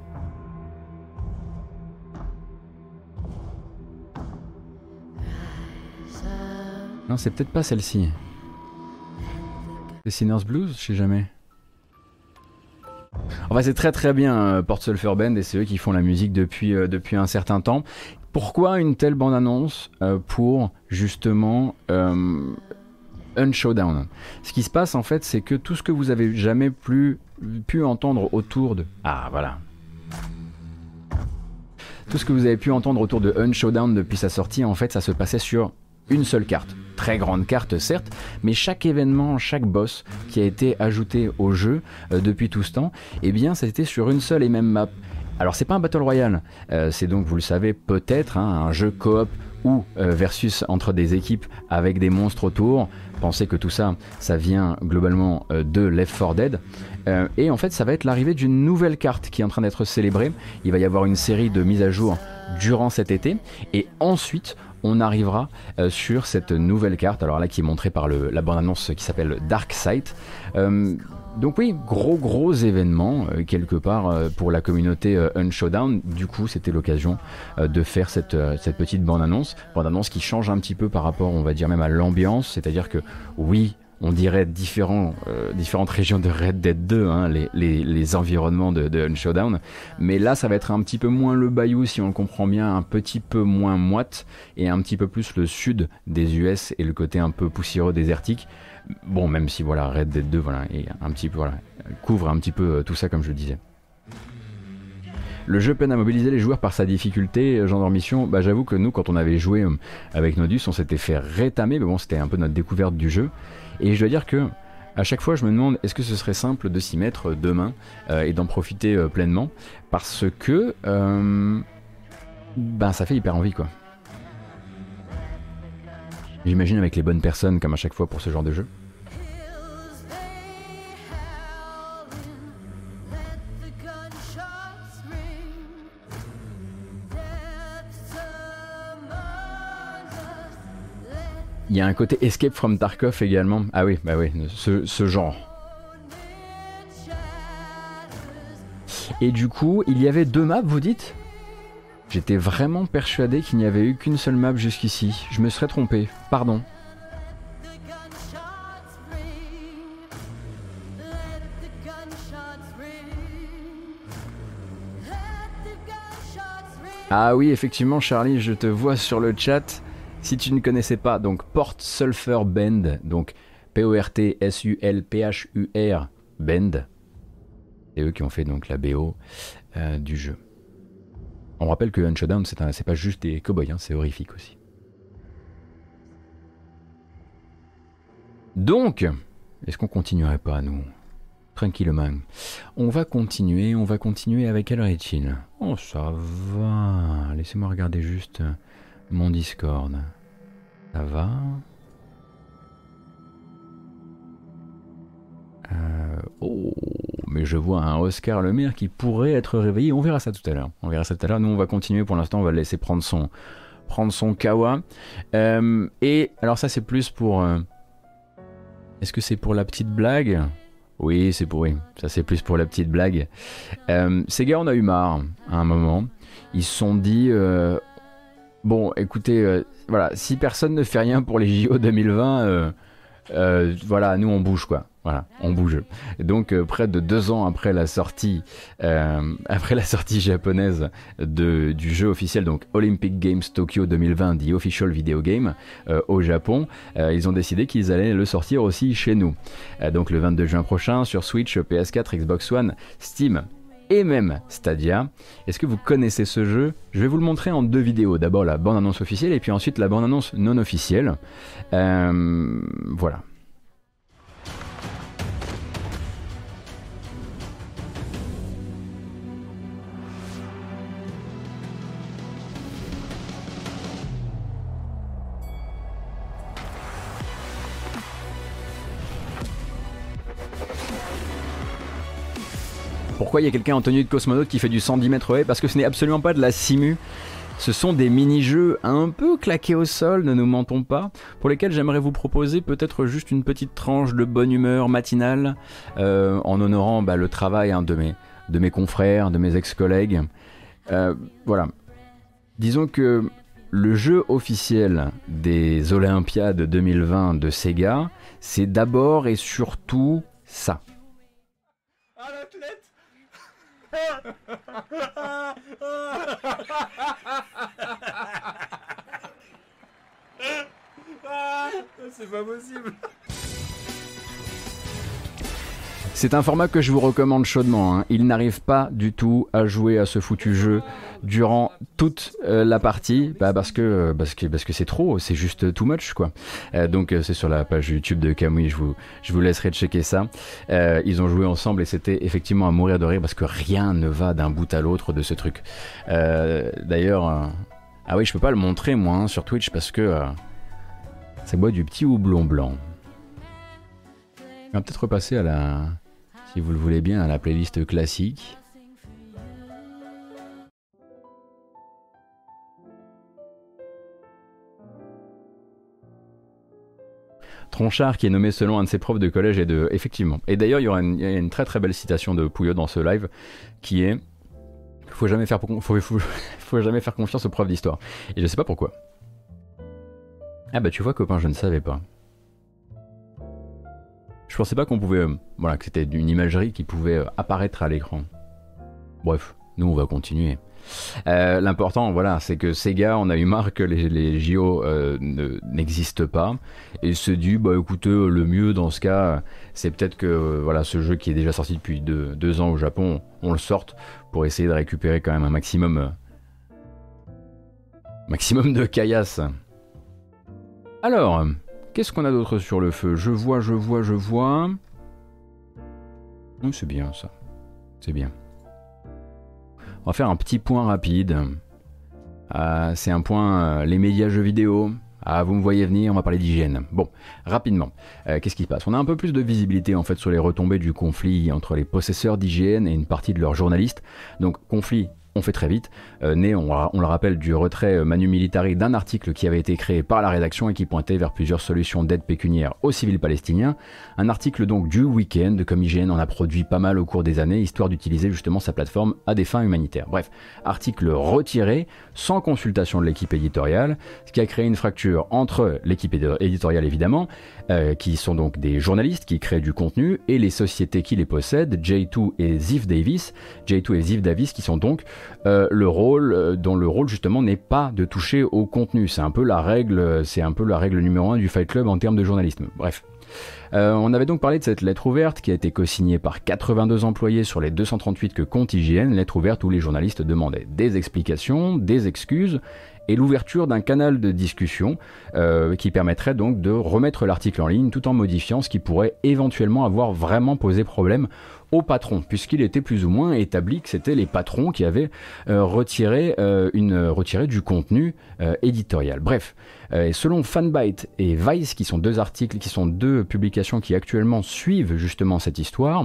Non, c'est peut-être pas celle-ci. C'est Sinner's Blues, je sais jamais. Enfin, c'est très très bien euh, Port Sulphur Band et c'est eux qui font la musique depuis, euh, depuis un certain temps. Pourquoi une telle bande-annonce euh, pour justement euh, Unshowdown. Ce qui se passe en fait, c'est que tout ce que vous avez jamais plus pu entendre autour de... Ah voilà. Tout ce que vous avez pu entendre autour de Unshowdown depuis sa sortie, en fait, ça se passait sur une seule carte. Très grande carte certes, mais chaque événement, chaque boss qui a été ajouté au jeu euh, depuis tout ce temps, eh bien c'était sur une seule et même map. Alors c'est pas un Battle Royale, euh, c'est donc, vous le savez peut-être, hein, un jeu coop ou euh, versus entre des équipes avec des monstres autour. Pensez que tout ça, ça vient globalement euh, de Left four Dead. Euh, et en fait, ça va être l'arrivée d'une nouvelle carte qui est en train d'être célébrée. Il va y avoir une série de mises à jour durant cet été. Et ensuite, on arrivera euh, sur cette nouvelle carte, alors là qui est montrée par le, la bande-annonce qui s'appelle Dark Sight. Euh, donc oui, gros gros événement euh, quelque part euh, pour la communauté euh, Unshowdown. Du coup, c'était l'occasion euh, de faire cette, euh, cette petite bande-annonce. Bande-annonce qui change un petit peu par rapport, on va dire même à l'ambiance. C'est-à-dire que oui, on dirait différents, euh, différentes régions de Red Dead deux, hein, les, les, les environnements de, de Unshowdown. Mais là, ça va être un petit peu moins le bayou, si on le comprend bien, un petit peu moins moite, et un petit peu plus le sud des U S et le côté un peu poussiéreux désertique. Bon, même si voilà, Red Dead deux, voilà, et un petit peu, voilà, couvre un petit peu euh, tout ça, comme je le disais. Le jeu peine à mobiliser les joueurs par sa difficulté, genre de mission. Bah, j'avoue que nous, quand on avait joué euh, avec Nodus, on s'était fait rétamer, mais bon, c'était un peu notre découverte du jeu. Et je dois dire que à chaque fois je me demande est-ce que ce serait simple de s'y mettre demain euh, et d'en profiter euh, pleinement, parce que euh, ben ça fait hyper envie quoi. J'imagine avec les bonnes personnes comme à chaque fois pour ce genre de jeu. Il y a un côté Escape from Tarkov également. Ah oui, bah oui, ce, ce genre. Et du coup, il y avait deux maps, vous dites ? J'étais vraiment persuadé qu'il n'y avait eu qu'une seule map jusqu'ici. Je me serais trompé, pardon. Ah oui, effectivement, Charlie, je te vois sur le chat. Si tu ne connaissais pas, donc Port Sulphur Bend, donc P O R T S U L P H U R Bend, c'est eux qui ont fait donc la B O euh, du jeu. On rappelle que Unshowdown, c'est, un, c'est pas juste des cow-boys, hein, c'est horrifique aussi. Donc, est-ce qu'on continuerait pas, nous ? Tranquillement. On va continuer, on va continuer avec quelle heure est-il ? Oh, ça va. Laissez-moi regarder juste mon Discord. Ça va. Euh, oh, mais je vois un Oscar Le Maire qui pourrait être réveillé. On verra ça tout à l'heure. On verra ça tout à l'heure. Nous, on va continuer pour l'instant. On va le laisser prendre son, prendre son kawa. Euh, et alors ça, c'est plus pour... Euh, est-ce que c'est pour la petite blague ? Oui, c'est pour... Oui, ça c'est plus pour la petite blague. Euh, ces gars, on a eu marre à un moment. Ils se sont dit... Euh, bon, écoutez, euh, voilà, si personne ne fait rien pour les J O deux mille vingt, euh, euh, voilà, nous on bouge quoi. Voilà, on bouge. Et donc euh, près de deux ans après la sortie, euh, après la sortie japonaise de, du jeu officiel, donc Olympic Games Tokyo deux mille vingt, The Official Video Game euh, au Japon, euh, ils ont décidé qu'ils allaient le sortir aussi chez nous. Euh, donc le vingt-deux juin prochain sur Switch, P S quatre, Xbox One, Steam et même Stadia. Est-ce que vous connaissez ce jeu ? Je vais vous le montrer en deux vidéos. D'abord la bande-annonce officielle et puis ensuite la bande-annonce non officielle. Euh, voilà. Pourquoi il y a quelqu'un en tenue de cosmonaute qui fait du cent dix mètres haies ? Parce que ce n'est absolument pas de la simu. Ce sont des mini-jeux un peu claqués au sol, ne nous mentons pas, pour lesquels j'aimerais vous proposer peut-être juste une petite tranche de bonne humeur matinale, euh, en honorant bah, le travail hein, de, mes, de mes confrères, de mes ex-collègues. Euh, voilà. Disons que le jeu officiel des Olympiades deux mille vingt de Sega, c'est d'abord et surtout ça. Ah, l'athlète. C'est pas possible. C'est un format que je vous recommande chaudement, hein. Il n'arrive pas du tout à jouer à ce foutu jeu durant toute euh, la partie, bah parce que parce que parce que c'est trop, c'est juste too much quoi. Euh, donc euh, c'est sur la page YouTube de Kamui, je vous je vous laisserai checker ça. Euh, ils ont joué ensemble et c'était effectivement à mourir de rire parce que rien ne va d'un bout à l'autre de ce truc. Euh, d'ailleurs, euh... ah oui, je peux pas le montrer moi hein, sur Twitch parce que euh... ça boit du petit houblon blanc. On va peut-être repasser à la, si vous le voulez bien, à la playlist classique. Tronchard qui est nommé selon un de ses profs de collège et de... Effectivement. Et d'ailleurs, il y aura une, il y a une très très belle citation de Pouillot dans ce live qui est « Faut jamais faire, faut, faut, faut jamais faire confiance aux profs d'histoire ». Et je sais pas pourquoi. Ah bah tu vois copain, je ne savais pas. Je pensais pas qu'on pouvait... Euh, voilà, que c'était une imagerie qui pouvait euh, apparaître à l'écran. Bref, nous on va continuer. Euh, L'important, voilà, c'est que Sega, on a eu marre que les, les J O euh, n'existent pas. Et se dit, bah écoutez, le mieux dans ce cas, c'est peut-être que euh, voilà, ce jeu qui est déjà sorti depuis deux, deux ans au Japon, on le sorte pour essayer de récupérer quand même un maximum... Euh, maximum de caillasse. Alors... Qu'est-ce qu'on a d'autre sur le feu? Je vois, je vois, je vois. Oh, c'est bien ça. C'est bien. On va faire un petit point rapide. Euh, c'est un point, euh, les médias jeux vidéo. Ah, vous me voyez venir, on va parler d'hygiène. Bon, rapidement, euh, qu'est-ce qui se passe? On a un peu plus de visibilité en fait sur les retombées du conflit entre les possesseurs d'I G N et une partie de leurs journalistes. Donc, conflit... On fait très vite, euh, né, on, on le rappelle, du retrait Manu Militari d'un article qui avait été créé par la rédaction et qui pointait vers plusieurs solutions d'aide pécuniaire aux civils palestiniens. Un article donc du week-end, comme I G N en a produit pas mal au cours des années, histoire d'utiliser justement sa plateforme à des fins humanitaires. Bref, article retiré, sans consultation de l'équipe éditoriale, ce qui a créé une fracture entre l'équipe éditoriale évidemment, euh, qui sont donc des journalistes qui créent du contenu, et les sociétés qui les possèdent, J deux et Ziff Davis, J deux et Ziff Davis qui sont donc Euh, le rôle euh, dont le rôle justement n'est pas de toucher au contenu. C'est un peu la règle, c'est un peu la règle numéro un du Fight Club en termes de journalisme. Bref. Euh, on avait donc parlé de cette lettre ouverte qui a été co-signée par quatre-vingt-deux employés sur les deux cent trente-huit que compte I G N, lettre ouverte où les journalistes demandaient des explications, des excuses et l'ouverture d'un canal de discussion euh, qui permettrait donc de remettre l'article en ligne tout en modifiant ce qui pourrait éventuellement avoir vraiment posé problème au patron, puisqu'il était plus ou moins établi que c'était les patrons qui avaient euh, retiré, euh, une, retiré du contenu euh, éditorial. Bref, euh, selon Fanbyte et Vice, qui sont deux articles, qui sont deux publications qui actuellement suivent justement cette histoire,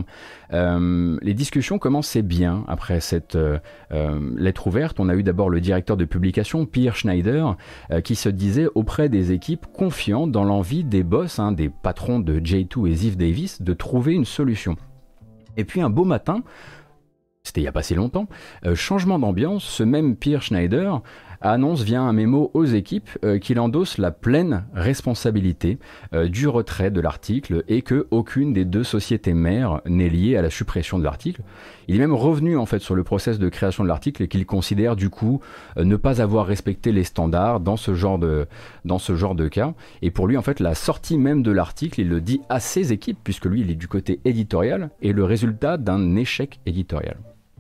euh, les discussions commençaient bien après cette euh, euh, lettre ouverte. On a eu d'abord le directeur de publication, Pierre Schneider, euh, qui se disait auprès des équipes confiant dans l'envie des boss, hein, des patrons de J deux et Ziff Davis, de trouver une solution. Et puis un beau matin, c'était il n'y a pas si longtemps, euh, changement d'ambiance, ce même Pierre Schneider annonce via un mémo aux équipes euh, qu'il endosse la pleine responsabilité euh, du retrait de l'article et que aucune des deux sociétés mères n'est liée à la suppression de l'article. Il est même revenu en fait sur le process de création de l'article et qu'il considère du coup euh, ne pas avoir respecté les standards dans ce genre de dans ce genre de cas. Et pour lui en fait la sortie même de l'article, il le dit à ses équipes puisque lui il est du côté éditorial, est le résultat d'un échec éditorial.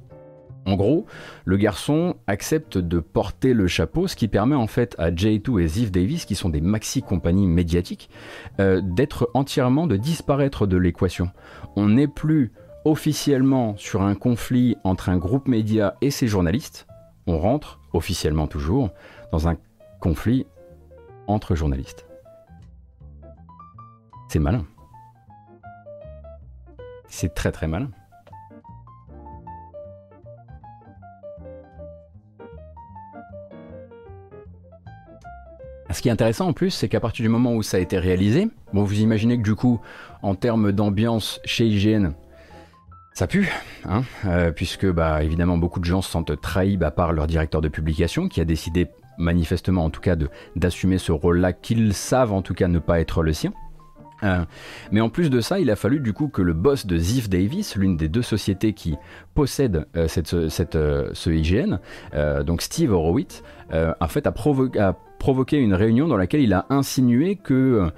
En gros, le garçon accepte de porter le chapeau, ce qui permet en fait à J deux et Ziff Davis, qui sont des maxi-compagnies médiatiques, euh, d'être entièrement, de disparaître de l'équation. On n'est plus officiellement sur un conflit entre un groupe média et ses journalistes, on rentre, officiellement toujours, dans un conflit entre journalistes. C'est malin. C'est très très malin. Ce qui est intéressant en plus, c'est qu'à partir du moment où ça a été réalisé, bon, vous imaginez que du coup, en termes d'ambiance chez I G N, ça pue, hein, euh, puisque bah, évidemment beaucoup de gens se sentent trahis bah, par leur directeur de publication qui a décidé manifestement en tout cas de, d'assumer ce rôle-là qu'ils savent en tout cas ne pas être le sien. Euh, mais en plus de ça, il a fallu du coup que le boss de Ziff Davis, l'une des deux sociétés qui possèdent euh, cette, cette, euh, ce I G N, euh, donc Steve Horowitz, euh, en fait a, provo- a provoqué une réunion dans laquelle il a insinué que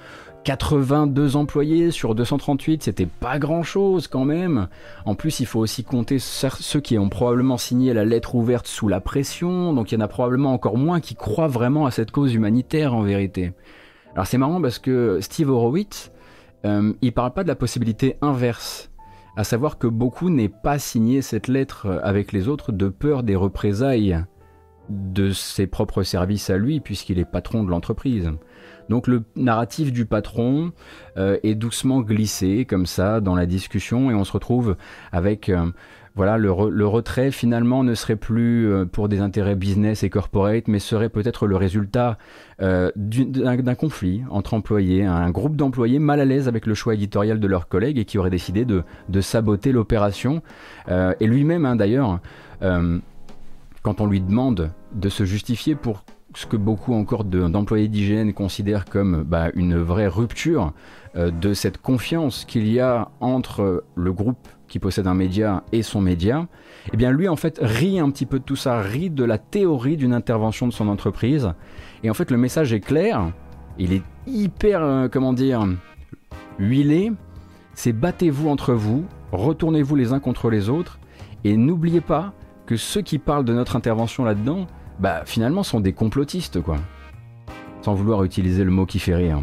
quatre-vingt-deux employés sur deux cent trente-huit, c'était pas grand-chose quand même. En plus, il faut aussi compter ceux qui ont probablement signé la lettre ouverte sous la pression, donc il y en a probablement encore moins qui croient vraiment à cette cause humanitaire en vérité. Alors c'est marrant parce que Steve Horowitz, euh, il parle pas de la possibilité inverse, à savoir que beaucoup n'aient pas signé cette lettre avec les autres de peur des représailles de ses propres services à lui, puisqu'il est patron de l'entreprise. Donc le narratif du patron euh, est doucement glissé comme ça dans la discussion et on se retrouve avec euh, voilà le, re le retrait finalement ne serait plus euh, pour des intérêts business et corporate, mais serait peut-être le résultat euh, d'un conflit entre employés, un groupe d'employés mal à l'aise avec le choix éditorial de leurs collègues et qui auraient décidé de, de saboter l'opération. Euh, et lui-même hein, d'ailleurs, euh, quand on lui demande de se justifier pour ce que beaucoup encore d'employés d'I G N considèrent comme bah, une vraie rupture euh, de cette confiance qu'il y a entre le groupe qui possède un média et son média, eh bien lui en fait rit un petit peu de tout ça, rit de la théorie d'une intervention de son entreprise. Et en fait le message est clair, il est hyper, euh, comment dire, huilé, c'est battez-vous entre vous, retournez-vous les uns contre les autres, et n'oubliez pas que ceux qui parlent de notre intervention là-dedans, bah finalement sont des complotistes quoi. Sans vouloir utiliser le mot qui fait rire.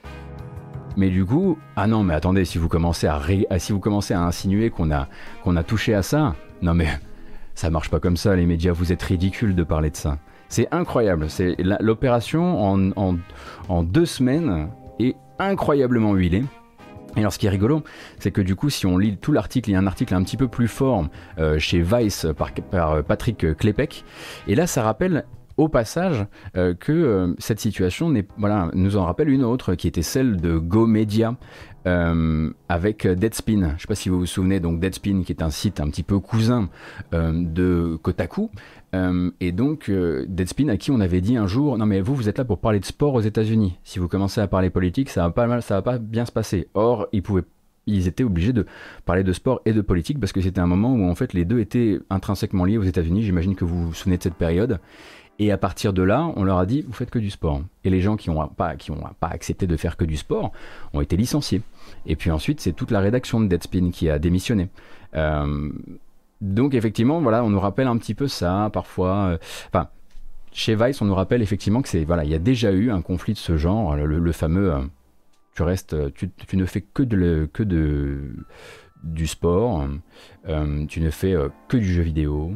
Mais du coup, ah non mais attendez, si vous commencez à, ré... si vous commencez à insinuer qu'on a, qu'on a touché à ça, non mais ça marche pas comme ça les médias, vous êtes ridicules de parler de ça. C'est incroyable, c'est l'opération en, en, en deux semaines est incroyablement huilée. Et alors ce qui est rigolo, c'est que du coup si on lit tout l'article, il y a un article un petit peu plus fort euh, chez Vice par, par Patrick Klepek, et là ça rappelle au passage euh, que euh, cette situation n'est, voilà, nous en rappelle une autre qui était celle de Go Media euh, avec Deadspin. Je ne sais pas si vous vous souvenez, donc Deadspin qui est un site un petit peu cousin euh, de Kotaku. Euh, et donc euh, Deadspin à qui on avait dit un jour non mais vous vous êtes là pour parler de sport aux États-Unis, si vous commencez à parler politique ça va pas mal, ça va pas bien se passer. Or ils pouvaient ils étaient obligés de parler de sport et de politique parce que c'était un moment où en fait les deux étaient intrinsèquement liés aux États-Unis. J'imagine que vous vous souvenez de cette période. Et à partir de là, on leur a dit, vous faites que du sport. Et les gens qui n'ont pas, qui ont pas accepté de faire que du sport ont été licenciés. Et puis ensuite, c'est toute la rédaction de Deadspin qui a démissionné. Euh, donc effectivement, voilà, on nous rappelle un petit peu ça, parfois. Enfin, euh, chez Vice, on nous rappelle effectivement que c'est, voilà, il y a déjà eu un conflit de ce genre, le, le fameux, euh, tu restes, tu, tu ne fais que de, le, que de du sport, euh, tu ne fais euh, que du jeu vidéo.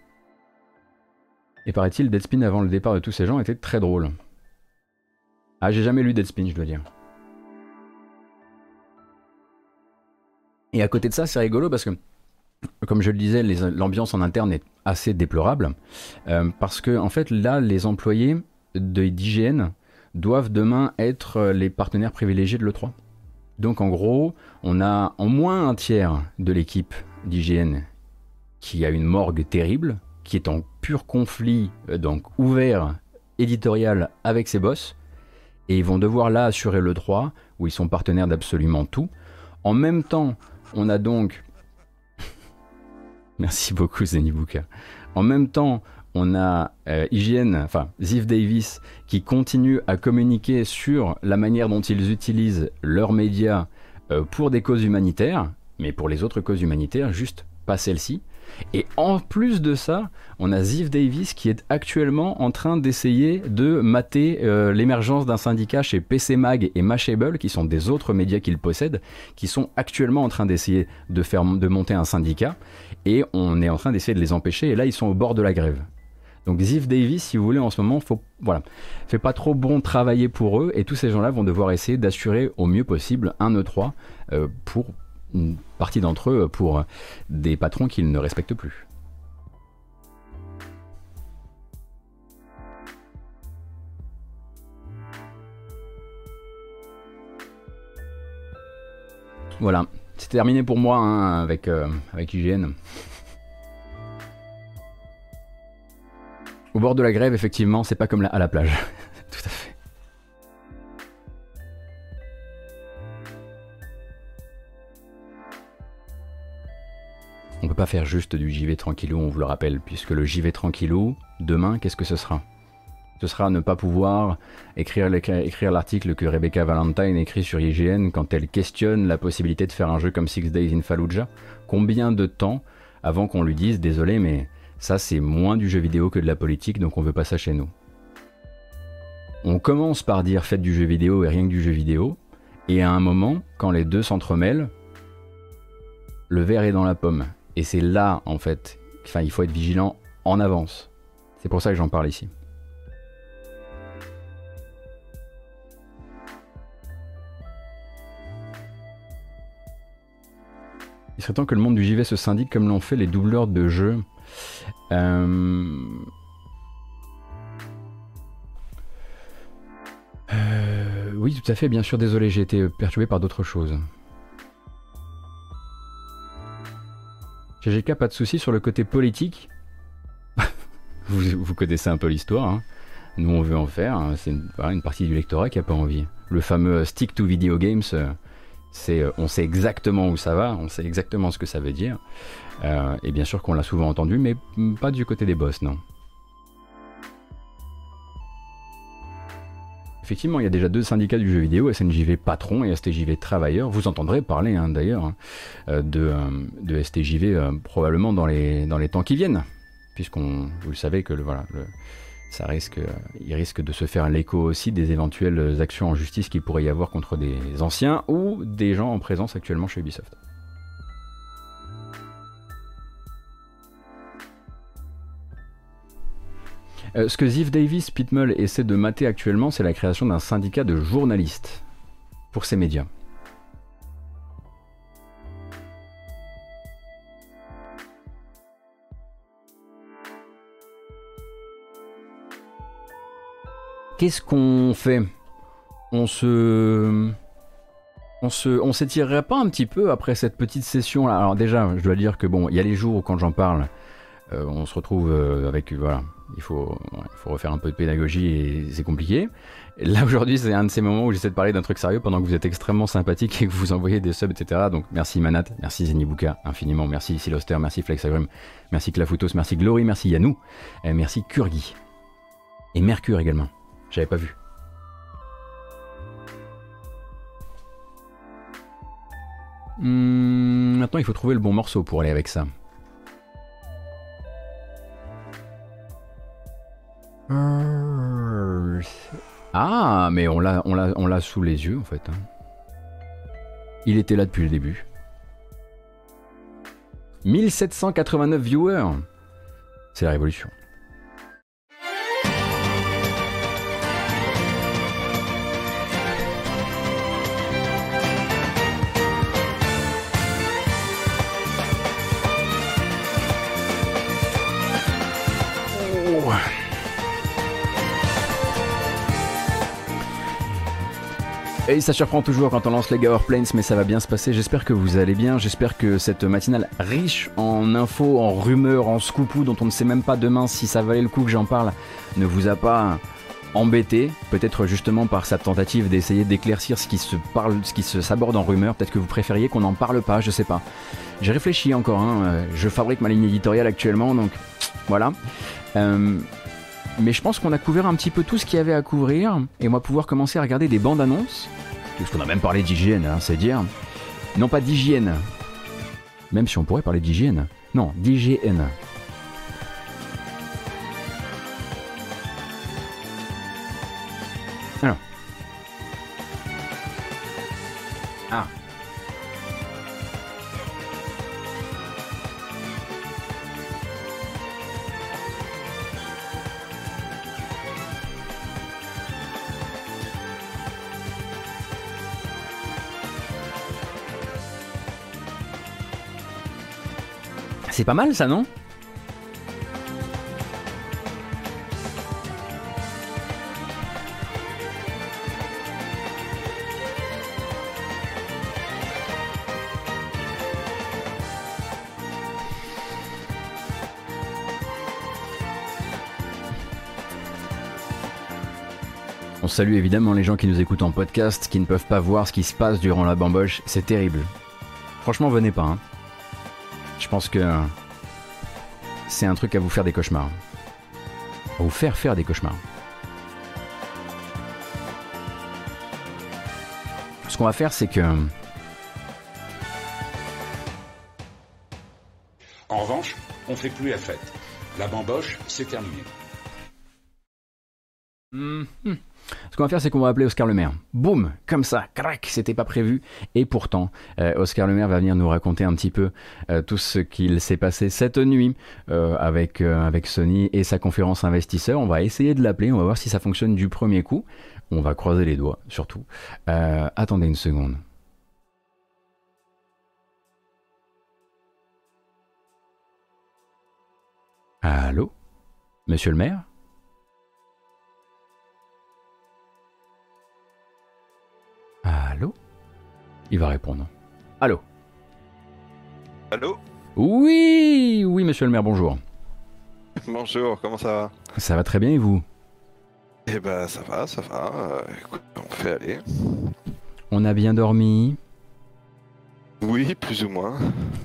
Et paraît-il, Deadspin avant le départ de tous ces gens était très drôle. Ah, j'ai jamais lu Deadspin, je dois dire. Et à côté de ça, c'est rigolo parce que, comme je le disais, l'ambiance en interne est assez déplorable. Euh, parce que, en fait, là, les employés d'I G N doivent demain être les partenaires privilégiés de l'E trois. Donc, en gros, on a en moins un tiers de l'équipe d'I G N qui a une morgue terrible, qui est en pur conflit, donc ouvert, éditorial avec ses boss, et ils vont devoir là assurer l'E trois, où ils sont partenaires d'absolument tout. En même temps, on a donc... Merci beaucoup Zenibuka. En même temps, on a euh, I G N, enfin Ziff Davis, qui continue à communiquer sur la manière dont ils utilisent leurs médias euh, pour des causes humanitaires, mais pour les autres causes humanitaires, juste pas celle-ci. Et en plus de ça, on a Ziff Davis qui est actuellement en train d'essayer de mater euh, l'émergence d'un syndicat chez P C Mag et Mashable, qui sont des autres médias qu'il possède, qui sont actuellement en train d'essayer de, faire, de monter un syndicat, et on est en train d'essayer de les empêcher, et là ils sont au bord de la grève. Donc Ziff Davis, si vous voulez, en ce moment, faut, voilà, fait pas trop bon travailler pour eux, et tous ces gens-là vont devoir essayer d'assurer au mieux possible un E trois euh, pour... une partie d'entre eux pour des patrons qu'ils ne respectent plus. Voilà, c'est terminé pour moi hein, avec, euh, avec I G N. Au bord de la grève, effectivement, c'est pas comme la, à la plage. Tout à fait. On peut pas faire juste du J V tranquillou, on vous le rappelle, puisque le J V tranquillou, demain, qu'est-ce que ce sera? Ce sera ne pas pouvoir écrire, écrire l'article que Rebecca Valentine écrit sur I G N quand elle questionne la possibilité de faire un jeu comme Six Days in Fallujah. Combien de temps avant qu'on lui dise « Désolé, mais ça c'est moins du jeu vidéo que de la politique, donc on veut pas ça chez nous ». On commence par dire « Faites du jeu vidéo et rien que du jeu vidéo ». Et à un moment, quand les deux s'entremêlent, le verre est dans la pomme. Et c'est là, en fait, enfin, il faut être vigilant en avance. C'est pour ça que j'en parle ici. Il serait temps que le monde du J V se syndique comme l'ont fait les doubleurs de jeux. Euh... Euh, oui, tout à fait, bien sûr, désolé, j'ai été perturbé par d'autres choses. G G K, pas de soucis sur le côté politique. vous, vous connaissez un peu l'histoire, hein. Nous on veut en faire, hein. C'est une, voilà, une partie du lectorat qui n'a pas envie. Le fameux stick to video games, c'est, on sait exactement où ça va, on sait exactement ce que ça veut dire. Euh, et bien sûr qu'on l'a souvent entendu, mais pas du côté des boss, non. Effectivement, il y a déjà deux syndicats du jeu vidéo, S N J V Patron et S T J V Travailleurs. Vous entendrez parler hein, d'ailleurs hein, de, euh, de S T J V euh, probablement dans les, dans les temps qui viennent, puisqu'on, vous le savez que le, voilà, le, ça risque, euh, il risque de se faire l'écho aussi des éventuelles actions en justice qu'il pourrait y avoir contre des anciens ou des gens en présence actuellement chez Ubisoft. Euh, ce que Ziv Davis Pitmull essaie de mater actuellement, c'est la création d'un syndicat de journalistes pour ces médias. Qu'est-ce qu'on fait? On se... On se... On s'étirerait pas un petit peu après cette petite session là? Alors déjà, je dois dire que bon, il y a les jours où quand j'en parle, euh, on se retrouve euh, avec... Voilà. Il faut, ouais, il faut refaire un peu de pédagogie et c'est compliqué. Là aujourd'hui c'est un de ces moments où j'essaie de parler d'un truc sérieux pendant que vous êtes extrêmement sympathique et que vous envoyez des subs, et cetera. Donc merci Manat, merci Zenibuka infiniment, merci Siloster, merci Flexagrum, merci Clafoutos, merci Glory, merci Yanou, et merci Kurgi. Et Mercure également, j'avais pas vu. Hum, maintenant il faut trouver le bon morceau pour aller avec ça. Ah, mais on l'a, on l'a, on l'a sous les yeux en fait. Il était là depuis le début. mille sept cent quatre-vingt-neuf viewers. C'est la révolution. Oh. Et ça surprend toujours quand on lance les Hour Planes, mais ça va bien se passer. J'espère que vous allez bien. J'espère que cette matinale riche en infos, en rumeurs, en scoopou dont on ne sait même pas demain si ça valait le coup que j'en parle, ne vous a pas embêté. Peut-être justement par sa tentative d'essayer d'éclaircir ce qui se parle, ce qui se s'aborde en rumeurs. Peut-être que vous préfériez qu'on n'en parle pas, je sais pas. J'ai réfléchi encore. Hein. Je fabrique ma ligne éditoriale actuellement, donc voilà. Euh... Mais je pense qu'on a couvert un petit peu tout ce qu'il y avait à couvrir et on va pouvoir commencer à regarder des bandes annonces. Parce qu'on a même parlé d'hygiène, hein, c'est dire. Non, pas d'hygiène. Même si on pourrait parler d'hygiène. Non, d'hygiène. Alors. Ah. C'est pas mal ça, non? On salue évidemment les gens qui nous écoutent en podcast, qui ne peuvent pas voir ce qui se passe durant la bamboche, c'est terrible. Franchement, venez pas, hein. Je pense que c'est un truc à vous faire des cauchemars. À vous faire faire des cauchemars. ce qu'on va faire, c'est que... En revanche, on fait plus la fête. La bamboche, c'est terminé. Mmh. Ce qu'on va faire, c'est qu'on va appeler Oscar Le Maire. Boum, comme ça, crac, c'était pas prévu. Et pourtant, euh, Oscar Le Maire va venir nous raconter un petit peu euh, tout ce qu'il s'est passé cette nuit euh, avec, euh, avec Sony et sa conférence investisseur. On va essayer de l'appeler, on va voir si ça fonctionne du premier coup. On va croiser les doigts, surtout. Euh, attendez une seconde. Allô, Monsieur le Maire ? Allô ? Il va répondre. Allô ? Allô ? Oui, oui, Monsieur le Maire, bonjour. Bonjour, comment ça va ? Ça va très bien et vous ? Eh ben ça va, ça va. Euh, écoute, on fait aller. On a bien dormi ? Oui, plus ou moins.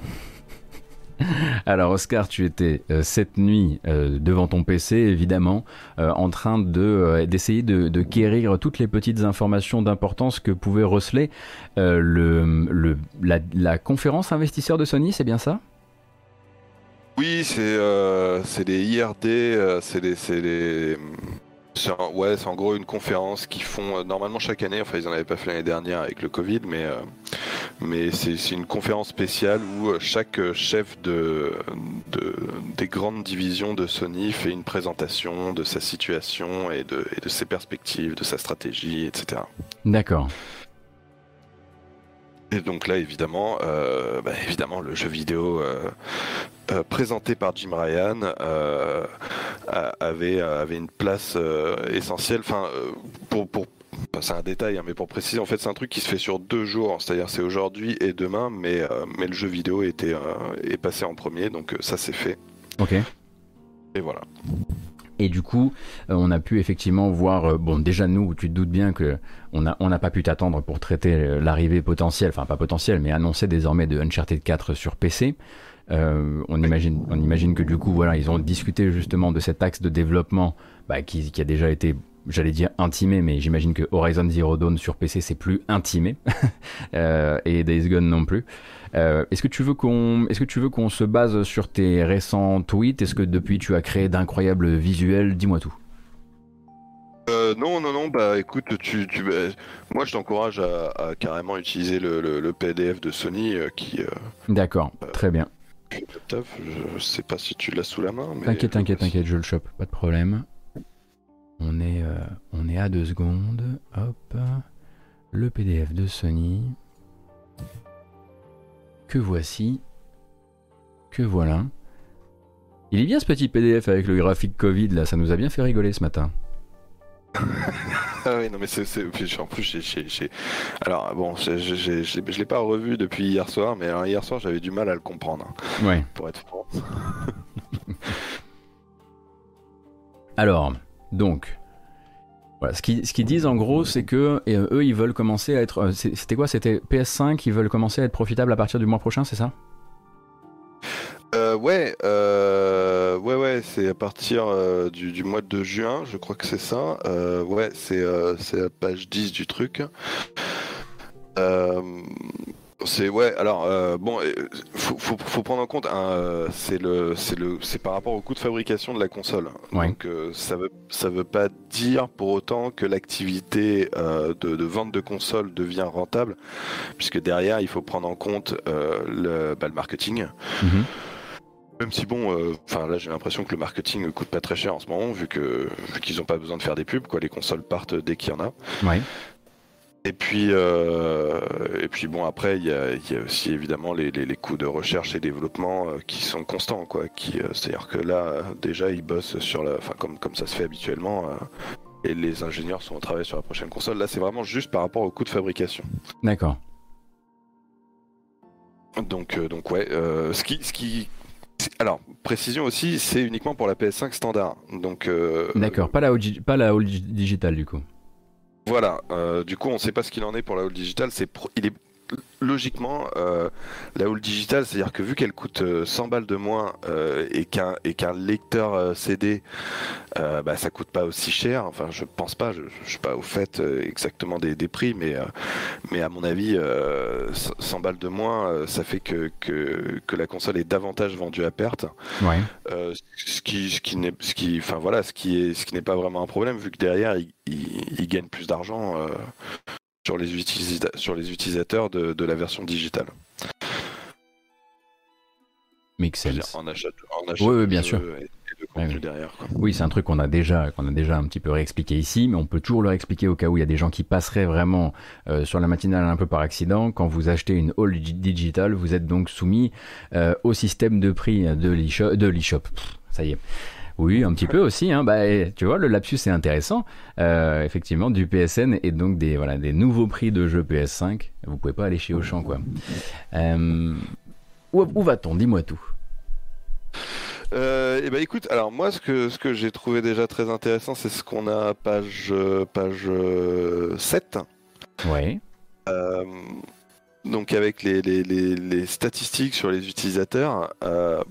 Alors Oscar, tu étais euh, cette nuit euh, devant ton P C, évidemment, euh, en train de, euh, d'essayer de, de quérir toutes les petites informations d'importance que pouvait receler euh, le, le, la, la conférence investisseur de Sony, c'est bien ça ? Oui, c'est euh, c'est les I R D, euh, c'est les... C'est les... C'est un- ouais, c'est en gros une conférence qu'ils font euh, normalement chaque année. Enfin, ils en avaient pas fait l'année dernière avec le Covid, mais euh, mais c'est c'est une conférence spéciale où euh, chaque euh, chef de, de des grandes divisions de Sony fait une présentation de sa situation et de et de ses perspectives, de sa stratégie, et cetera. D'accord. Et donc là, évidemment, euh, bah, évidemment, le jeu vidéo euh, euh, présenté par Jim Ryan euh, a- avait avait une place euh, essentielle. Enfin, euh, pour pour enfin, c'est un détail, hein, mais pour préciser, en fait, c'est un truc qui se fait sur deux jours. C'est-à-dire, c'est aujourd'hui et demain, mais euh, mais le jeu vidéo était euh, est passé en premier, donc euh, ça c'est fait. Ok. Et voilà. Et du coup, euh, on a pu effectivement voir, euh, bon déjà nous, tu te doutes bien que on n'a on n'a pas pu t'attendre pour traiter euh, l'arrivée potentielle, enfin pas potentielle, mais annoncée désormais de Uncharted quatre sur P C. Euh, on, imagine, on imagine que du coup, voilà, ils ont discuté justement de cet axe de développement bah, qui, qui a déjà été, j'allais dire intimé, mais j'imagine que Horizon Zero Dawn sur P C c'est plus intimé, euh, et Days Gone non plus. Euh, est-ce que tu veux qu'on, est-ce que tu veux qu'on se base sur tes récents tweets ? Est-ce que depuis tu as créé d'incroyables visuels ? Dis-moi tout. Euh, non, non, non, bah écoute, tu, tu, bah, moi je t'encourage à, à carrément utiliser le, le, le P D F de Sony euh, qui. Euh, D'accord, très bien. top, je sais pas si tu l'as sous la main. Mais T'inquiète, t'inquiète, t'inquiète, je le chope, pas de problème. On est, euh, on est à deux secondes. Hop, le P D F de Sony. Que voici. Que voilà. Il est bien ce petit P D F avec le graphique Covid là, ça nous a bien fait rigoler ce matin. Ah oui, non mais c'est, c'est... puis, en plus j'ai, j'ai, j'ai... alors bon, j'ai, j'ai, j'ai, je l'ai, je l'ai pas revu depuis hier soir, mais alors, hier soir j'avais du mal à le comprendre, hein, Ouais. pour être franc. Alors, donc, voilà, ce qu'ils, ce qu'ils disent en gros, c'est que et, euh, eux, ils veulent commencer à être. euh, c'est- C'était quoi ? C'était P S cinq, ils veulent commencer à être profitables à partir du mois prochain, c'est ça ? Euh, ouais, euh, ouais, ouais, c'est à partir euh, du, du mois de juin, je crois que c'est ça. Euh, ouais, c'est, euh, c'est la page dix du truc. Euh, c'est ouais. Alors euh, bon, euh, faut, faut, faut prendre en compte, hein, euh, c'est le, c'est le, c'est par rapport au coût de fabrication de la console. Ouais. Donc euh, ça veut, ça veut pas dire pour autant que l'activité euh, de, de vente de consoles devient rentable, puisque derrière il faut prendre en compte euh, le, bah, le marketing. Mhm. Même si bon, enfin là j'ai l'impression que le marketing coûte pas très cher en ce moment, vu que vu qu'ils ont pas besoin de faire des pubs, quoi. Les consoles partent dès qu'il y en a. Ouais. Et puis euh, et puis bon après il y a, il y a aussi évidemment les, les, les coûts de recherche et développement euh, qui sont constants, quoi. Qui euh, c'est-à-dire que là euh, déjà ils bossent sur la, enfin comme comme ça se fait habituellement. Euh, et les ingénieurs sont au travail sur la prochaine console. Là c'est vraiment juste par rapport au coût de fabrication. D'accord. Donc euh, donc ouais, euh, ce qui ce qui alors, précision aussi, c'est uniquement pour la P S cinq standard. Donc, euh, D'accord, pas la All, pas la All Digital du coup. Voilà. Euh, du coup, on ne sait pas ce qu'il en est pour la All Digital. C'est pro- il est logiquement, euh, la Hall Digital, c'est-à-dire que vu qu'elle coûte euh, cent balles de moins euh, et qu'un et qu'un lecteur euh, C D, euh, bah, ça coûte pas aussi cher. Enfin, je pense pas. Je, je suis pas au fait euh, exactement des, des prix, mais euh, mais à mon avis, euh, cent balles de moins, euh, ça fait que, que que la console est davantage vendue à perte. Ouais. Euh, ce qui ce qui n'est ce qui enfin voilà ce qui est ce qui n'est pas vraiment un problème vu que derrière ils il, il gagnent plus d'argent. Euh, sur les, utilisa- sur les utilisateurs de, de la version digitale. Make sense. En achat, en achat oui, oui, de bien jeu sûr. Et, et de contenu oui. derrière. Quoi. Oui, c'est un truc qu'on a déjà, qu'on a déjà un petit peu réexpliqué ici, mais on peut toujours le réexpliquer au cas où il y a des gens qui passeraient vraiment euh, sur la matinale un peu par accident. Quand vous achetez une Hall Digital, vous êtes donc soumis euh, au système de prix de l'eShop. De l'eShop. Pff, ça y est. Oui, un petit peu aussi. Hein. Bah, tu vois, le lapsus est intéressant. Euh, effectivement, du P S N et donc des, voilà, des nouveaux prix de jeux P S cinq. Vous pouvez pas aller chez Auchan, quoi. Euh, où, où va-t-on ? Dis-moi tout. Euh, et ben écoute, alors moi, ce que, ce que j'ai trouvé déjà très intéressant, c'est ce qu'on a à page, page sept. Ouais. Euh, donc avec les, les, les, les statistiques sur les utilisateurs. Euh,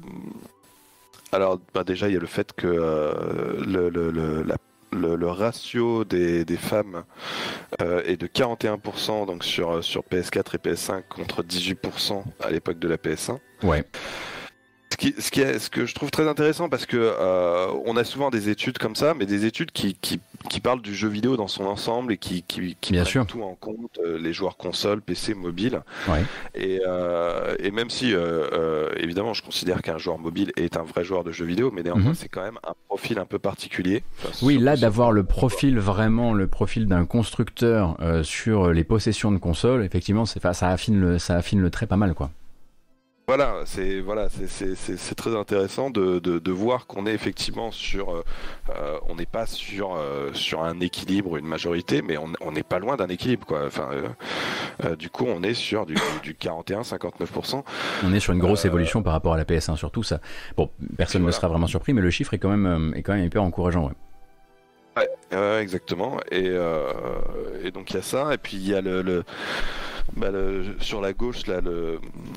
Alors, bah déjà, il y a le fait que euh, le, le, le, la, le, le ratio des, des femmes euh, est de quarante et un pour cent donc sur, sur P S quatre et P S cinq contre dix-huit pour cent à l'époque de la P S un. Ouais. Ce, qui, ce, qui est, ce que je trouve très intéressant parce que euh, on a souvent des études comme ça, mais des études qui, qui, qui parlent du jeu vidéo dans son ensemble et qui, qui, qui Bien prennent sûr. tout en compte, euh, les joueurs consoles, P C, mobile. Ouais. Et, euh, et même si, euh, euh, évidemment, je considère qu'un joueur mobile est un vrai joueur de jeux vidéo, mais néanmoins, Mhm. c'est quand même un profil un peu particulier. Enfin, Oui, surtout là, si- d'avoir le profil, vraiment le profil d'un constructeur euh, sur les possessions de consoles, effectivement, c'est, enfin, ça affine le, ça affine le trait pas mal, quoi. Voilà, c'est voilà, c'est c'est c'est c'est très intéressant de, de, de voir qu'on est effectivement sur, euh, euh, on n'est pas sur euh, sur un équilibre, une majorité, mais on on n'est pas loin d'un équilibre quoi. Enfin, euh, euh, du coup, on est sur du, du quarante et un à cinquanteneuf pour cent. On est sur une grosse Euh, évolution par rapport à la P S un, surtout ça. Bon, personne ne voilà. sera vraiment surpris, mais le chiffre est quand même, euh, est quand même hyper encourageant, ouais. Ouais, ouais, exactement. Et, euh, et donc il y a ça, et puis il y a le, le, bah, le sur la gauche là, le,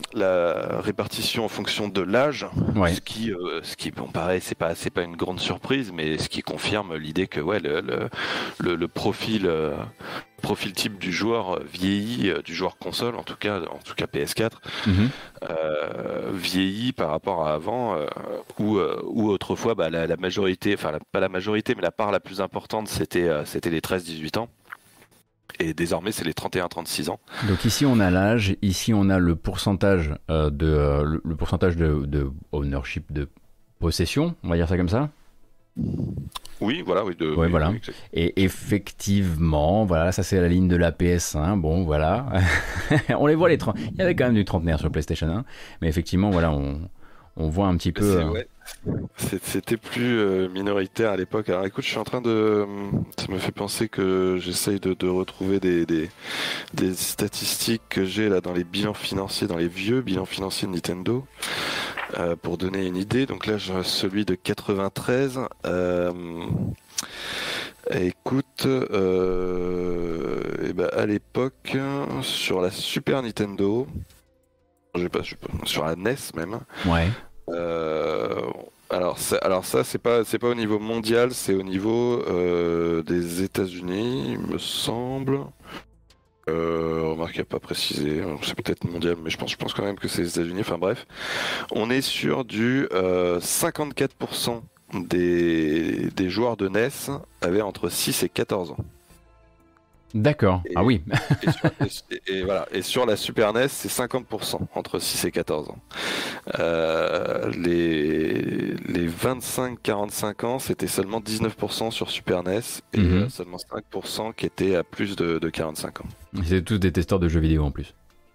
la répartition en fonction de l'âge, Ouais. ce qui, euh, ce qui, bon, pareil, c'est pas, c'est pas une grande surprise, mais ce qui confirme l'idée que ouais, le, le, le, le profil, euh, profil type du joueur vieillit, euh, du joueur console, en tout cas, en tout cas P S quatre. Mhm. Euh, vieillit par rapport à avant, euh, où, euh, où autrefois bah, la, la majorité, enfin la, pas la majorité, mais la part la plus importante c'était euh, c'était les treize dix-huit ans. Et désormais c'est les trente et un trente-six ans. Donc ici on a l'âge, ici on a le pourcentage euh, de euh, le, le pourcentage de, de ownership, de possession, on va dire ça comme ça. Oui, voilà, oui. De, Ouais, oui, voilà. oui, exact. Et effectivement, voilà, ça c'est la ligne de la P S un. Bon, voilà, on les voit les trente. Il y avait quand même du trentenaire sur PlayStation un, mais effectivement, voilà, on, on voit un petit peu. C'est- euh, ouais. C'est- C'était plus euh, minoritaire à l'époque. Alors écoute, je suis en train de. Ça me fait penser que j'essaye de, de retrouver des, des, des statistiques que j'ai là dans les bilans financiers, dans les vieux bilans financiers de Nintendo, euh, pour donner une idée. Donc là, j'ai celui de quatre-vingt-treize. Euh, écoute, euh, et ben à l'époque, sur la Super Nintendo, j'ai pas, je sais pas, sur la N E S même. Ouais. Euh, alors, ça, alors ça, c'est pas, c'est pas au niveau mondial, c'est au niveau euh, des États-Unis, il me semble. Euh, remarque, il n'y a pas précisé, c'est peut-être mondial, mais je pense, je pense quand même que c'est les États-Unis. Enfin bref, on est sur du euh, cinquante-quatre pour cent des, des joueurs de N E S avaient entre six et quatorze ans. D'accord. Et- Ah oui. Et sur, et- et voilà. Et sur la Super N E S, c'est cinquante pour cent entre six et quatorze ans. Euh, les les vingt-cinq quarante-cinq ans, c'était seulement dix-neuf pour cent sur Super N E S et Mhm. euh, seulement cinq pour cent qui étaient à plus de, de quarante-cinq ans. C'est tous des testeurs de jeux vidéo en plus.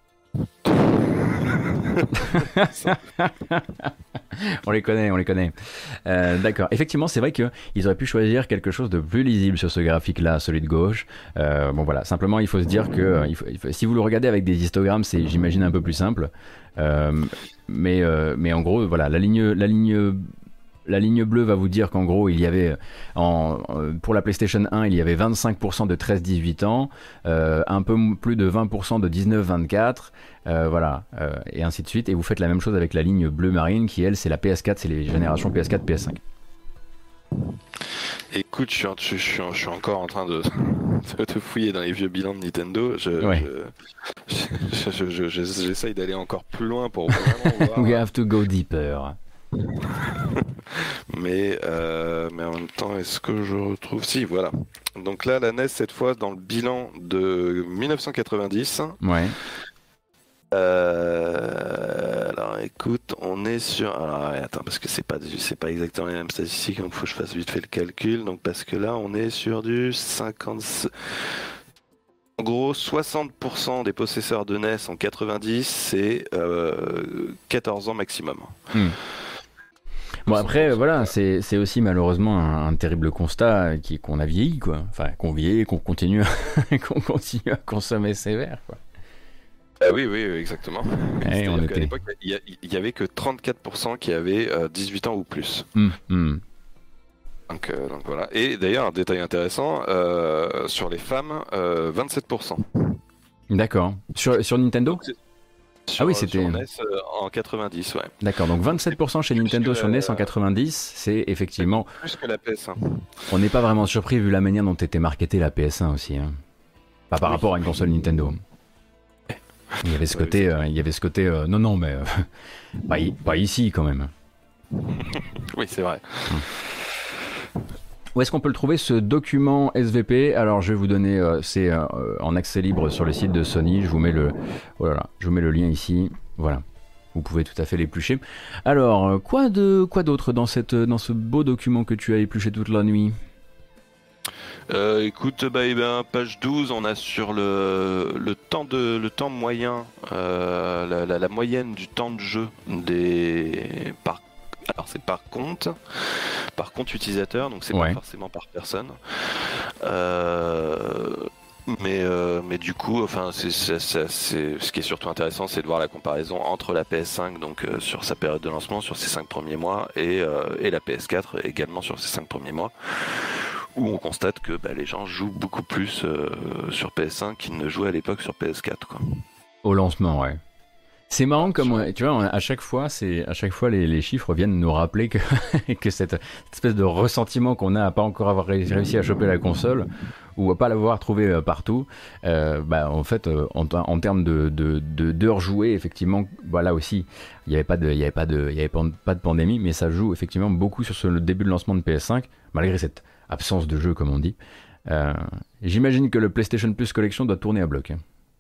On les connaît, on les connaît. Euh, D'accord. Effectivement, c'est vrai qu'ils auraient pu choisir quelque chose de plus lisible sur ce graphique-là, celui de gauche. Euh, bon voilà, simplement il faut se dire que euh, il faut, il faut- si vous le regardez avec des histogrammes, c'est, j'imagine, un peu plus simple. Euh, mais, euh, mais en gros, voilà, la ligne, la ligne, la ligne bleue va vous dire qu'en gros, il y avait, en, pour la PlayStation un, il y avait vingt-cinq pour cent de treize dix-huit ans, euh, un peu plus de vingt pour cent de dix-neuf vingt-quatre, euh, voilà, euh, et ainsi de suite. Et vous faites la même chose avec la ligne bleu marine, qui elle, c'est la P S quatre, c'est les générations P S quatre, P S cinq. Écoute, je suis, je, suis, je suis encore en train de, de fouiller dans les vieux bilans de Nintendo. Je, ouais. je, je, je, je, j'essaye d'aller encore plus loin pour vraiment voir. We have to go deeper. mais, euh, mais en même temps, est-ce que je retrouve... Si, voilà. Donc là, la N E S, cette fois, dans le bilan de dix-neuf cent quatre-vingt-dix. Ouais. Euh, alors écoute, on est sur. Alors attends, parce que c'est pas c'est pas exactement les mêmes statistiques, donc faut que je fasse vite fait le calcul. Donc parce que là, on est sur du cinquante. En gros, soixante pour cent des possesseurs de N E S en quatre-vingt-dix, c'est euh, quatorze ans maximum. Hmm. Bon après voilà, c'est c'est aussi malheureusement un, un terrible constat qui qu'on a vieilli quoi. Enfin qu'on vieillit, qu'on continue à, qu'on continue à consommer sévère quoi. Ah oui, oui, exactement. Ouais, on était... À l'époque, il y avait que trente-quatre pour cent qui avaient euh, dix-huit ans ou plus. Mmh, mmh. Donc, euh, donc voilà. Et d'ailleurs, un détail intéressant, euh, sur les femmes, euh, vingt-sept pour cent. D'accord. Sur, sur Nintendo ? Sur, ah oui, c'était... sur N E S euh, en quatre-vingt-dix, ouais. D'accord, donc vingt-sept pour cent chez Nintendo sur N E S en quatre-vingt-dix, c'est effectivement... Plus que la P S un. On n'est pas vraiment surpris vu la manière dont était marketée la P S un aussi. Hein. Pas par oui. rapport à une console Nintendo. Il y avait ce côté, euh, il y avait ce côté, euh, non non mais euh, pas, pas ici quand même. Oui c'est vrai. Où est-ce qu'on peut le trouver ce document S V P ? Alors je vais vous donner, euh, c'est euh, en accès libre sur le site de Sony. Je vous mets le, oh là là, je vous mets le lien ici. Voilà, vous pouvez tout à fait l'éplucher. Alors quoi de quoi d'autre dans cette, dans ce beau document que tu as épluché toute la nuit ? Euh, écoute, bah, eh ben, page douze, on a sur le, le temps de le temps moyen, euh, la, la, la moyenne du temps de jeu des par alors c'est par compte, par compte utilisateur, donc c'est ouais. pas forcément par personne. Euh, mais euh, mais du coup, enfin, c'est, c'est, c'est, c'est ce qui est surtout intéressant, c'est de voir la comparaison entre la P S cinq, donc euh, sur sa période de lancement, sur ses cinq premiers mois, et euh, et la P S quatre également sur ses cinq premiers mois. Où on constate que bah, les gens jouent beaucoup plus euh, sur P S cinq qu'ils ne jouaient à l'époque sur P S quatre. Quoi. Au lancement, ouais. C'est marrant comme on, tu vois, on, à chaque fois, c'est à chaque fois les, les chiffres viennent nous rappeler que que cette, cette espèce de ressentiment qu'on a à pas encore avoir réussi à choper la console ou à pas l'avoir trouvé partout, euh, bah en fait euh, en, en termes de, de, de d'heures jouées, effectivement, voilà aussi, il y avait pas de il y avait pas de il y avait pas de pandémie, mais ça joue effectivement beaucoup sur ce, le début de lancement de P S cinq malgré cette absence de jeu comme on dit. Euh, j'imagine que le PlayStation Plus Collection doit tourner à bloc. Hein.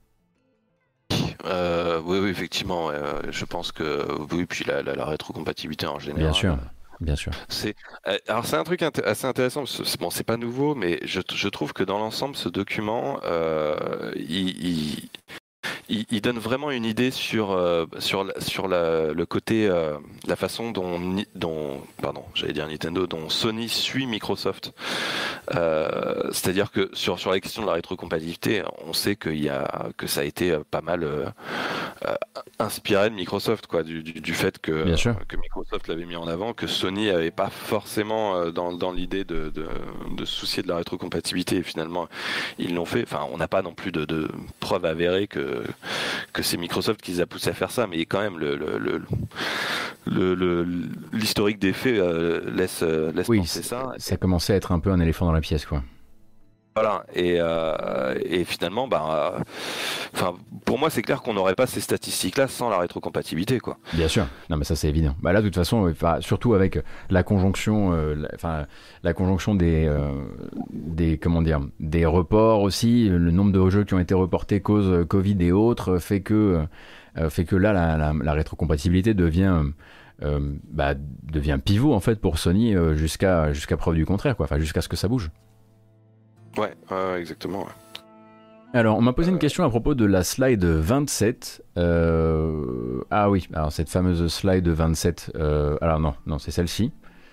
Euh, oui, oui, effectivement. Euh, je pense que oui, puis la, la, la rétrocompatibilité en général. Bien sûr, bien sûr. C'est alors c'est un truc int- assez intéressant. Parce que, bon, c'est pas nouveau, mais je, je trouve que dans l'ensemble, ce document, euh, il, il, il, il donne vraiment une idée sur euh, sur la, sur la, le côté, euh, la façon dont dont pardon, j'allais dire Nintendo, dont Sony suit Microsoft. Euh, c'est-à-dire que sur sur la question de la rétrocompatibilité, on sait qu'il y a que ça a été pas mal euh, euh, inspiré de Microsoft, quoi, du, du, du fait que que Microsoft l'avait mis en avant, que Sony avait pas forcément dans dans l'idée de de, de se soucier de la rétrocompatibilité, et finalement ils l'ont fait. Enfin, on n'a pas non plus de, de preuves avérées que que c'est Microsoft qui les a poussés à faire ça, mais quand même le le, le, le, le l'historique des faits euh, laisse laisse oui, penser ça. Ça commençait à être un peu un éléphant dans la pièce, quoi. Voilà, et, euh, et finalement, bah, enfin, euh, pour moi, c'est clair qu'on n'aurait pas ces statistiques-là sans la rétrocompatibilité, quoi. Bien sûr, non, mais ça c'est évident. Bah là, de toute façon, surtout avec la conjonction, euh, la, enfin, la conjonction des, euh, des, comment dire, des reports aussi, le nombre de jeux qui ont été reportés cause Covid et autres fait que, euh, fait que là, la, la, la rétrocompatibilité devient Euh, bah, devient pivot en fait pour Sony euh, jusqu'à jusqu'à preuve du contraire, quoi. Enfin jusqu'à ce que ça bouge. Ouais, ouais exactement. Ouais. Alors on m'a posé une question à propos de la slide vingt-sept. Euh... Ah oui, alors cette fameuse slide vingt-sept. Euh... Alors non, non c'est celle-ci.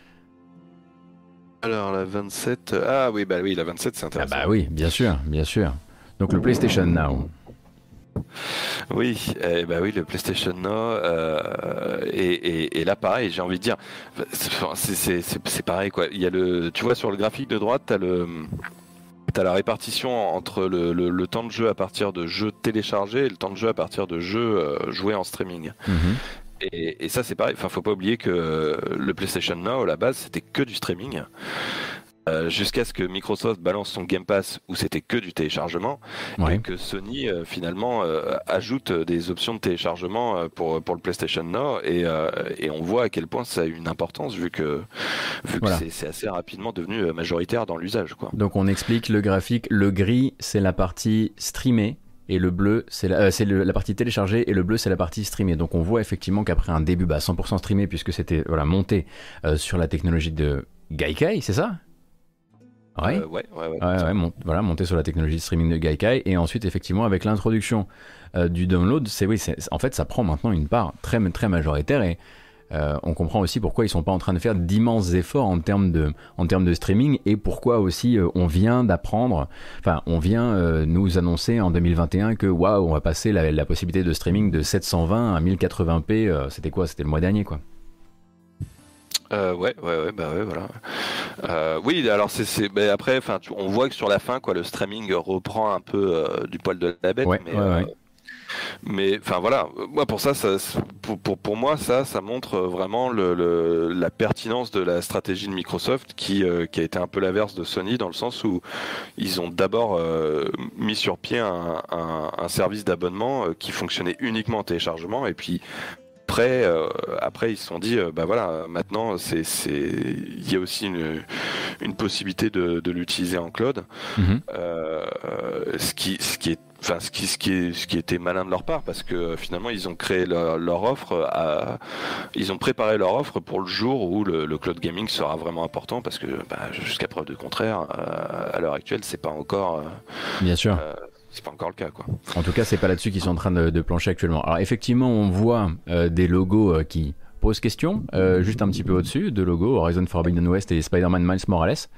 Alors la vingt-sept. Ah oui, bah oui, la vingt-sept c'est intéressant. Ah bah oui, bien sûr, bien sûr. Donc le PlayStation Now. Oui, eh ben oui, le PlayStation Now, euh, et, et, et là pareil, j'ai envie de dire, c'est, c'est, c'est, c'est pareil quoi. Il y a le, tu vois sur le graphique de droite, t'as le, t'as la répartition entre le, le, le temps de jeu à partir de jeux téléchargés et le temps de jeu à partir de jeux euh, joués en streaming. Mm-hmm. Et, et ça c'est pareil. Enfin, faut pas oublier que le PlayStation Now à la base c'était que du streaming. Euh, jusqu'à ce que Microsoft balance son Game Pass où c'était que du téléchargement, ouais. Et que Sony euh, finalement euh, ajoute des options de téléchargement euh, pour, pour le PlayStation Now, et, euh, et on voit à quel point ça a eu une importance vu que, vu voilà. que c'est, c'est assez rapidement devenu majoritaire dans l'usage, quoi. Donc on explique le graphique, le gris c'est la partie streamée et le bleu c'est, la, euh, c'est le, la partie téléchargée, et le bleu c'est la partie streamée. Donc on voit effectivement qu'après un début bah, cent pour cent streamé puisque c'était voilà, monté euh, sur la technologie de Gaikai, c'est ça ? Ouais. Euh, ouais, ouais, ouais. ouais, ouais mont, voilà, monter sur la technologie de streaming de Gaikai, et ensuite effectivement avec l'introduction euh, du download, c'est oui, c'est, en fait ça prend maintenant une part très très majoritaire, et euh, on comprend aussi pourquoi ils sont pas en train de faire d'immenses efforts en termes de en termes de streaming, et pourquoi aussi euh, on vient d'apprendre, enfin on vient euh, nous annoncer en deux mille vingt et un que waouh, on va passer la, la possibilité de streaming de sept cent vingt à mille quatre-vingts p. Euh, c'était quoi ? C'était le mois dernier, quoi. Euh, ouais, ouais, ouais, bah ouais, voilà. Euh, oui, alors c'est, c'est, bah après, enfin, on voit que sur la fin, quoi, le streaming reprend un peu euh, du poil de la bête, ouais, mais, ouais, euh, ouais. mais, enfin voilà, moi pour ça, ça pour, pour pour moi, ça, ça montre vraiment le, le la pertinence de la stratégie de Microsoft, qui euh, qui a été un peu l'inverse de Sony, dans le sens où ils ont d'abord euh, mis sur pied un, un, un service d'abonnement euh, qui fonctionnait uniquement en téléchargement, et puis Après, euh, après, ils se sont dit, euh, bah voilà, maintenant, c'est, c'est, il y a aussi une, une possibilité de, de l'utiliser en cloud. Mm-hmm. Euh, ce qui, ce qui est, enfin, ce qui, ce qui est, ce qui était malin de leur part, parce que finalement, ils ont créé leur, leur offre, à, ils ont préparé leur offre pour le jour où le, le cloud gaming sera vraiment important, parce que, bah, jusqu'à preuve de contraire, euh, à l'heure actuelle, c'est pas encore. Euh, Bien sûr. Euh, C'est pas encore le cas, quoi. En tout cas, c'est pas là-dessus qu'ils sont en train de, de plancher actuellement. Alors effectivement, on voit euh, des logos euh, qui posent question, euh, juste un petit peu au-dessus, deux logos, Horizon Forbidden West et Spider-Man Miles Morales.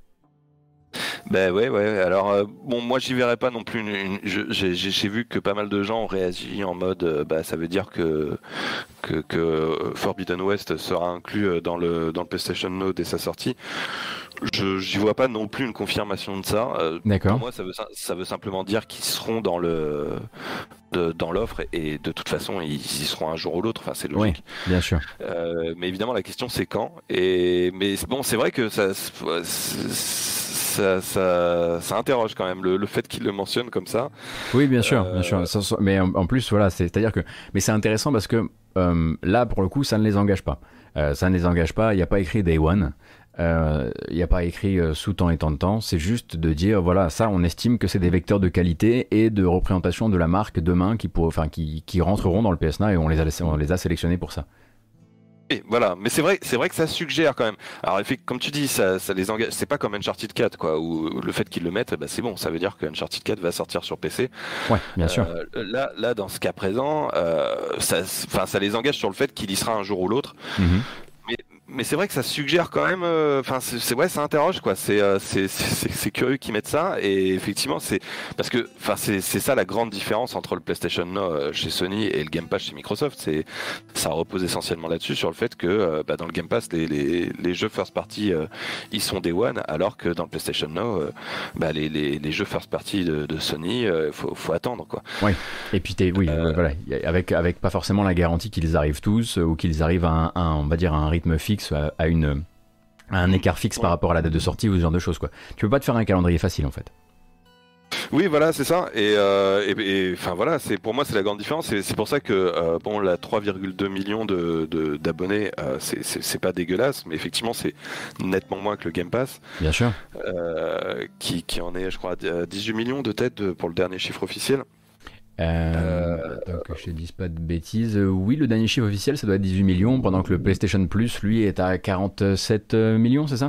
Ben ouais, ouais. Alors euh, bon, moi j'y verrais pas non plus. Une, une, je, j'ai, j'ai vu que pas mal de gens ont réagi en mode, euh, bah ça veut dire que, que que Forbidden West sera inclus dans le dans le PlayStation Now dès sa sortie. Je j'y vois pas non plus une confirmation de ça. Euh, D'accord. Pour moi, ça veut ça veut simplement dire qu'ils seront dans le de, dans l'offre, et de toute façon ils y seront un jour ou l'autre. Enfin, c'est logique. Oui, bien sûr. Euh, mais évidemment, la question c'est quand. Et mais bon, c'est vrai que ça. Ça, ça, ça interroge quand même le, le fait qu'il le mentionne comme ça. Oui, bien sûr, euh... bien sûr. Ça, mais en, en plus, voilà, c'est, c'est-à-dire que, mais c'est intéressant parce que euh, là, pour le coup, ça ne les engage pas. Euh, ça ne les engage pas. Il n'y a pas écrit Day One. Il euh, n'y a pas écrit euh, sous temps et tant de temps. C'est juste de dire, voilà, ça, on estime que c'est des vecteurs de qualité et de représentation de la marque demain qui, pour, enfin, qui, qui rentreront dans le P S Now, et on les a, on les a sélectionnés pour ça. Et voilà, mais c'est vrai, c'est vrai que ça suggère quand même. Alors, effectivement, comme tu dis, ça, ça les engage. C'est pas comme Uncharted quatre, quoi, où le fait qu'ils le mettent, bah, c'est bon, ça veut dire que Uncharted quatre va sortir sur P C. Ouais, bien sûr. Euh, là, là, dans ce cas présent, euh, ça, enfin, ça les engage sur le fait qu'il y sera un jour ou l'autre. Mm-hmm. Mais, mais c'est vrai que ça suggère quand même. Enfin, euh, c'est, c'est ouais, ça interroge, quoi. C'est, euh, c'est, c'est, c'est curieux qu'ils mettent ça, et effectivement, c'est parce que, enfin, c'est, c'est ça la grande différence entre le PlayStation Now chez Sony et le Game Pass chez Microsoft. C'est, ça repose essentiellement là-dessus, sur le fait que, euh, bah, dans le Game Pass, les, les, les jeux first party, euh, ils sont Day One, alors que dans le PlayStation Now, euh, bah, les, les, les jeux first party de, de Sony, euh, faut, faut attendre, quoi. Oui. Et puis, t'es, oui, euh, voilà, avec, avec pas forcément la garantie qu'ils arrivent tous, ou qu'ils arrivent à un, un, on va dire, à un rythme fixe, à une à un écart fixe par rapport à la date de sortie, ou ce genre de choses, quoi. Tu peux pas te faire un calendrier facile, en fait. Oui, voilà, c'est ça. Et, euh, et, et enfin voilà, c'est pour moi c'est la grande différence. Et c'est pour ça que euh, bon, la trois virgule deux millions de, de d'abonnés, euh, c'est, c'est c'est pas dégueulasse, mais effectivement c'est nettement moins que le Game Pass. Bien sûr. Euh, qui qui en est, je crois, à dix-huit millions de têtes pour le dernier chiffre officiel. Euh, euh, attends que je te dise pas de bêtises. Oui, le dernier chiffre officiel, ça doit être dix-huit millions, pendant que le PlayStation Plus, lui, est à quarante-sept millions, c'est ça ?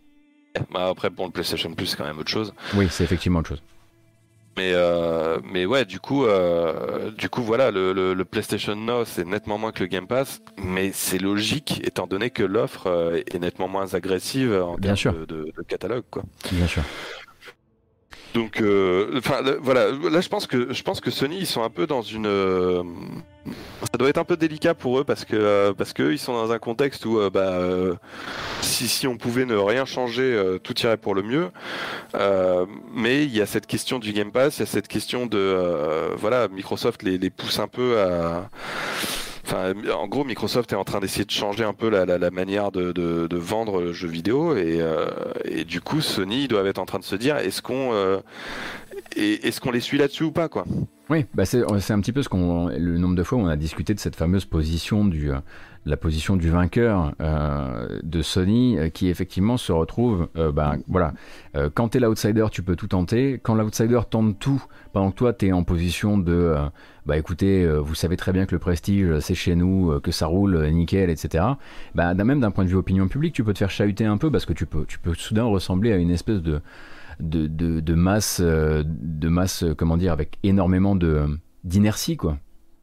Bah après, bon, le PlayStation Plus, c'est quand même autre chose. Oui, c'est effectivement autre chose. Mais euh, mais ouais, du coup, euh, du coup, voilà, le, le, le PlayStation Now, c'est nettement moins que le Game Pass, mais c'est logique, étant donné que l'offre euh, est nettement moins agressive en Bien termes sûr. De, de, de catalogue, quoi. Bien sûr. Donc, enfin, euh, voilà. Là, je pense que je pense que Sony, ils sont un peu dans une. Euh, ça doit être un peu délicat pour eux parce que euh, parce que ils sont dans un contexte où euh, bah euh, si si on pouvait ne rien changer, euh, tout irait pour le mieux. Euh, mais il y a cette question du Game Pass, il y a cette question de euh, voilà, Microsoft les les pousse un peu à. Enfin, en gros, Microsoft est en train d'essayer de changer un peu la, la, la manière de, de, de vendre le jeu vidéo et, euh, et du coup, Sony ils doivent être en train de se dire est-ce qu'on euh, est-ce qu'on les suit là-dessus ou pas, quoi. Oui, bah c'est, c'est un petit peu ce qu'on, le nombre de fois où on a discuté de cette fameuse position du, euh, la position du vainqueur euh, de Sony, euh, qui effectivement se retrouve, euh, bah, voilà, euh, quand t'es l'outsider, tu peux tout tenter. Quand l'outsider tente tout, pendant que toi t'es en position de, euh, bah écoutez, euh, vous savez très bien que le prestige c'est chez nous, euh, que ça roule euh, nickel, et cetera. Bah même d'un point de vue opinion publique, tu peux te faire chahuter un peu parce que tu peux, tu peux soudain ressembler à une espèce de De, de, de masse, euh, de masse, euh, comment dire, avec énormément de, d'inertie, quoi.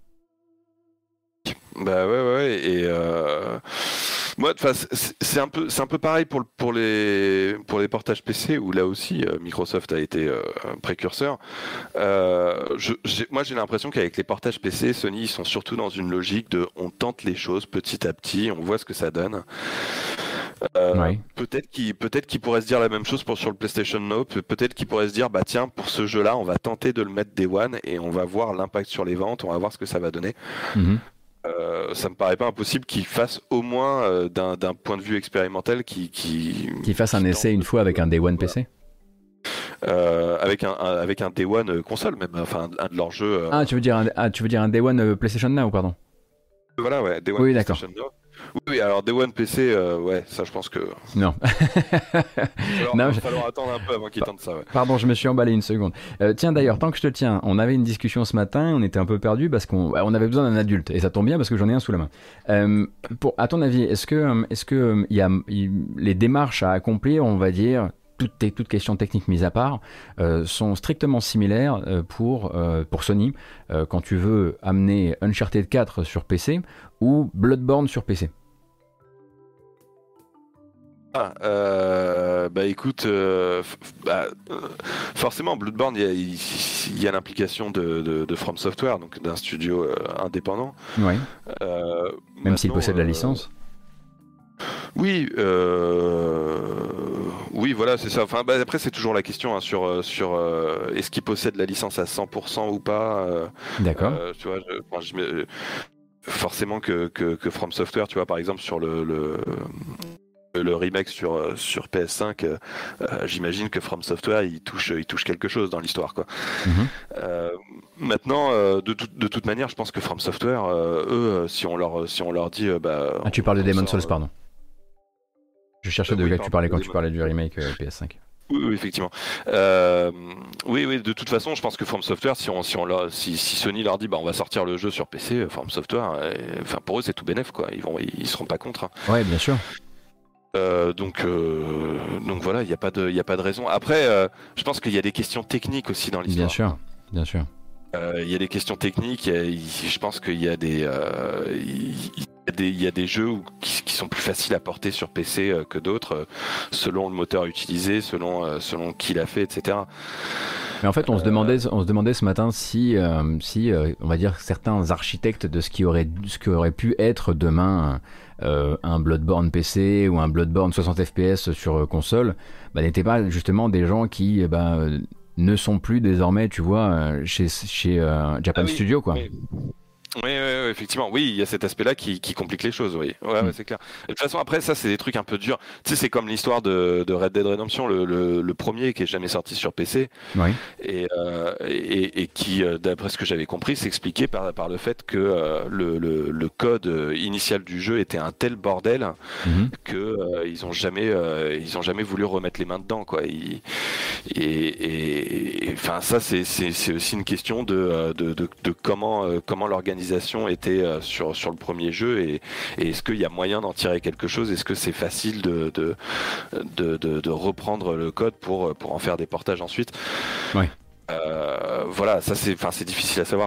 Bah ouais, ouais, et euh... moi, c'est, c'est un peu, c'est un peu pareil pour, pour les, pour les portages P C où là aussi euh, Microsoft a été euh, précurseur. Euh, je, j'ai, moi, j'ai l'impression qu'avec les portages P C, Sony ils sont surtout dans une logique de, on tente les choses petit à petit, on voit ce que ça donne. Euh, ouais. Peut-être qu'il peut-être qu'il pourrait se dire la même chose pour sur le PlayStation Now. Peut-être qu'il pourrait se dire bah tiens, pour ce jeu-là, on va tenter de le mettre Day One et on va voir l'impact sur les ventes, on va voir ce que ça va donner. Mm-hmm. Euh, ça me paraît pas impossible qu'il fasse au moins euh, d'un, d'un point de vue expérimental qui qui qu'il fasse un essai une fois avec un Day One P C. Euh, avec un, un avec un Day One console même, enfin un de leurs jeux. Euh... Ah tu veux dire un, ah, tu veux dire un Day One euh, PlayStation Now, pardon. Voilà, ouais, Day One oui, PlayStation Now. Oui, oui, alors Day One P C, euh, ouais, ça je pense que. Non. Alors, non il va je... falloir attendre un peu avant qu'ils tentent ça. Ouais. Pardon, je me suis emballé une seconde. Euh, tiens, d'ailleurs, tant que je te tiens, on avait une discussion ce matin, on était un peu perdu parce qu'on on avait besoin d'un adulte et ça tombe bien parce que j'en ai un sous la main. Euh, pour, à ton avis, est-ce que, est-ce que il y a il, les démarches à accomplir, on va dire, toutes, toutes questions techniques mises à part, euh, sont strictement similaires euh, pour, euh, pour Sony euh, quand tu veux amener Uncharted quatre sur P C ou Bloodborne sur P C? Ah, euh, bah écoute, euh, f- bah, euh, forcément, Bloodborne, il y a, il y a l'implication de, de, de From Software, donc d'un studio euh, indépendant. Oui. Euh, Même s'il possède la euh, licence. Oui, euh, oui, voilà, c'est ça. Enfin, bah, après, c'est toujours la question hein, sur sur euh, est-ce qu'il possède la licence à cent pour cent ou pas. euh, D'accord. euh, tu vois, je, enfin, je me- forcément que, que que From Software, tu vois, par exemple sur le, le le remake sur sur P S cinq, euh, euh, j'imagine que From Software il touche il touche quelque chose dans l'histoire, quoi. Mhm. Euh, maintenant, euh, de, tout- de toute manière, je pense que From Software, euh, eux, euh, si on leur si on leur dit, euh, bah, Ah, tu parles de on Demon's sort, Souls, pardon. Je cherchais Euh, de oui, quoi tu pardon, parlais quand tu Demon's- parlais du remake euh, P S cinq. Oui, oui, effectivement. Euh, oui, oui, de toute façon, je pense que From Software, si on, si on leur- si, si Sony leur dit, bah, on va sortir le jeu sur P C, From Software, euh, enfin, pour eux, c'est tout bénef, quoi. Ils vont, ils seront pas contre. Hein. Ouais, bien sûr. Euh, donc, euh, donc voilà, il n'y a pas de, il y a pas de raison. Après, euh, je pense qu'il y a des questions techniques aussi dans l'histoire. Bien sûr, bien sûr. Euh, Il y a des questions techniques. il y a- il- je pense qu'il y a des, euh, il il y a des, il y a des jeux où- qui, qui sont plus faciles à porter sur P C euh, que d'autres, euh, selon le moteur utilisé, selon, euh, selon qui l'a fait, et cetera. Mais en fait, on se demandait, on se demandait ce matin si, euh, si euh, on va dire, certains architectes de ce qui aurait, ce qui aurait pu être demain euh, un Bloodborne P C ou un Bloodborne soixante F P S sur euh, console, bah, n'étaient pas justement des gens qui eh ben, euh, ne sont plus désormais, tu vois, euh, chez, chez euh, Japan Ah oui, Studio, quoi. oui. Oui, oui, oui, effectivement. Oui, il y a cet aspect-là qui, qui complique les choses, oui. Ouais, Mm. ouais, c'est clair. Et de toute façon, après, ça, c'est des trucs un peu durs. Tu sais, c'est comme l'histoire de, de Red Dead Redemption, le, le, le premier qui est jamais sorti sur P C, Oui. et, euh, et, et qui, euh, d'après ce que j'avais compris, s'expliquait par, par le fait que euh, le, le, le code initial du jeu était un tel bordel Mhm. que euh, ils ont jamais, euh, ils ont jamais voulu remettre les mains dedans, quoi. Ils- et, et, et, enfin, ça, c'est, c'est, c'est aussi une question de, euh, de, de, de comment, euh, comment l'organisation était euh, sur, sur le premier jeu et, et est-ce qu'il y a moyen d'en tirer quelque chose? Est-ce que c'est facile de, de, de, de, de reprendre le code pour, pour en faire des portages ensuite? Oui. Euh, voilà, ça c'est, enfin, c'est difficile à savoir, quoi.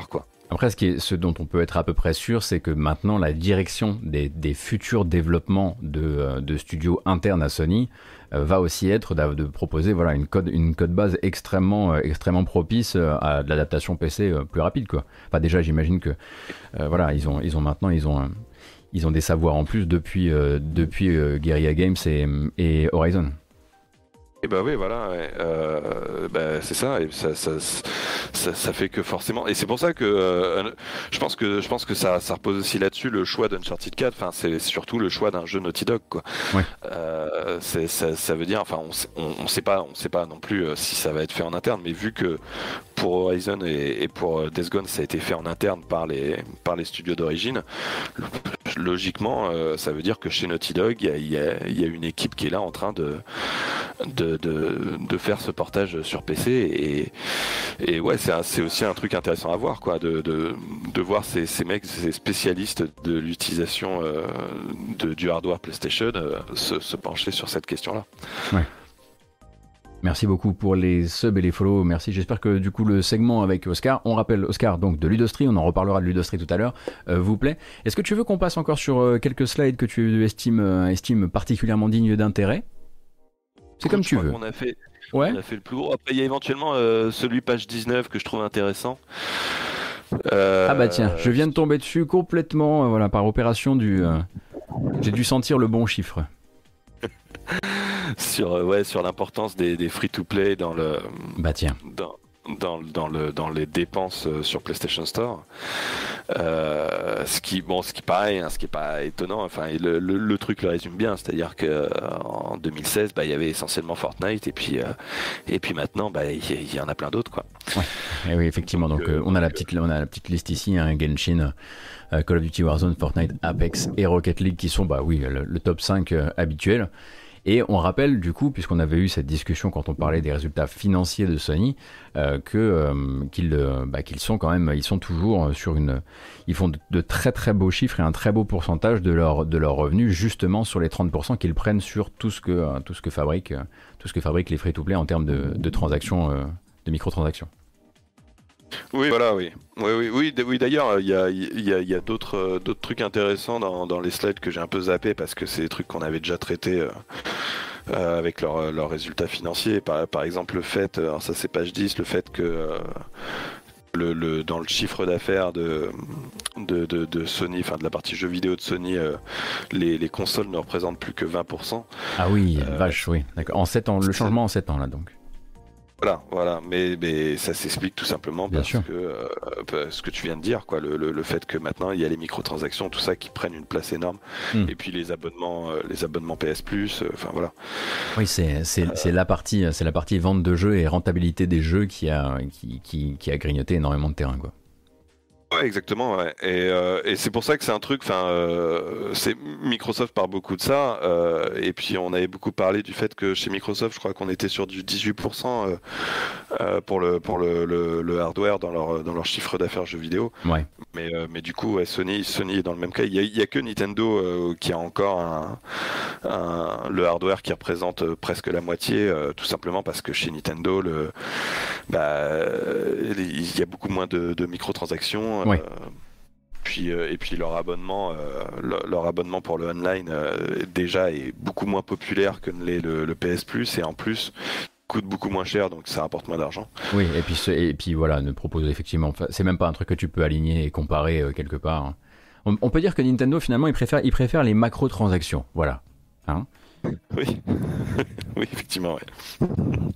Après, ce, qui est, ce dont on peut être à peu près sûr, c'est que maintenant, la direction des, des futurs développements de, de studios internes à Sony euh, va aussi être de, de proposer voilà, une, code, une code base extrêmement, euh, extrêmement propice à de l'adaptation P C euh, plus rapide, quoi. Enfin, déjà, j'imagine que euh, voilà, ils ont, ils ont maintenant ils ont, euh, ils ont des savoirs en plus depuis, euh, depuis euh, Guerrilla Games et, et Horizon. Et bah oui, voilà, ouais. euh, bah, c'est ça, et ça, ça, ça, ça fait que forcément, et c'est pour ça que euh, je pense que je pense que ça, ça repose aussi là-dessus le choix d'Uncharted quatre. Enfin, c'est surtout le choix d'un jeu Naughty Dog, quoi. Ouais. Euh, c'est, ça, ça veut dire, enfin, on, on, on sait pas, on sait pas non plus euh, si ça va être fait en interne, mais vu que pour Horizon et, et pour Days Gone, ça a été fait en interne par les par les studios d'origine. Logiquement, euh, ça veut dire que chez Naughty Dog, il y a, y, a, y a une équipe qui est là en train de de, de, de faire ce portage sur P C et, et ouais, c'est, un, c'est aussi un truc intéressant à voir, quoi, de, de, de voir ces, ces mecs, ces spécialistes de l'utilisation euh, de, du hardware PlayStation euh, se, se pencher sur cette question-là. Ouais. Merci beaucoup pour les subs et les follow, merci. J'espère que du coup le segment avec Oscar, on rappelle Oscar donc de Ludostri, on en reparlera de Ludostri tout à l'heure, euh, vous plaît. Est-ce que tu veux qu'on passe encore sur euh, quelques slides que tu estimes, euh, estimes particulièrement dignes d'intérêt? C'est comme je tu crois veux. qu'on a fait, Ouais. on a fait le plus gros. Après, il y a éventuellement euh, celui page dix-neuf que je trouve intéressant. Euh, Ah bah tiens, je viens de tomber dessus complètement, euh, voilà, par opération du... Euh, j'ai dû sentir le bon chiffre. sur euh, ouais sur l'importance des, des free-to-play dans le Bah tiens. dans, dans, dans, le, dans les dépenses sur PlayStation Store. Euh, ce qui bon ce qui pareil hein, ce qui est pas étonnant, enfin le, le, le truc le résume bien, c'est-à-dire que euh, en deux mille seize bah il y avait essentiellement Fortnite et puis euh, et puis maintenant bah il y, y en a plein d'autres, quoi. Ouais. Et oui, effectivement, donc, donc euh, on a la petite on a la petite liste ici, hein, Genshin, euh, Call of Duty Warzone, Fortnite, Apex et Rocket League qui sont bah oui le, le top cinq euh, habituel. Et on rappelle du coup, puisqu'on avait eu cette discussion quand on parlait des résultats financiers de Sony, euh, que euh, qu'ils, euh, bah, qu'ils sont quand même, ils sont toujours sur une, ils font de, de très très beaux chiffres et un très beau pourcentage de leur de leurs revenus justement sur les trente pour cent qu'ils prennent sur tout ce que euh, tout ce que fabriquent euh, tout ce que fabriquent les free-to-play en termes de, de transactions, euh, de microtransactions. Oui, voilà, oui. Oui, oui, oui, d- oui d'ailleurs, il y a, il y a, il y a d'autres, euh, d'autres trucs intéressants dans, dans les slides que j'ai un peu zappé parce que c'est des trucs qu'on avait déjà traités euh, euh, avec leurs leurs résultats financiers. Par, par exemple, le fait, alors ça c'est page dix, le fait que euh, le, le, dans le chiffre d'affaires de, de, de, de Sony, enfin de la partie jeux vidéo de Sony, euh, les, les consoles ne représentent plus que vingt pour cent. Ah oui, Euh, vache, oui. D'accord. En sept ans, le changement en sept ans là donc. Voilà, voilà, mais, mais ça s'explique tout simplement Bien parce sûr. que euh, ce que tu viens de dire, quoi, le, le, le fait que maintenant il y a les microtransactions, tout ça qui prennent une place énorme, Mm. et puis les abonnements, euh, les abonnements P S Plus, enfin euh, voilà. Oui, c'est c'est Euh, c'est la partie c'est la partie vente de jeux et rentabilité des jeux qui a qui qui, qui a grignoté énormément de terrain, quoi. Ouais, exactement, ouais. Et, euh, et c'est pour ça que c'est un truc, enfin, euh, c'est Microsoft parle beaucoup de ça, euh, et puis on avait beaucoup parlé du fait que chez Microsoft, je crois qu'on était sur du dix-huit pour cent euh, euh, pour le pour le, le, le hardware dans leur dans leur chiffre d'affaires jeux vidéo. Ouais. Mais euh, mais du coup, ouais, Sony Sony est dans le même cas. Il y a, il y a que Nintendo euh, qui a encore un, un le hardware qui représente euh, presque la moitié, euh, tout simplement parce que chez Nintendo, le bah euh, il y a beaucoup moins de, de microtransactions. Ouais. Euh, puis, euh, et puis leur abonnement, euh, leur, leur abonnement pour le online euh, déjà est beaucoup moins populaire que ne l'est le, le P S Plus, et en plus coûte beaucoup moins cher, donc ça rapporte moins d'argent. Oui, et puis ce- et puis voilà, ne propose effectivement, enfin, c'est même pas un truc que tu peux aligner et comparer euh, quelque part. On, on peut dire que Nintendo finalement il préfère il préfère les macro-transactions, voilà. Hein. Oui, oui, effectivement, ouais.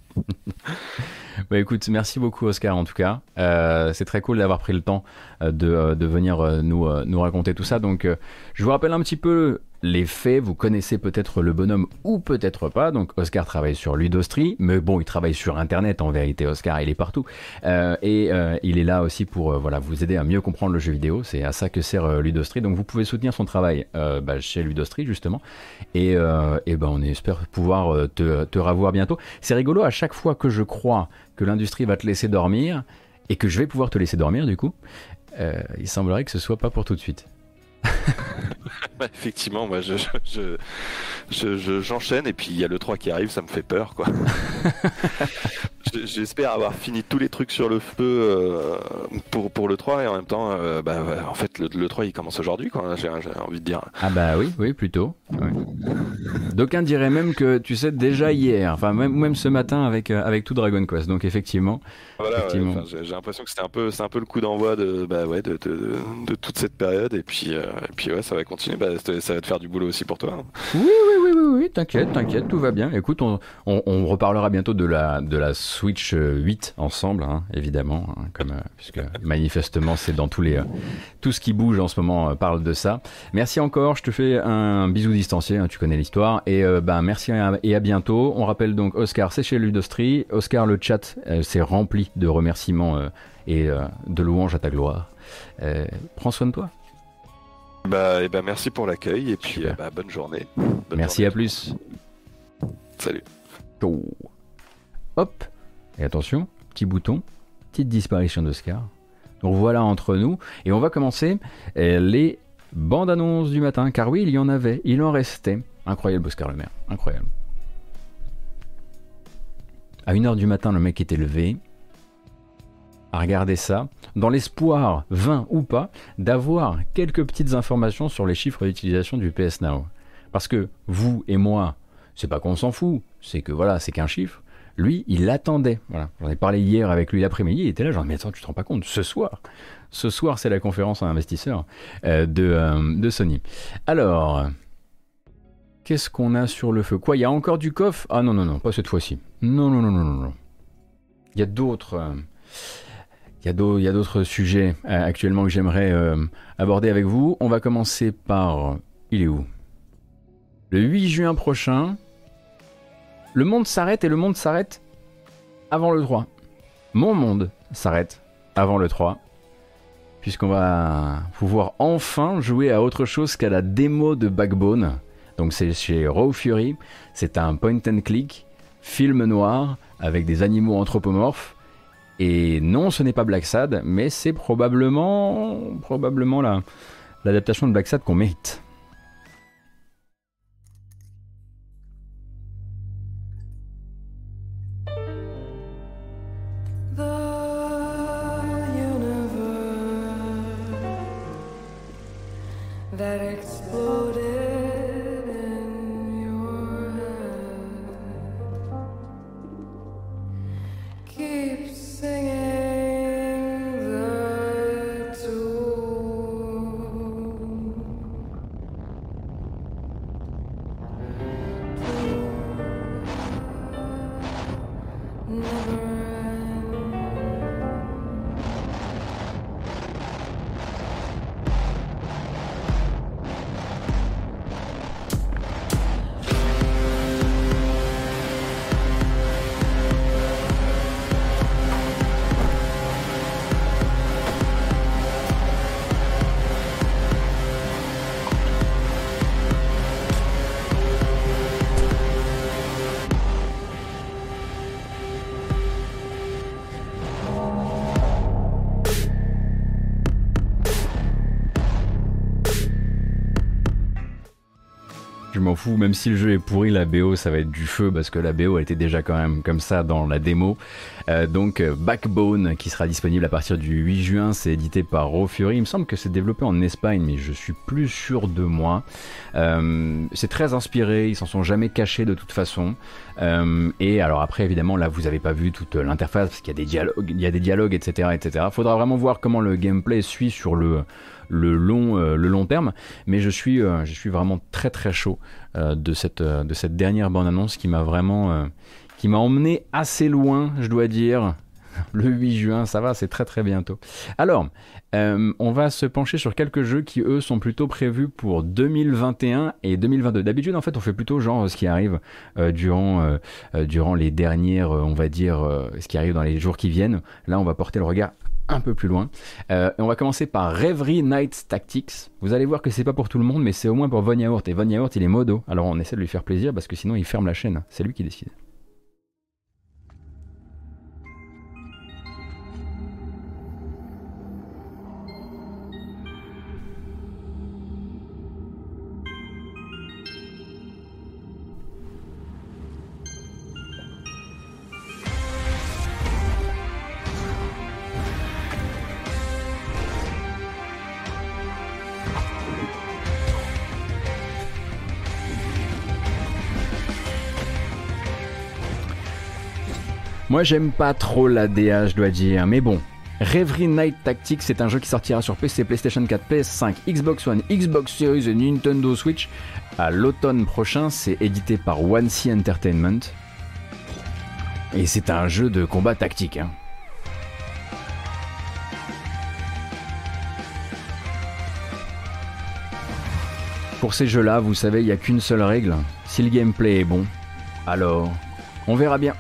Bah écoute, merci beaucoup Oscar en tout cas. Euh, c'est très cool d'avoir pris le temps euh, de, euh, de venir euh, nous, euh, nous raconter tout ça. Donc euh, je vous rappelle un petit peu les faits. Vous connaissez peut-être le bonhomme ou peut-être pas. Donc Oscar travaille sur Ludostri, mais bon, il travaille sur Internet en vérité. Oscar, il est partout. Euh, et euh, il est là aussi pour euh, voilà, vous aider à mieux comprendre le jeu vidéo. C'est à ça que sert euh, Ludostri. Donc vous pouvez soutenir son travail euh, bah, chez Ludostri justement. Et, euh, et ben on espère pouvoir euh, te, te revoir bientôt. C'est rigolo, à chaque fois que je crois que l'industrie va te laisser dormir et que je vais pouvoir te laisser dormir du coup, euh, il semblerait que ce soit pas pour tout de suite. Ouais, effectivement, moi je, je, je, je- j'enchaîne, et puis il y a le trois qui arrive, ça me fait peur, quoi. j'espère avoir fini tous les trucs sur le feu euh, pour, pour le trois et en même temps, euh, bah, en fait, le, le trois il commence aujourd'hui, quoi, j'ai, j'ai envie de dire. Ah bah oui, oui, plutôt. Ouais. D'aucuns diraient même que, tu sais, déjà hier, enfin même, même ce matin avec, euh, avec tout Dragon Quest, donc effectivement. Voilà, effectivement. ouais, j'ai, j'ai l'impression que c'était un peu, c'est un peu le coup d'envoi de, bah, ouais, de, de, de, de toute cette période et puis, euh, et puis ouais, ça va continuer, bah, ça va te faire du boulot aussi pour toi. Hein. Oui, oui, oui, oui, oui, t'inquiète, t'inquiète, tout va bien. Écoute, on, on, on reparlera bientôt de la, de la Switch huit ensemble, hein, évidemment, hein, comme, euh, puisque manifestement c'est dans tous les, euh, tout ce qui bouge en ce moment euh, parle de ça. Merci encore, je te fais un bisou distancié, hein, tu connais l'histoire, et euh, ben merci à, et à bientôt. On rappelle donc Oscar, c'est chez Ludostri. Oscar, le chat euh, s'est rempli de remerciements euh, et euh, de louanges à ta gloire. Euh, prends soin de toi. Bah, et bah merci pour l'accueil et puis Super. euh, bah, bonne journée. Bonne Merci, journée à plus. Salut. Oh. Hop. Et attention, petit bouton, petite disparition d'Oscar. Donc voilà entre nous. Et on va commencer euh, les bandes annonces du matin. Car oui, il y en avait, il en restait. Incroyable Oscar Le Maire, incroyable. À une heure du matin, le mec était levé à regarder ça, dans l'espoir, vain ou pas, d'avoir quelques petites informations sur les chiffres d'utilisation du P S Now. Parce que vous et moi, c'est pas qu'on s'en fout, c'est que voilà, c'est qu'un chiffre. Lui, il l'attendait. Voilà. J'en ai parlé hier avec lui l'après-midi, il était là, genre, mais attends, tu te rends pas compte, ce soir, ce soir, c'est la conférence en investisseurs euh, de, euh, de Sony. Alors, qu'est-ce qu'on a sur le feu? Quoi, il y a encore du coffre? Ah non, non, non, pas cette fois-ci. Non, non, non, non, non, non. Il y a d'autres... Euh, Il y a d'autres, il y a d'autres sujets euh, actuellement que j'aimerais euh, aborder avec vous. On va commencer par... Il est où? Le huit juin prochain, le monde s'arrête et le monde s'arrête avant le trois. Mon monde s'arrête avant le trois. Puisqu'on va pouvoir enfin jouer à autre chose qu'à la démo de Backbone. Donc c'est chez Raw Fury. C'est un point and click, film noir, avec des animaux anthropomorphes. Et non, ce n'est pas Black Sad, mais c'est probablement, probablement la, l'adaptation de Black Sad qu'on mérite. Je m'en fous, même si le jeu est pourri, la B O ça va être du feu parce que la B O elle était déjà quand même comme ça dans la démo. Euh, donc euh, Backbone qui sera disponible à partir du huit juin, c'est édité par Raw Fury. Il me semble que c'est développé en Espagne, mais je suis plus sûr de moi. Euh, c'est très inspiré, ils s'en sont jamais cachés de toute façon. Euh, et alors après évidemment là vous avez pas vu toute l'interface parce qu'il y a des dialogues, il y a des dialogues, et cetera, et cetera. Faudra vraiment voir comment le gameplay suit sur le le long, euh, le long terme, mais je suis, euh, je suis vraiment très très chaud euh, de, cette, euh, de cette dernière bande-annonce qui m'a vraiment, euh, qui m'a emmené assez loin, je dois dire. Le huit juin, ça va, c'est très très bientôt. Alors, euh, on va se pencher sur quelques jeux qui, eux, sont plutôt prévus pour deux mille vingt et un et deux mille vingt-deux. D'habitude, en fait, on fait plutôt genre ce qui arrive euh, durant, euh, euh, durant les dernières, euh, on va dire, euh, ce qui arrive dans les jours qui viennent. Là, on va porter le regard un peu plus loin. Euh, et on va commencer par Reverie Night Tactics. Vous allez voir que c'est pas pour tout le monde, mais c'est au moins pour Von Yaourt. Et Von Yaourt, il est modo. Alors on essaie de lui faire plaisir parce que sinon il ferme la chaîne. C'est lui qui décide. Moi j'aime pas trop la D A, je dois dire, mais bon. Reverie Night Tactics, c'est un jeu qui sortira sur P C, PlayStation quatre, P S cinq, Xbox One, Xbox Series et Nintendo Switch à l'automne prochain. C'est édité par One C Entertainment. Et c'est un jeu de combat tactique. Hein. Pour ces jeux-là, vous savez, il n'y a qu'une seule règle. Si le gameplay est bon, alors on verra bien.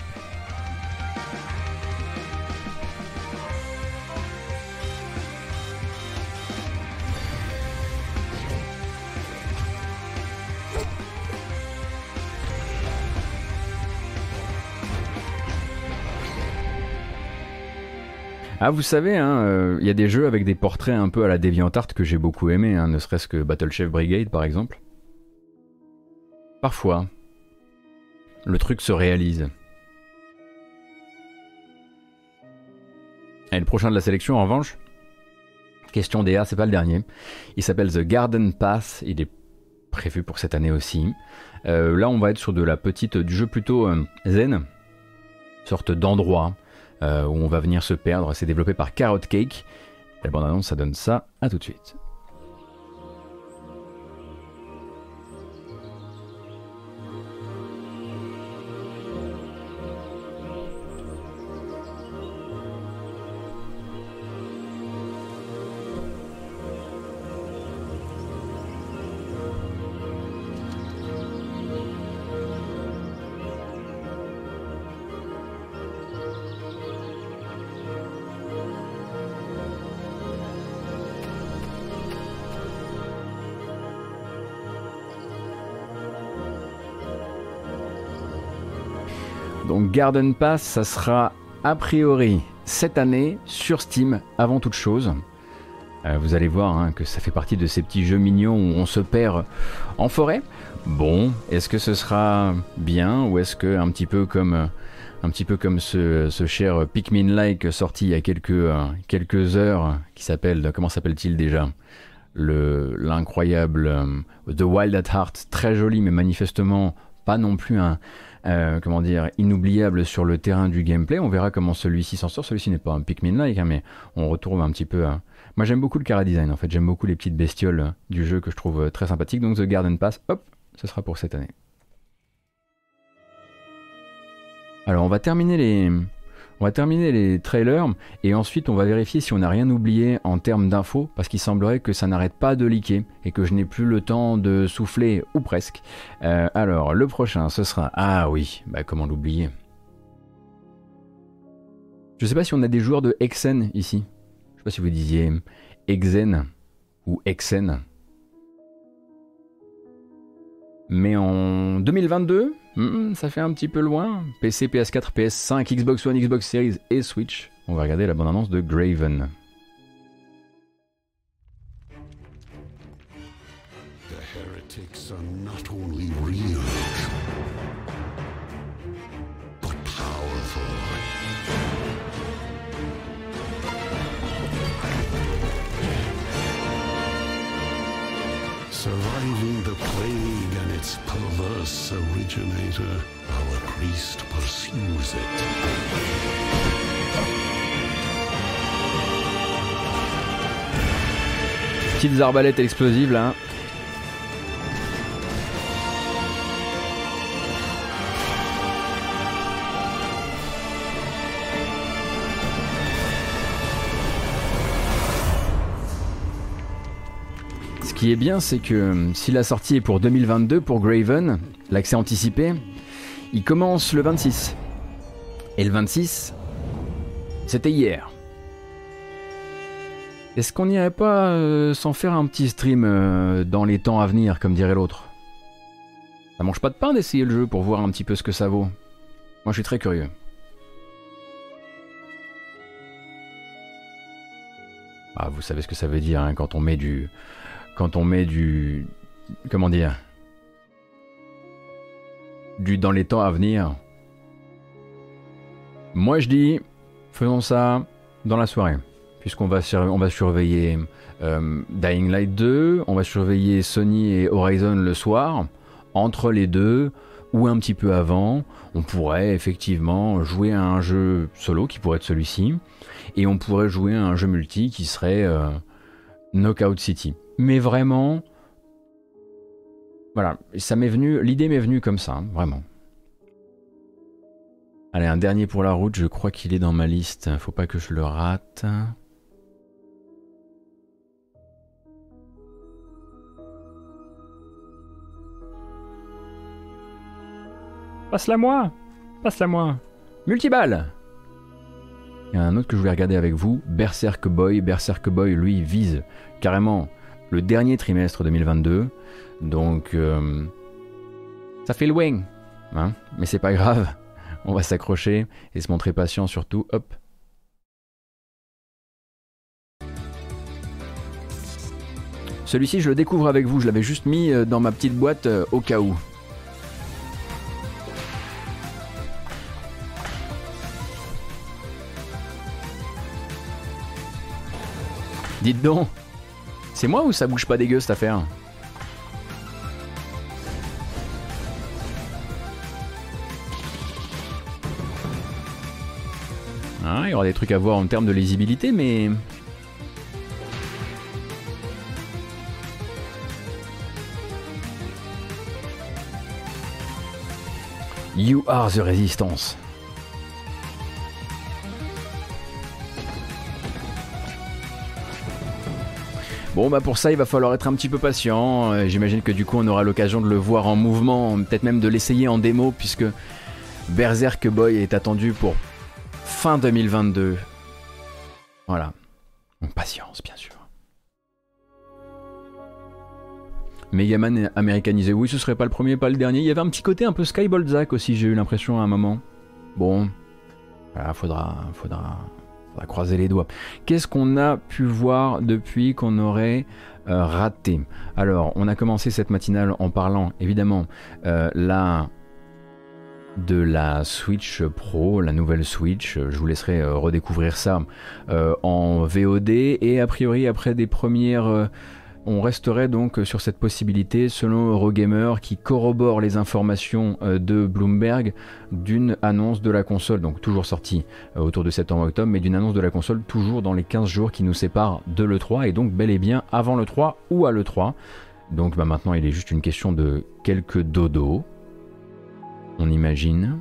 Ah, vous savez, il hein, euh, y a des jeux avec des portraits un peu à la DeviantArt que j'ai beaucoup aimé, hein, ne serait-ce que Battle Chef Brigade par exemple. Parfois, le truc se réalise. Et le prochain de la sélection, en revanche, question D A, c'est pas le dernier. Il s'appelle The Garden Path, il est prévu pour cette année aussi. Euh, là, on va être sur de la petite, du jeu plutôt euh, zen, sorte d'endroit. Euh, où on va venir se perdre. C'est développé par Carrot Cake. La bande-annonce, ça donne ça. À tout de suite. Donc Garden Pass, ça sera a priori cette année sur Steam avant toute chose. Euh, vous allez voir hein, que ça fait partie de ces petits jeux mignons où on se perd en forêt. Bon, est-ce que ce sera bien ou est-ce que un petit peu comme un petit peu comme ce, ce cher Pikmin-like sorti il y a quelques euh, quelques heures qui s'appelle comment s'appelle-t-il déjà le l'incroyable euh, The Wild at Heart, très joli mais manifestement pas non plus un Euh, comment dire, inoubliable sur le terrain du gameplay. On verra comment celui-ci s'en sort. Celui-ci n'est pas un Pikmin-like, hein, mais on retrouve un petit peu... Hein. Moi j'aime beaucoup le chara-design en fait, j'aime beaucoup les petites bestioles du jeu que je trouve très sympathiques. Donc The Garden Pass, hop, ce sera pour cette année. Alors on va terminer les... On va terminer les trailers et ensuite on va vérifier si on n'a rien oublié en termes d'infos parce qu'il semblerait que ça n'arrête pas de leaker et que je n'ai plus le temps de souffler ou presque. Euh, alors le prochain ce sera... Ah oui, bah comment l'oublier. Je sais pas si on a des joueurs de Hexen ici. Je sais pas si vous disiez Hexen ou Hexen. Mais en deux mille vingt-deux, hmm, ça fait un petit peu loin. P C, P S quatre, P S cinq, Xbox One, Xbox Series et Switch. On va regarder la bande-annonce de Graven. The heretics are not only real, but powerful. Surviving the plague and its perverse originator, our priest pursues it. Petites arbalètes explosives là. Ce qui est bien, c'est que si la sortie est pour deux mille vingt-deux pour Graven, l'accès anticipé, il commence le vingt-six. Et le vingt-six, c'était hier. Est-ce qu'on n'irait pas euh, s'en faire un petit stream euh, dans les temps à venir, comme dirait l'autre? Ça mange pas de pain d'essayer le jeu pour voir un petit peu ce que ça vaut. Moi je suis très curieux. Ah, vous savez ce que ça veut dire hein, quand on met du... Quand on met du... Comment dire Du dans les temps à venir. Moi je dis, faisons ça dans la soirée. Puisqu'on va, sur... on va surveiller euh, Dying Light deux, on va surveiller Sony et Horizon le soir. Entre les deux, ou un petit peu avant, on pourrait effectivement jouer à un jeu solo qui pourrait être celui-ci, et on pourrait jouer à un jeu multi qui serait euh, Knockout City. Mais vraiment, voilà, ça m'est venu, l'idée m'est venue comme ça, hein, vraiment. Allez, un dernier pour la route, je crois qu'il est dans ma liste, faut pas que je le rate. Passe-la moi, passe-la moi. Multiball. Il y a un autre que je voulais regarder avec vous, Berserk Boy. Berserk Boy, lui, vise carrément le dernier trimestre deux mille vingt-deux. Donc, euh, ça fait loin, hein, mais c'est pas grave. On va s'accrocher et se montrer patient surtout. Hop. Celui-ci, je le découvre avec vous. Je l'avais juste mis dans ma petite boîte euh, au cas où. Dites donc, c'est moi ou ça bouge pas dégueu cette affaire? Ah, il y aura des trucs à voir en termes de lisibilité, mais... You are the resistance. Bon bah pour ça il va falloir être un petit peu patient, euh, j'imagine que du coup on aura l'occasion de le voir en mouvement, peut-être même de l'essayer en démo puisque Berserk Boy est attendu pour fin deux mille vingt-deux. Voilà, donc patience bien sûr. Megaman américanisé, oui ce serait pas le premier, pas le dernier, il y avait un petit côté un peu Skyball Zack aussi j'ai eu l'impression à un moment. Bon, voilà, faudra... faudra... On va croiser les doigts. Qu'est-ce qu'on a pu voir depuis qu'on aurait euh, raté? Alors, on a commencé cette matinale en parlant, évidemment, euh, là, de la Switch Pro, la nouvelle Switch. Je vous laisserai euh, redécouvrir ça euh, en V O D. Et a priori, après des premières... Euh, on resterait donc sur cette possibilité, selon Eurogamer, qui corrobore les informations de Bloomberg, d'une annonce de la console, donc toujours sortie autour de septembre-octobre, mais d'une annonce de la console toujours dans les quinze jours qui nous séparent de l'E trois, et donc bel et bien avant l'E trois ou à l'E trois. Donc bah, maintenant il est juste une question de quelques dodos, on imagine.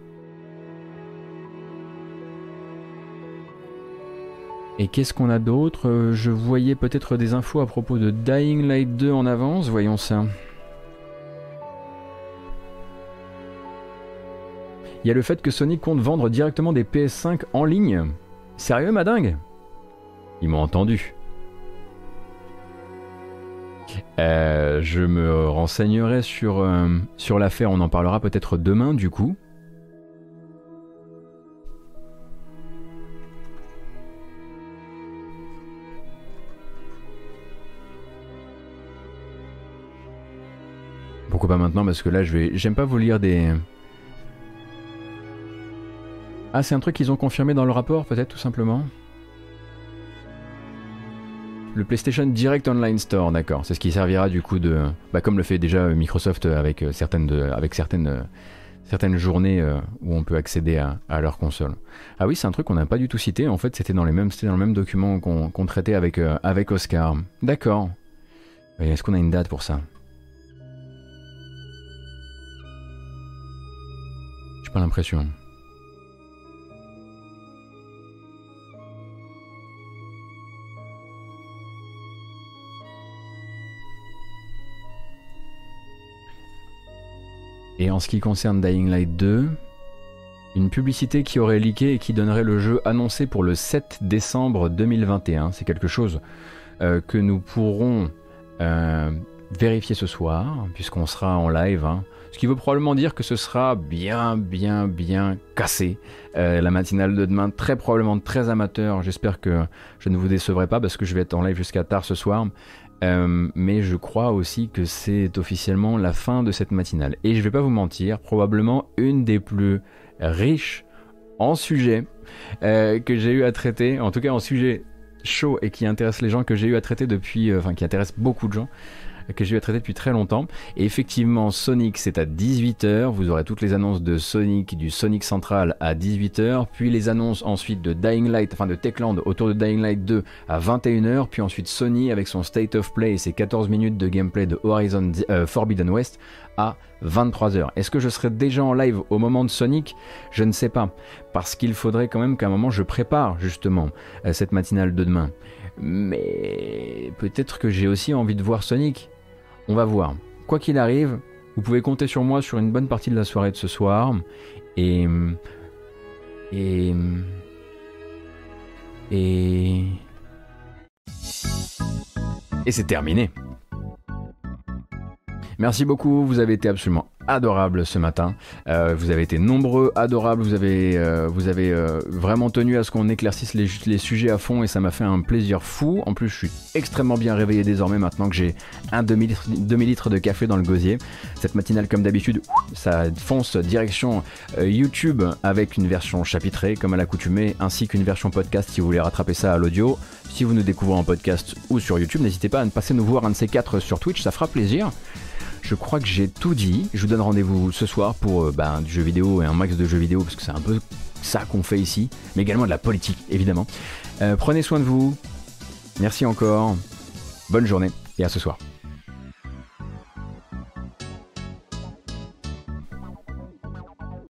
Et qu'est-ce qu'on a d'autre? Je voyais peut-être des infos à propos de Dying Light deux en avance, voyons ça. Il y a le fait que Sony compte vendre directement des P S cinq en ligne. Sérieux, ma dingue? Ils m'ont entendu. Euh, je me renseignerai sur, euh, sur l'affaire, on en parlera peut-être demain du coup. Pourquoi pas maintenant? Parce que là, je vais, j'aime pas vous lire des... Ah, c'est un truc qu'ils ont confirmé dans le rapport, peut-être, tout simplement. Le PlayStation Direct Online Store, d'accord. C'est ce qui servira du coup de... Bah, comme le fait déjà Microsoft avec certaines, de... avec certaines... certaines journées où on peut accéder à, à leur console. Ah oui, c'est un truc qu'on n'a pas du tout cité. En fait, c'était dans, les mêmes... c'était dans le même document qu'on, qu'on traitait avec, euh, avec Oscar. D'accord. Est-ce qu'on a une date pour ça? Pas l'impression. Et en ce qui concerne Dying Light deux, une publicité qui aurait leaké et qui donnerait le jeu annoncé pour le sept décembre deux mille vingt et un. C'est quelque chose euh, que nous pourrons euh, vérifier ce soir, puisqu'on sera en live, hein. Ce qui veut probablement dire que ce sera bien, bien, bien cassé. Euh, la matinale de demain, très probablement très amateur. J'espère que je ne vous décevrai pas parce que je vais être en live jusqu'à tard ce soir. Euh, mais je crois aussi que c'est officiellement la fin de cette matinale. Et je vais pas vous mentir, probablement une des plus riches en sujets euh, que j'ai eu à traiter. En tout cas en sujet chaud et qui intéresse les gens que j'ai eu à traiter depuis... Euh, enfin qui intéresse beaucoup de gens. que je vais traiter depuis très longtemps. Et effectivement, Sonic, c'est à dix-huit heures. Vous aurez toutes les annonces de Sonic, du Sonic Central à dix-huit heures. Puis les annonces ensuite de Dying Light, enfin de Techland autour de Dying Light deux à vingt et une heures. Puis ensuite Sony avec son State of Play et ses quatorze minutes de gameplay de Horizon euh, Forbidden West à vingt-trois heures. Est-ce que je serai déjà en live au moment de Sonic ? Je ne sais pas. Parce qu'il faudrait quand même qu'à un moment je prépare justement euh, cette matinale de demain. Mais peut-être que j'ai aussi envie de voir Sonic. On va voir. Quoi qu'il arrive, vous pouvez compter sur moi sur une bonne partie de la soirée de ce soir. Et... Et... Et... Et c'est terminé. Merci beaucoup, vous avez été absolument adorables ce matin. Euh, vous avez été nombreux, adorables, vous avez, euh, vous avez euh, vraiment tenu à ce qu'on éclaircisse les, les sujets à fond et ça m'a fait un plaisir fou. En plus, je suis extrêmement bien réveillé désormais maintenant que j'ai un demi-litre, demi-litre de café dans le gosier. Cette matinale, comme d'habitude, ça fonce direction euh, YouTube avec une version chapitrée comme à l'accoutumée, ainsi qu'une version podcast si vous voulez rattraper ça à l'audio. Si vous nous découvrez en podcast ou sur YouTube, n'hésitez pas à passer nous voir un de ces quatre sur Twitch, ça fera plaisir. Je crois que j'ai tout dit. Je vous donne rendez-vous ce soir pour euh, bah, du jeu vidéo et un max de jeux vidéo parce que c'est un peu ça qu'on fait ici, mais également de la politique évidemment. Euh, prenez soin de vous. Merci encore. Bonne journée et à ce soir.